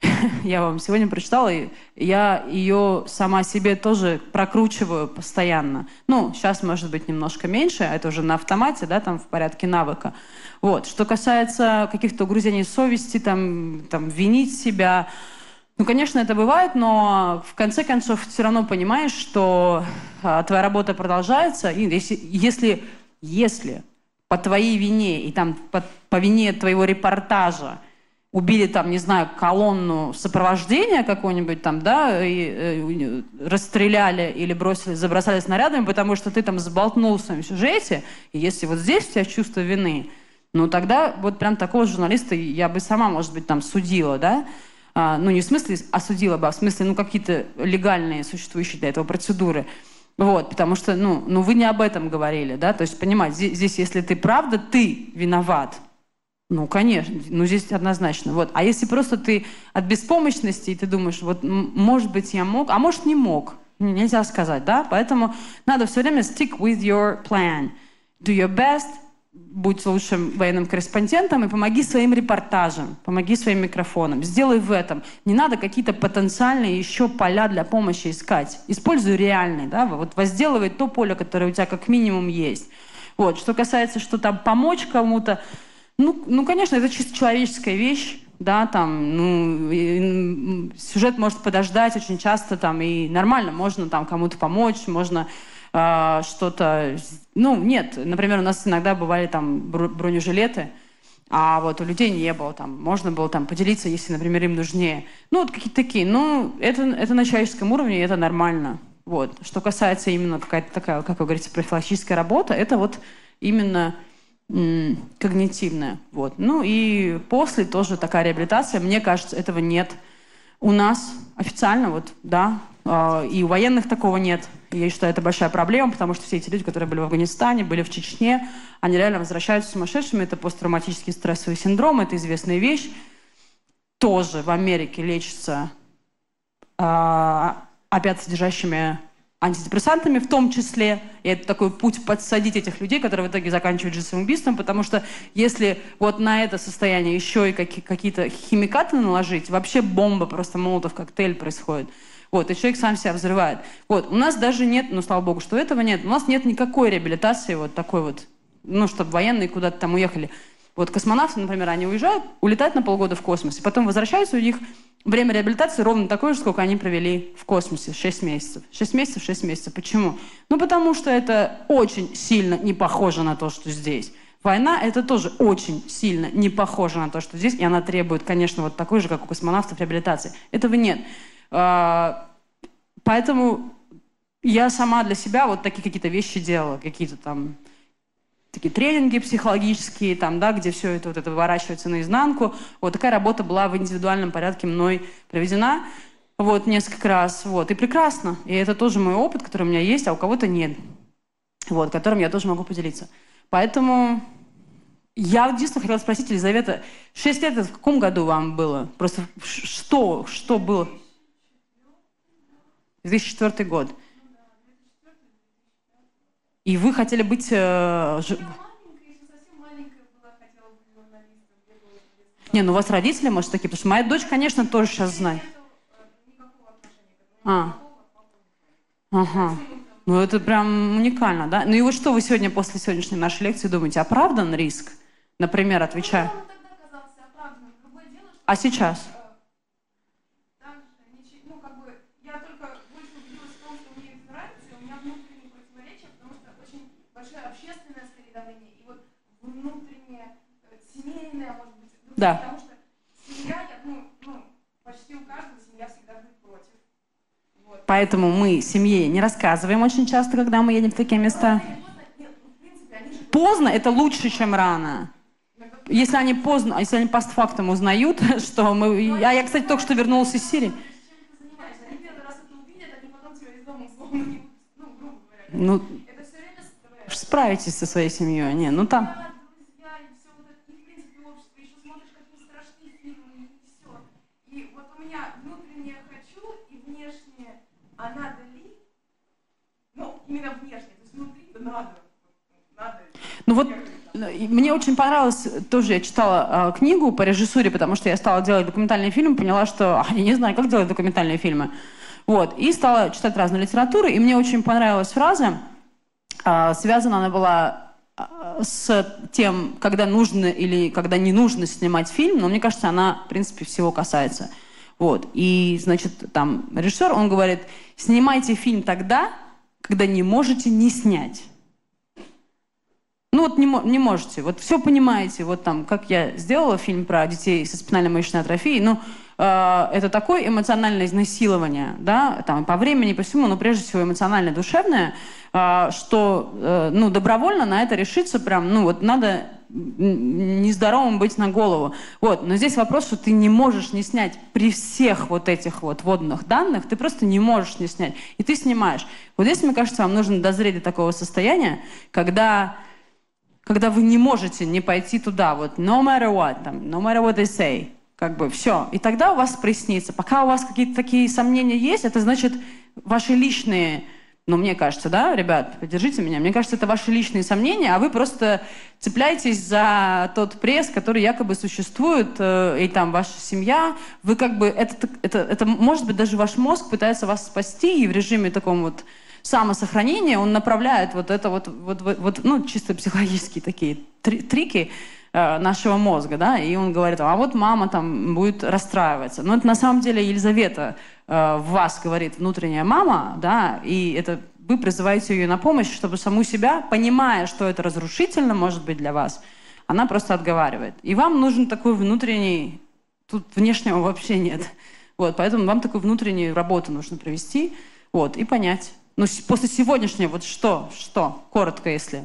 я вам сегодня прочитала, и я ее сама себе тоже прокручиваю постоянно. Ну, сейчас, может быть, немножко меньше, а это уже на автомате, да, там в порядке навыка. Вот. Что касается каких-то угрызений совести, там, там, винить себя, ну, конечно, это бывает, но в конце концов все равно понимаешь, что а, твоя работа продолжается, и если, если, если по твоей вине и там по, по вине твоего репортажа убили там, не знаю, колонну сопровождения какую-нибудь там, да, и, э, расстреляли или бросили, забросали снарядами, потому что ты там сболтнул в своем сюжете, и если вот здесь у тебя чувство вины, ну тогда вот прям такого журналиста я бы сама, может быть, там судила, да, а, ну не в смысле осудила бы, а в смысле, ну какие-то легальные существующие для этого процедуры. Вот, потому что, ну, ну вы не об этом говорили, да, то есть, понимаете, здесь, здесь если ты правда, ты виноват, ну, конечно, ну здесь однозначно. Вот. А если просто ты от беспомощности, и ты думаешь, вот, может быть, я мог, а может, не мог, нельзя сказать, да? Поэтому надо все время stick with your plan. Do your best, будь лучшим военным корреспондентом и помоги своим репортажам, помоги своим микрофонам. Сделай в этом. Не надо какие-то потенциальные еще поля для помощи искать. Используй реальные, да? Вот возделывай то поле, которое у тебя как минимум есть. Вот. Что касается, что там помочь кому-то, Ну, ну, конечно, это чисто человеческая вещь, да, там, ну, и, сюжет может подождать очень часто, там, и нормально, можно там кому-то помочь, можно э, что-то, ну, нет, например, у нас иногда бывали там бронежилеты, а вот у людей не было, там, можно было там поделиться, если, например, им нужнее. Ну, вот какие-то такие, ну, это, это на человеческом уровне, и это нормально, вот. Что касается именно какая-то такая, как вы говорите, профилактическая работа, это вот именно когнитивная. Вот. Ну и после тоже такая реабилитация. Мне кажется, этого нет у нас официально, вот, да, и у военных такого нет. Я считаю, это большая проблема, потому что все эти люди, которые были в Афганистане, были в Чечне, они реально возвращаются сумасшедшими. Это посттравматический стрессовый синдром, это известная вещь. Тоже в Америке лечится опять содержащими антидепрессантами в том числе. И это такой путь подсадить этих людей, которые в итоге заканчивают жизнь самоубийством, потому что если вот на это состояние еще и какие-то химикаты наложить, вообще бомба, просто молотов коктейль происходит. Вот, и человек сам себя взрывает. Вот, у нас даже нет, ну, слава богу, что этого нет, у нас нет никакой реабилитации вот такой вот, ну, чтобы военные куда-то там уехали. Вот космонавты, например, они уезжают, улетают на полгода в космос, и потом возвращаются, у них время реабилитации ровно такое же, сколько они провели в космосе, шесть месяцев. шесть месяцев, шесть месяцев. Почему? Ну, потому что это очень сильно не похоже на то, что здесь. Война — это тоже очень сильно не похоже на то, что здесь, и она требует, конечно, вот такой же, как у космонавтов, реабилитации. Этого нет. Поэтому я сама для себя вот такие какие-то вещи делала, какие-то там такие тренинги психологические, там, да, где все это, вот это выворачивается наизнанку. Вот такая работа была в индивидуальном порядке мной проведена вот, несколько раз. Вот, и прекрасно. И это тоже мой опыт, который у меня есть, а у кого-то нет. Вот, которым я тоже могу поделиться. Поэтому я единственное хотела спросить, Елизавета, шесть лет это в каком году вам было? Просто что, что было? две тысячи четвёртый год. И вы хотели быть... Э, ж... Не, ну у вас родители, может, такие, потому что моя дочь, конечно, тоже сейчас знает. А. Ага. Ну это прям уникально, да? Ну и вот что вы сегодня после сегодняшней нашей лекции думаете? Оправдан риск? Например, отвечаю. А сейчас? Да. Потому что семья, ну, ну, почти у каждого семья всегда будет против. Вот. Поэтому мы семье не рассказываем очень часто, когда мы едем в такие места. Поздно — это лучше, чем рано. Если они поздно, если они постфактум узнают, что мы... А я, кстати, только что вернулась из Сирии. Ну, справитесь со своей семьей. Не, ну там... А надо ли? Ну, именно внешне, то есть внутри-то надо. надо. Ну вот, мне очень понравилось, тоже я читала э, книгу по режиссуре, потому что я стала делать документальные фильмы, поняла, что а, я не знаю, как делать документальные фильмы. Вот, и стала читать разную литературу, и мне очень понравилась фраза, э, связана она была э, с тем, когда нужно или когда не нужно снимать фильм, но мне кажется, она, в принципе, всего касается. Вот. И, значит, там режиссер, он говорит, снимайте фильм тогда, когда не можете не снять. Ну вот не, не можете, вот все понимаете, вот там, как я сделала фильм про детей со спинальной мышечной атрофией, ну, э, это такое эмоциональное изнасилование, да, там, по времени, по всему, но прежде всего эмоциональное, душевное, э, что, э, ну, добровольно на это решиться прям, ну, вот надо... нездоровым быть на голову. Вот. Но здесь вопрос, что ты не можешь не снять при всех вот этих вот вводных данных, ты просто не можешь не снять. И ты снимаешь. Вот здесь, мне кажется, вам нужно дозреть до такого состояния, когда, когда вы не можете не пойти туда. Вот no matter what, там, no matter what they say. Как бы все. И тогда у вас прояснится. Пока у вас какие-то такие сомнения есть, это значит ваши личные... Ну, мне кажется, да, ребят, поддержите меня. Мне кажется, это ваши личные сомнения, а вы просто цепляетесь за тот пресс, который якобы существует, э, и там ваша семья. Вы как бы... Это, это, это, может быть, даже ваш мозг пытается вас спасти, и в режиме таком вот самосохранения он направляет вот это вот, вот, вот, вот ну, чисто психологические такие три, трики э, нашего мозга, да, и он говорит, а вот мама там будет расстраиваться. Но это на самом деле Елизавета э, в вас говорит внутренняя мама, да, и это вы призываете ее на помощь, чтобы саму себя, понимая, что это разрушительно может быть для вас, она просто отговаривает. И вам нужен такой внутренний, тут внешнего вообще нет. Вот, поэтому вам такую внутреннюю работу нужно провести, вот, и понять. Ну, после сегодняшнего, вот что, что, коротко, если...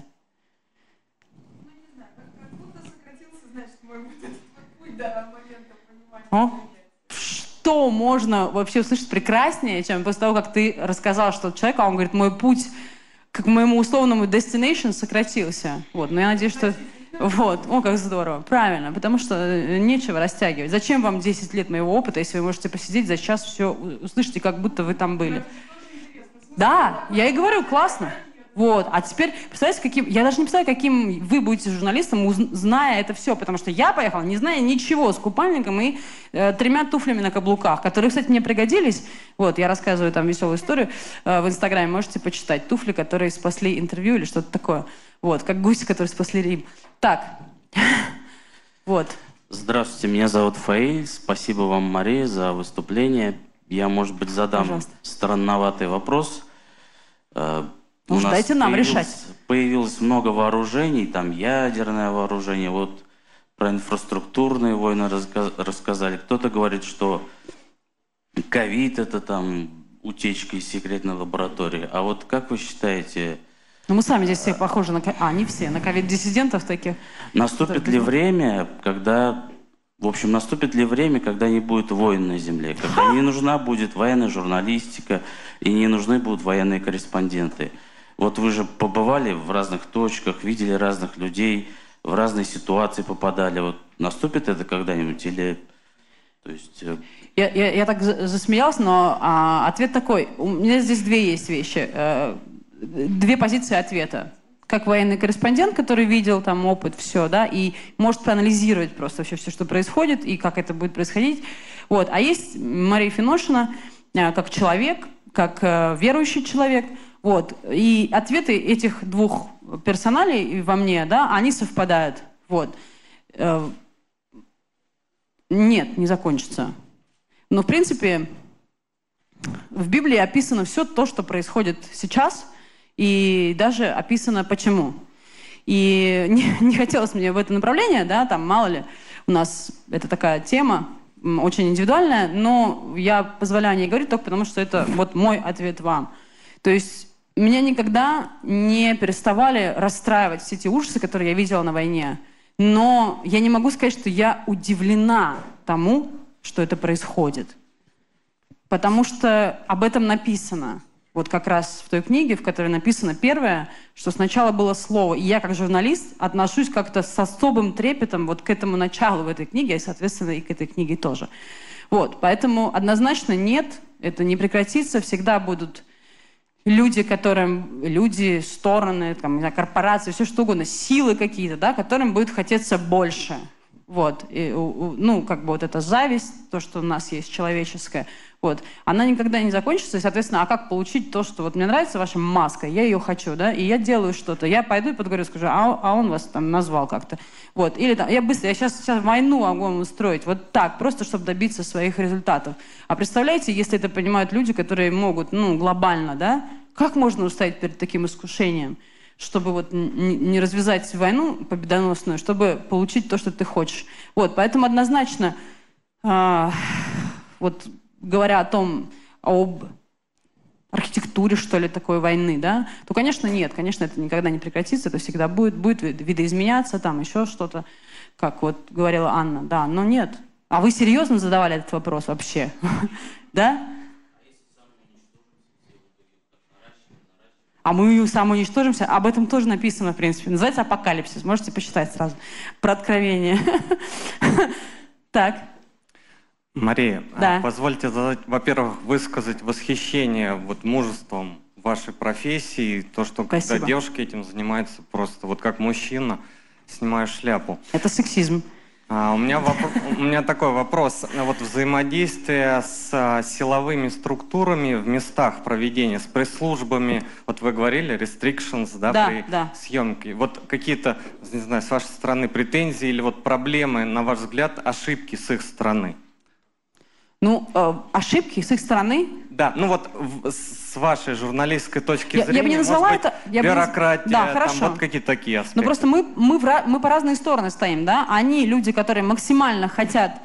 Ну, не знаю, как, как будто сократился, значит, мой вот этот путь до момента понимания. О? Что можно вообще услышать прекраснее, чем после того, как ты рассказал, что человек, а он говорит, мой путь к моему условному destination сократился. Вот, но я надеюсь, что... Вот, о, как здорово. Правильно, потому что нечего растягивать. Зачем вам десять лет моего опыта, если вы можете посидеть за час, все услышите, как будто вы там были. Да, я и говорю, классно. Вот, а теперь, представляете, каким... Я даже не представляю, каким вы будете журналистом, уз... зная это все, потому что я поехала, не зная ничего, с купальником и э, тремя туфлями на каблуках, которые, кстати, мне пригодились. Вот, я рассказываю там веселую историю э, в Инстаграме, можете почитать. Туфли, которые спасли интервью или что-то такое. Вот, как гуси, которые спасли Рим. Так, вот. Здравствуйте, меня зовут Фаиль. Спасибо вам, Мария, за выступление. Я, может быть, задам Пожалуйста. странноватый вопрос. Ну, дайте нам появилось, решать. Появилось много вооружений, там ядерное вооружение, вот про инфраструктурные войны раска рассказали. Кто-то говорит, что ковид — это там утечка из секретной лаборатории. А вот как вы считаете... Ну, мы сами здесь все похожи на... А, не все, на ковид-диссидентов таких. Наступит ли время, когда... В общем, наступит ли время, когда не будет войн на Земле, когда не нужна будет военная журналистика и не нужны будут военные корреспонденты? Вот вы же побывали в разных точках, видели разных людей, в разные ситуации попадали. Вот наступит это когда-нибудь или... То есть... Я, я, я так засмеялась, но а, ответ такой. У меня здесь две есть вещи. Э, две позиции ответа. как военный корреспондент, который видел там опыт, все, да, и может проанализировать просто вообще все, что происходит, и как это будет происходить. Вот. А есть Мария Финошина э, как человек, как э, верующий человек. Вот. И ответы этих двух персоналей во мне, да, они совпадают. Вот. Э, нет, не закончится. Но, в принципе, в Библии описано все то, что происходит сейчас, и даже описано почему. И не, не хотелось мне в это направление, да, там, мало ли, у нас это такая тема, очень индивидуальная, но я позволяю о ней говорить только потому, что это вот мой ответ вам. То есть меня никогда не переставали расстраивать все те ужасы, которые я видела на войне. Но я не могу сказать, что я удивлена тому, что это происходит. Потому что об этом написано. Вот как раз в той книге, в которой написано первое, что сначала было слово. И я, как журналист, отношусь как-то с особым трепетом вот к этому началу в этой книге, и, соответственно, и к этой книге тоже. Вот. Поэтому однозначно нет, это не прекратится. Всегда будут люди, которым, люди, стороны, там, не знаю, корпорации, все что угодно, силы какие-то, да, которым будет хотеться больше. Вот. И, ну, как бы вот эта зависть, то, что у нас есть человеческое, вот, она никогда не закончится, и, соответственно, а как получить то, что вот мне нравится ваша маска, я ее хочу, да, и я делаю что-то, я пойду и подговорю, скажу, а, а он вас там назвал как-то, вот, или там, я быстро, я сейчас, сейчас войну могу устроить, вот так, просто чтобы добиться своих результатов. А представляете, если это понимают люди, которые могут, ну, глобально, да, как можно устоять перед таким искушением, чтобы вот не развязать войну победоносную, чтобы получить то, что ты хочешь. Вот, поэтому однозначно, э, вот говоря о том, об архитектуре, что ли, такой войны, да, то, конечно, нет, конечно, это никогда не прекратится, это всегда будет, будет видоизменяться, там еще что-то, как вот говорила Анна, да, но нет. А вы серьезно задавали этот вопрос вообще? Да? А мы самоуничтожимся. Об этом тоже написано, в принципе. Называется «Апокалипсис». Можете почитать сразу. Про откровение. Так. Мария, да. Позвольте, во-первых, высказать восхищение вот мужеством вашей профессии. То, что Спасибо. Когда девушки этим занимаются, просто вот как мужчина, снимаешь шляпу. Это сексизм. А, у, меня вопрос, у меня такой вопрос. Вот взаимодействие с а, силовыми структурами в местах проведения, с пресс-службами, вот вы говорили, restrictions, да, да, при да. съемке. Вот какие-то, не знаю, с вашей стороны претензии или вот проблемы, на ваш взгляд, ошибки с их стороны? Ну, э, ошибки с их стороны? Да, ну вот в, с вашей журналистской точки я, зрения, я бы не назвала может быть, это... Я бюрократия, бы не... Да, там хорошо. вот какие-то такие аспекты. Ну просто мы, мы, в, мы по разные стороны стоим, да? Они люди, которые максимально хотят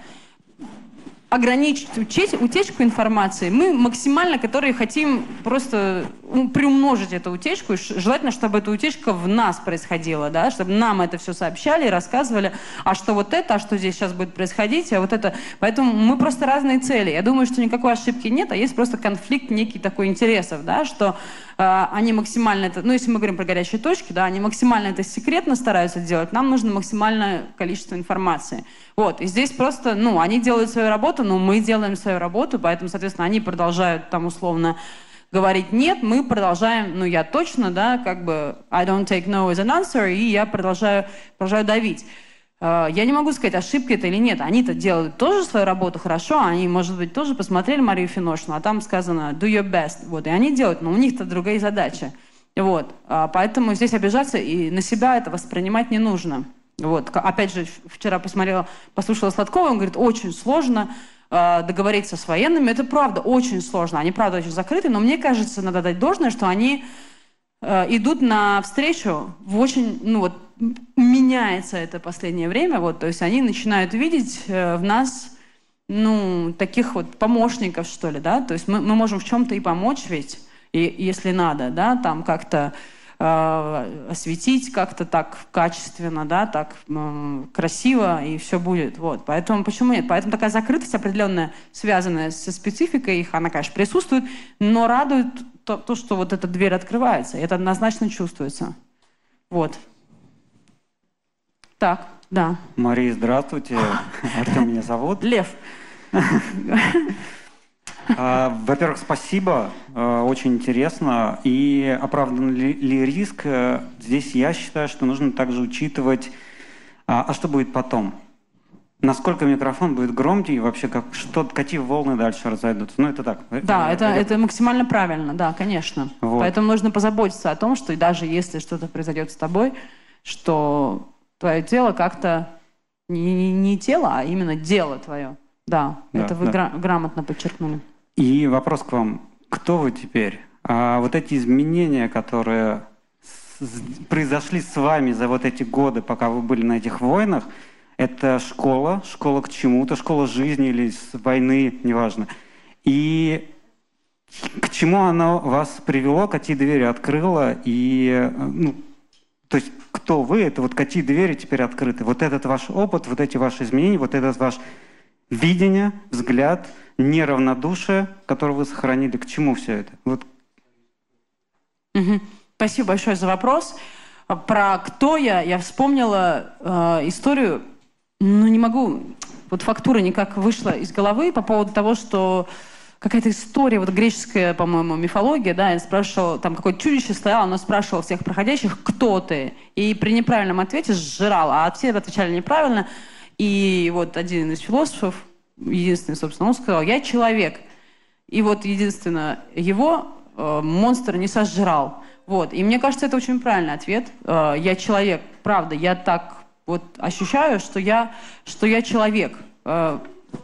ограничить утеч, утечку информации, мы максимально, которые хотим просто ну, приумножить эту утечку, и желательно, чтобы эта утечка в нас происходила, да, чтобы нам это все сообщали и рассказывали, а что вот это, а что здесь сейчас будет происходить, а вот это. Поэтому мы просто разные цели. Я думаю, что никакой ошибки нет, а есть просто конфликт некий такой интересов, да, что э, они максимально это, ну, если мы говорим про горячие точки, да, они максимально это секретно стараются делать, нам нужно максимальное количество информации. Вот, и здесь просто, ну, они делают свою работу, но мы делаем свою работу, поэтому, соответственно, они продолжают там условно говорить «нет», мы продолжаем, ну, я точно, да, как бы I don't take no as an answer, и я продолжаю, продолжаю давить. Я не могу сказать, ошибки это или нет. Они-то делают тоже свою работу хорошо, они, может быть, тоже посмотрели Марию Финошину, а там сказано «do your best», вот, и они делают, но у них-то другая задача. Вот, поэтому здесь обижаться и на себя это воспринимать не нужно. Вот. Опять же, вчера посмотрела, послушала Сладкова, он говорит, очень сложно э, договориться с военными. Это правда, очень сложно. Они, правда, очень закрыты, но мне кажется, надо дать должное, что они э, идут навстречу в очень, ну вот, меняется это последнее время, вот, то есть они начинают видеть э, в нас, ну, таких вот помощников, что ли, да, то есть мы, мы можем в чем-то и помочь ведь, и, если надо, да, там как-то осветить как-то так качественно, да, так э, красиво, и все будет. Вот. Поэтому почему нет? Поэтому такая закрытость определенная, связанная со спецификой их, она, конечно, присутствует, но радует то, то что вот эта дверь открывается. И это однозначно чувствуется. Вот. Так, да. Мария, здравствуйте. Артем меня зовут. Лев. Во-первых, спасибо, очень интересно. И оправдан ли, ли риск? Здесь я считаю, что нужно также учитывать, а что будет потом. Насколько микрофон будет громкий, и вообще как, что, какие волны дальше разойдутся. Ну, это так. Да, это, это максимально правильно, да, конечно. Вот. Поэтому нужно позаботиться о том, что даже если что-то произойдет с тобой, что твое тело как-то не, не тело, а именно дело твое. Да, да это вы да. гра- грамотно подчеркнули. И вопрос к вам. Кто вы теперь? А вот эти изменения, которые с- произошли с вами за вот эти годы, пока вы были на этих войнах, это школа, школа к чему-то, школа жизни или с войны, неважно. И к чему оно вас привело, какие двери открыло, и, ну, то есть кто вы, это вот какие двери теперь открыты. Вот этот ваш опыт, вот эти ваши изменения, вот этот ваш видение, взгляд, неравнодушие, которое вы сохранили, к чему все это? Вот. Угу. Спасибо большое за вопрос. Про кто я, я вспомнила э, историю. Ну, не могу, вот фактура никак вышла из головы по поводу того, что какая-то история, вот греческая, по-моему, мифология, да, я спрашивала, там какое-то чудище стояло, оно спрашивало всех проходящих, кто ты? И при неправильном ответе сжирал, а все отвечали неправильно. И вот один из философов, единственный, собственно, он сказал, я человек. И вот единственное, его э, монстр не сожрал. Вот. И мне кажется, это очень правильный ответ. Э, я человек, правда, я так... Вот ощущаю, что я, что я человек. А,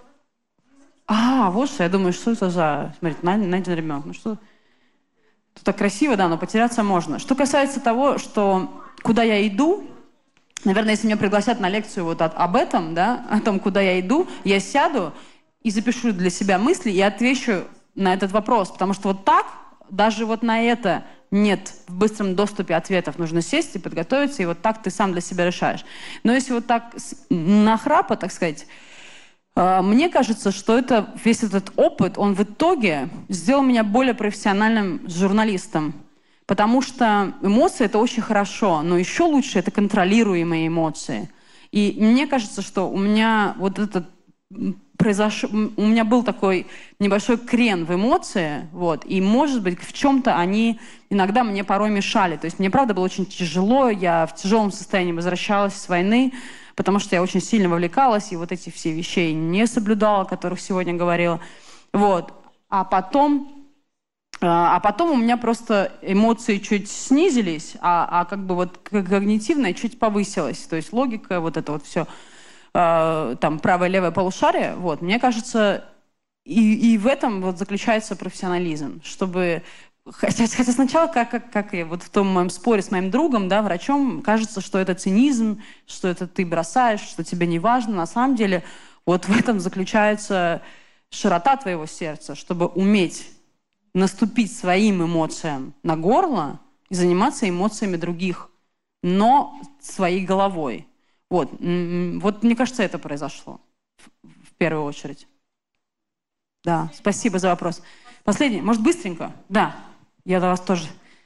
вот что, я думаю, что это за... Смотрите, найден ребенок. Ну что... Тут так красиво, да, но потеряться можно. Что касается того, что куда я иду, наверное, если меня пригласят на лекцию вот от, об этом, да, о том, куда я иду, я сяду и запишу для себя мысли и отвечу на этот вопрос. Потому что вот так, даже вот на это... Нет в быстром доступе ответов. Нужно сесть и подготовиться, и вот так ты сам для себя решаешь. Но если вот так нахрапа, так сказать, э, мне кажется, что это, весь этот опыт, он в итоге сделал меня более профессиональным журналистом. Потому что эмоции — это очень хорошо, но еще лучше — это контролируемые эмоции. И мне кажется, что у меня вот этот... Произош... У меня был такой небольшой крен в эмоции, вот, и, может быть, в чем-то они иногда мне порой мешали. То есть мне, правда, было очень тяжело, я в тяжелом состоянии возвращалась с войны, потому что я очень сильно вовлекалась, и вот эти все вещи не соблюдала, о которых сегодня говорила. Вот. А потом... А потом у меня просто эмоции чуть снизились, а, а как бы вот когнитивное чуть повысилось. То есть логика, вот это вот все... там правое-левое полушарие, вот, мне кажется, и, и в этом вот заключается профессионализм, чтобы, хотя, хотя сначала, как, как, как и вот в том моем споре с моим другом, да, врачом, кажется, что это цинизм, что это ты бросаешь, что тебе не важно, на самом деле вот в этом заключается широта твоего сердца, чтобы уметь наступить своим эмоциям на горло и заниматься эмоциями других, но своей головой. Вот, вот, мне кажется, это произошло в первую очередь. Да, спасибо за вопрос. Последний, может, быстренько? Да, я до вас тоже.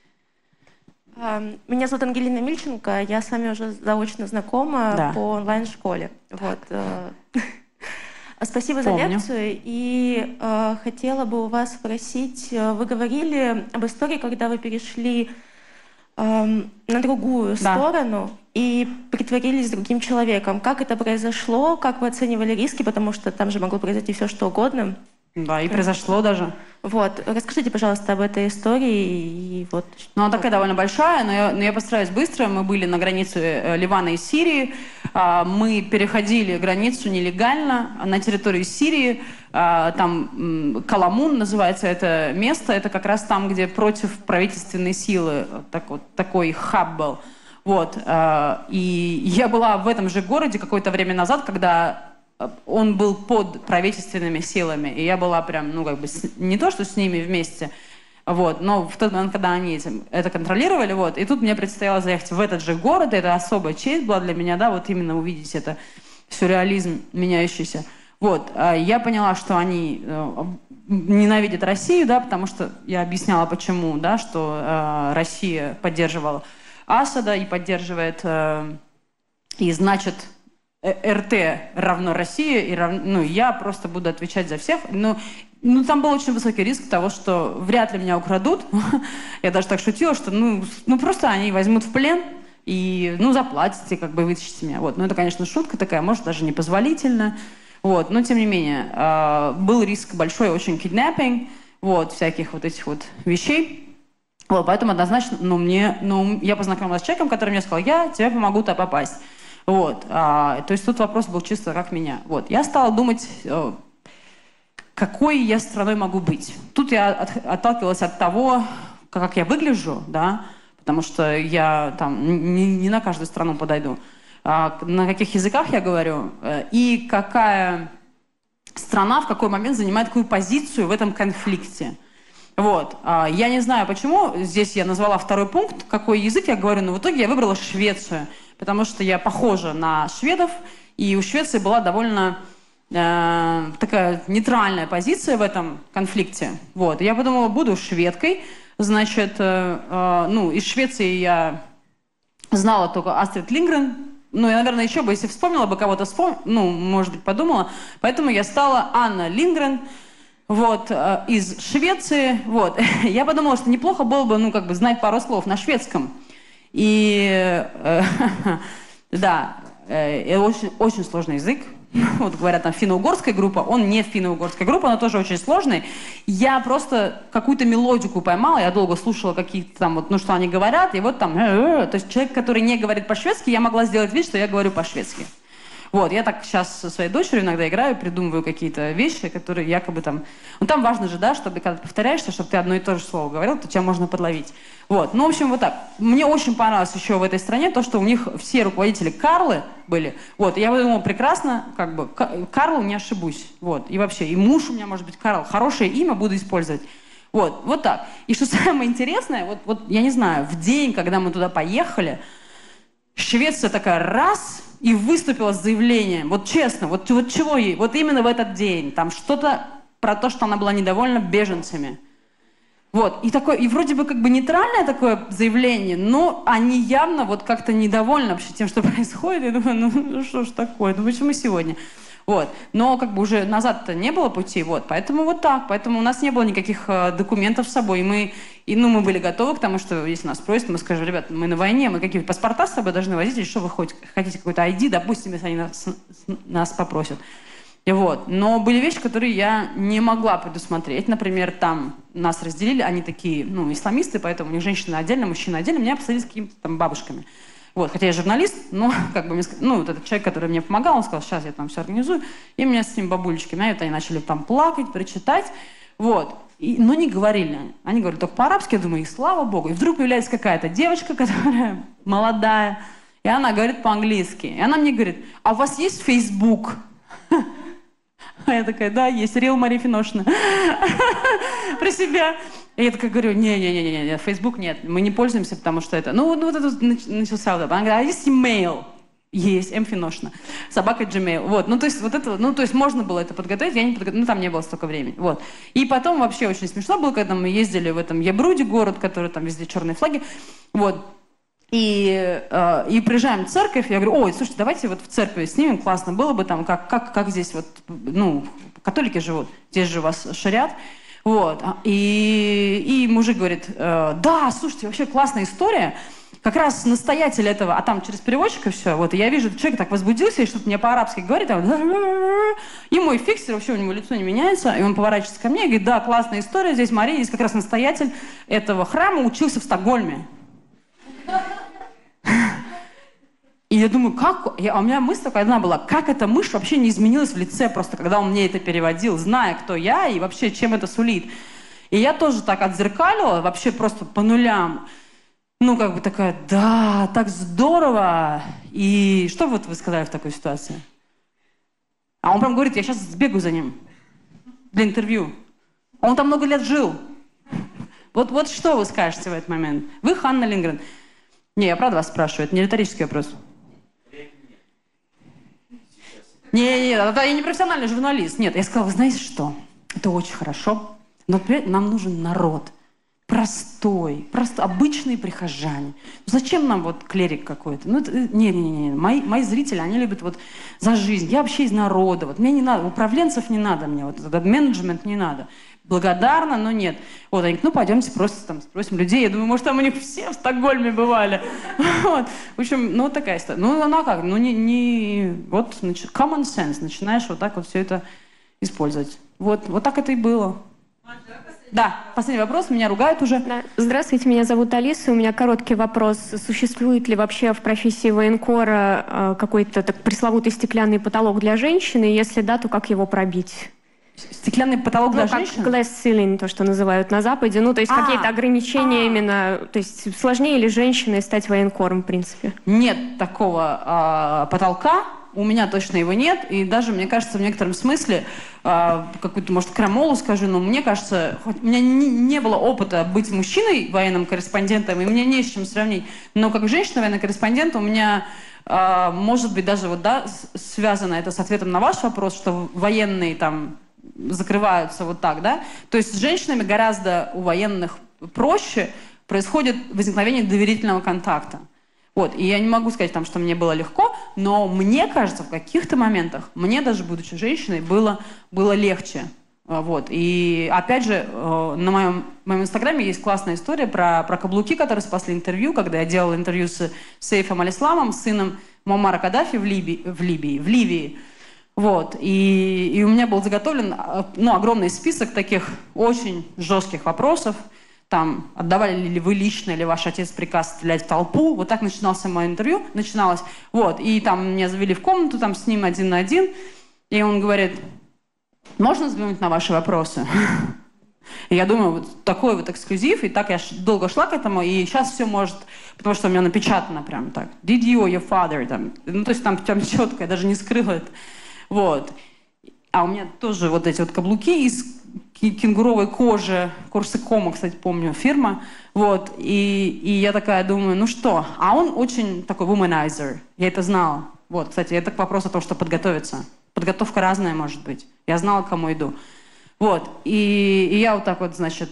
Меня зовут Ангелина Мильченко, я с вами уже заочно знакома да. по онлайн-школе. Вот. Спасибо Помню. за лекцию. И э, хотела бы у вас спросить, вы говорили об истории, когда вы перешли э, на другую да. сторону и притворились другим человеком. Как это произошло? Как вы оценивали риски? Потому что там же могло произойти все, что угодно. Да, и произошло даже. Вот. Расскажите, пожалуйста, об этой истории. И вот... Ну, она такая довольно большая, но я, но я постараюсь быстро. Мы были на границе Ливана и Сирии. Мы переходили границу нелегально на территорию Сирии. Там Каламун называется это место. Это как раз там, где против правительственной силы так вот, такой хаб был. Вот. И я была в этом же городе какое-то время назад, когда он был под правительственными силами. И я была прям, ну, как бы, с, не то, что с ними вместе, вот, но в тот момент, когда они этим, это контролировали, вот, и тут мне предстояло заехать в этот же город, это особая честь была для меня, да, вот именно увидеть это сюрреализм меняющийся. Вот, я поняла, что они ненавидят Россию, да, потому что я объясняла, почему, да, что э, Россия поддерживала Асада и поддерживает, э, и значит... эр тэ равно Россия, и рав... ну, я просто буду отвечать за всех. Но Ну, там был очень высокий риск того, что вряд ли меня украдут. Я даже так шутила, что ну, ну просто они возьмут в плен и ну, заплатите, как бы вытащите меня. Вот. Ну, это, конечно, шутка такая, может, даже непозволительно. Вот. Но, тем не менее, э, был риск большой очень киднаппинг, вот, всяких вот этих вот вещей. Вот, поэтому однозначно, ну, мне, ну, я познакомилась с человеком, который мне сказал, я тебе помогу туда попасть. Вот. А, то есть тут вопрос был чисто как меня. Вот. Я стала думать, э, какой я страной могу быть. Тут я от, отталкивалась от того, как я выгляжу, да, потому что я там не, не на каждую страну подойду. А, на каких языках я говорю, э, и какая страна в какой момент занимает какую позицию в этом конфликте. Вот. А, я не знаю, почему. Здесь я назвала второй пункт, какой язык я говорю, но в итоге я выбрала Швецию, потому что я похожа на шведов, и у Швеции была довольно э, такая нейтральная позиция в этом конфликте. Вот. Я подумала, буду шведкой. Значит, э, э, ну, из Швеции я знала только Астрид Лингрен. Ну, я, наверное, еще бы, если вспомнила бы кого-то, вспом... ну, может быть, подумала. Поэтому я стала Анна Линдгрен, вот, э, из Швеции. Вот. Я подумала, что неплохо было бы, ну, как бы, знать пару слов на шведском. И, э, да, э, это очень, очень сложный язык. Вот говорят, там финно-угорская группа, он не финно-угорская группа, но тоже очень сложный. Я просто какую-то мелодику поймала, я долго слушала какие-то там, вот, ну, что они говорят, и вот там, э-э-э. То есть человек, который не говорит по-шведски, я могла сделать вид, что я говорю по-шведски. Вот, я так сейчас со своей дочерью иногда играю, придумываю какие-то вещи, которые якобы там... Ну, там важно же, да, чтобы когда ты повторяешься, чтобы ты одно и то же слово говорил, то тебя можно подловить. Вот, ну, в общем, вот так. Мне очень понравилось еще в этой стране то, что у них все руководители Карлы были. Вот, я думала, прекрасно, как бы, Карл, не ошибусь. Вот, и вообще, и муж у меня может быть Карл. Хорошее имя буду использовать. Вот, вот так. И что самое интересное, вот, вот я не знаю, в день, когда мы туда поехали, Швеция такая раз... и выступила с заявлением, вот честно, вот, вот чего ей, вот именно в этот день, там что-то про то, что она была недовольна беженцами. Вот, и, такое, и вроде бы как бы нейтральное такое заявление, но они явно вот как-то недовольны вообще тем, что происходит. Я думаю, ну, ну что ж такое, ну почему сегодня? Вот, но как бы уже назад-то не было пути, вот, поэтому вот так, поэтому у нас не было никаких э, документов с собой, и мы, и, ну, мы были готовы к тому, что если нас просят, мы скажем, ребят, мы на войне, мы какие-то паспорта с собой должны возить, или что вы хоть, хотите какой-то ай ди, допустим, если они нас, нас попросят. И вот, но были вещи, которые я не могла предусмотреть, например, там нас разделили, они такие, ну, исламисты, поэтому у них женщины отдельно, мужчины отдельно, меня посадили с какими-то там бабушками. Вот, хотя я журналист, но как бы, ну, вот этот человек, который мне помогал, он сказал, сейчас я там все организую, и меня с ними бабулечки, меня, вот они начали там плакать, причитать, вот, и, но не говорили, они говорили только по-арабски, я думаю, и слава богу, и вдруг появляется какая-то девочка, которая молодая, и она говорит по-английски, и она мне говорит, а у вас есть Facebook? А я такая, да, есть, Real Мария Финошина. Про себя. И я такая говорю, не-не-не, Facebook нет, мы не пользуемся, потому что это... Ну, ну вот это начался вот это. Она говорит, а есть email? Есть, М Финошина. Собака Gmail. Вот, ну то есть вот это, ну то есть можно было это подготовить, я не подготовила, ну там не было столько времени. Вот. И потом вообще очень смешно было, когда мы ездили в этом Ябруде, город, который там везде черные флаги. Вот. И, э, и приезжаем в церковь, я говорю, ой, слушайте, давайте вот в церкви снимем, классно было бы там, как, как, как здесь вот, ну, католики живут, здесь же у вас шариат. Вот. И, и мужик говорит, э, да, слушайте, вообще классная история. Как раз настоятель этого, а там через переводчика все, вот, и я вижу, человек так возбудился, и что-то мне по-арабски говорит, а он... и мой фиксер, вообще у него лицо не меняется, и он поворачивается ко мне и говорит, да, классная история, здесь Мария, здесь как раз настоятель этого храма учился в Стокгольме. И я думаю, как... Я, а у меня мысль такая одна была, как эта мышь вообще не изменилась в лице просто, когда он мне это переводил, зная, кто я и вообще, чем это сулит. И я тоже так отзеркалила, вообще просто по нулям. Ну, как бы такая, да, так здорово. И что вот вы сказали в такой ситуации? А он прям говорит, я сейчас сбегаю за ним для интервью. Он там много лет жил. Вот, вот что вы скажете в этот момент? Вы Ханна Линдгрен. Не, я правда вас спрашиваю, это не риторический вопрос. Не, не, я не профессиональный журналист. Нет, я сказала, вы знаете что? Это очень хорошо, но нам нужен народ. простой, просто обычные прихожане. Зачем нам вот клерик какой-то? Ну, не-не-не, мои, мои зрители, они любят вот за жизнь. Я вообще из народа, вот мне не надо, управленцев не надо мне, вот этот менеджмент не надо. Благодарна, но нет. Вот они говорят, ну пойдемте просто там спросим людей. Я думаю, может, там у них все в Стокгольме бывали. Вот. В общем, ну вот такая история. Ну она как, ну не, не... вот common sense, начинаешь вот так вот все это использовать. Вот, вот так это и было. Да, последний вопрос, меня ругают уже. Да. Здравствуйте, меня зовут Алиса. У меня короткий вопрос. Существует ли вообще в профессии военкора э, какой-то так пресловутый стеклянный потолок для женщины? Если да, то как его пробить? Стеклянный потолок ну, для как женщин? Glass ceiling, то, что называют на Западе. Ну, то есть а, какие-то ограничения а. именно... То есть сложнее ли женщине стать военкором, в принципе? Нет такого а, потолка. У меня точно его нет, и даже, мне кажется, в некотором смысле, э, какую-то, может, крамолу скажу, но мне кажется, хоть у меня не, не было опыта быть мужчиной военным корреспондентом, и мне не с чем сравнить, но как женщина военный корреспондент у меня, э, может быть, даже вот, да, связано это с ответом на ваш вопрос, что военные там закрываются вот так, да, то есть с женщинами гораздо у военных проще происходит возникновение доверительного контакта. Вот, и я не могу сказать, там, что мне было легко, но мне кажется, в каких-то моментах, мне даже, будучи женщиной, было, было легче. Вот. И опять же, на моем, в моем инстаграме есть классная история про, про каблуки, которые спасли интервью, когда я делала интервью с Сейфом Аль-Исламом, сыном Муаммара Каддафи в Либии, в Либии. В Ливии. Вот. И, и у меня был заготовлен, ну, огромный список таких очень жестких вопросов. Там, отдавали ли вы лично, или ваш отец приказ стрелять в толпу. Вот так начинался мое интервью. Начиналось. Вот. И там меня завели в комнату, там с ним один на один. И он говорит, можно взглянуть на ваши вопросы? И я думаю, вот такой вот эксклюзив. И так я долго шла к этому. И сейчас все может... Потому что у меня напечатано прям так. Did you or your father? Там. Ну, то есть там, там четко, я даже не скрыла это. Вот. А у меня тоже вот эти вот каблуки из кенгуровой кожи, Корсикома, кстати, помню, фирма. Вот. И, и я такая думаю, ну что? А он очень такой womanizer. Я это знала. Вот, кстати, это к вопросу о том, что подготовиться. Подготовка разная может быть. Я знала, к кому иду. Вот. И, и я вот так вот, значит...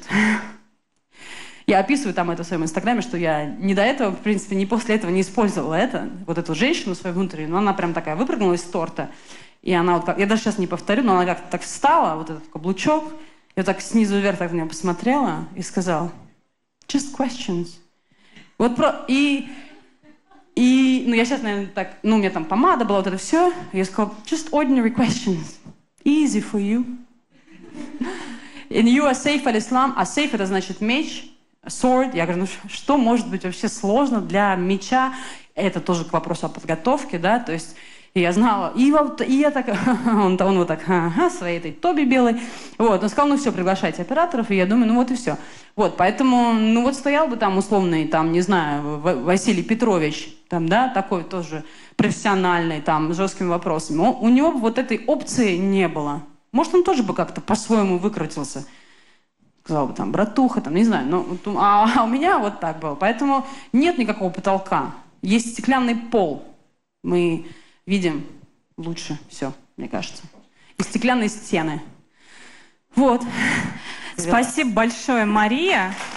Я описываю там это в своем инстаграме, что я не до этого, в принципе, не после этого не использовала это, вот эту женщину свою внутреннюю, но она прям такая выпрыгнула из торта. И она вот как... Я даже сейчас не повторю, но она как-то так встала, вот этот каблучок, и вот так снизу вверх так на меня посмотрела и сказала, just questions. Вот про... И... И... Ну, я сейчас, наверное, так... Ну, у меня там помада была, вот это все. И я сказала, just ordinary questions. Easy for you. And you are safe al-Islam. А safe — это значит меч, sword. Я говорю, ну, что может быть вообще сложно для меча? Это тоже к вопросу о подготовке, да, то есть... И я знала, и, вот, и я так, он, он вот так, ага, своей этой Тоби белой. Вот, он сказал, ну все, приглашайте операторов, и я думаю, ну вот и все. Вот, поэтому, ну вот стоял бы там условный, там, не знаю, Василий Петрович, там, да, такой тоже профессиональный, там, с жесткими вопросами. Он, у него вот этой опции не было. Может, он тоже бы как-то по-своему выкрутился. Сказал бы там, братуха, там, не знаю, ну, а, а у меня вот так было. Поэтому нет никакого потолка. Есть стеклянный пол. Мы... видим лучше все, мне кажется. И стеклянные стены. Вот. Спасибо большое, Мария.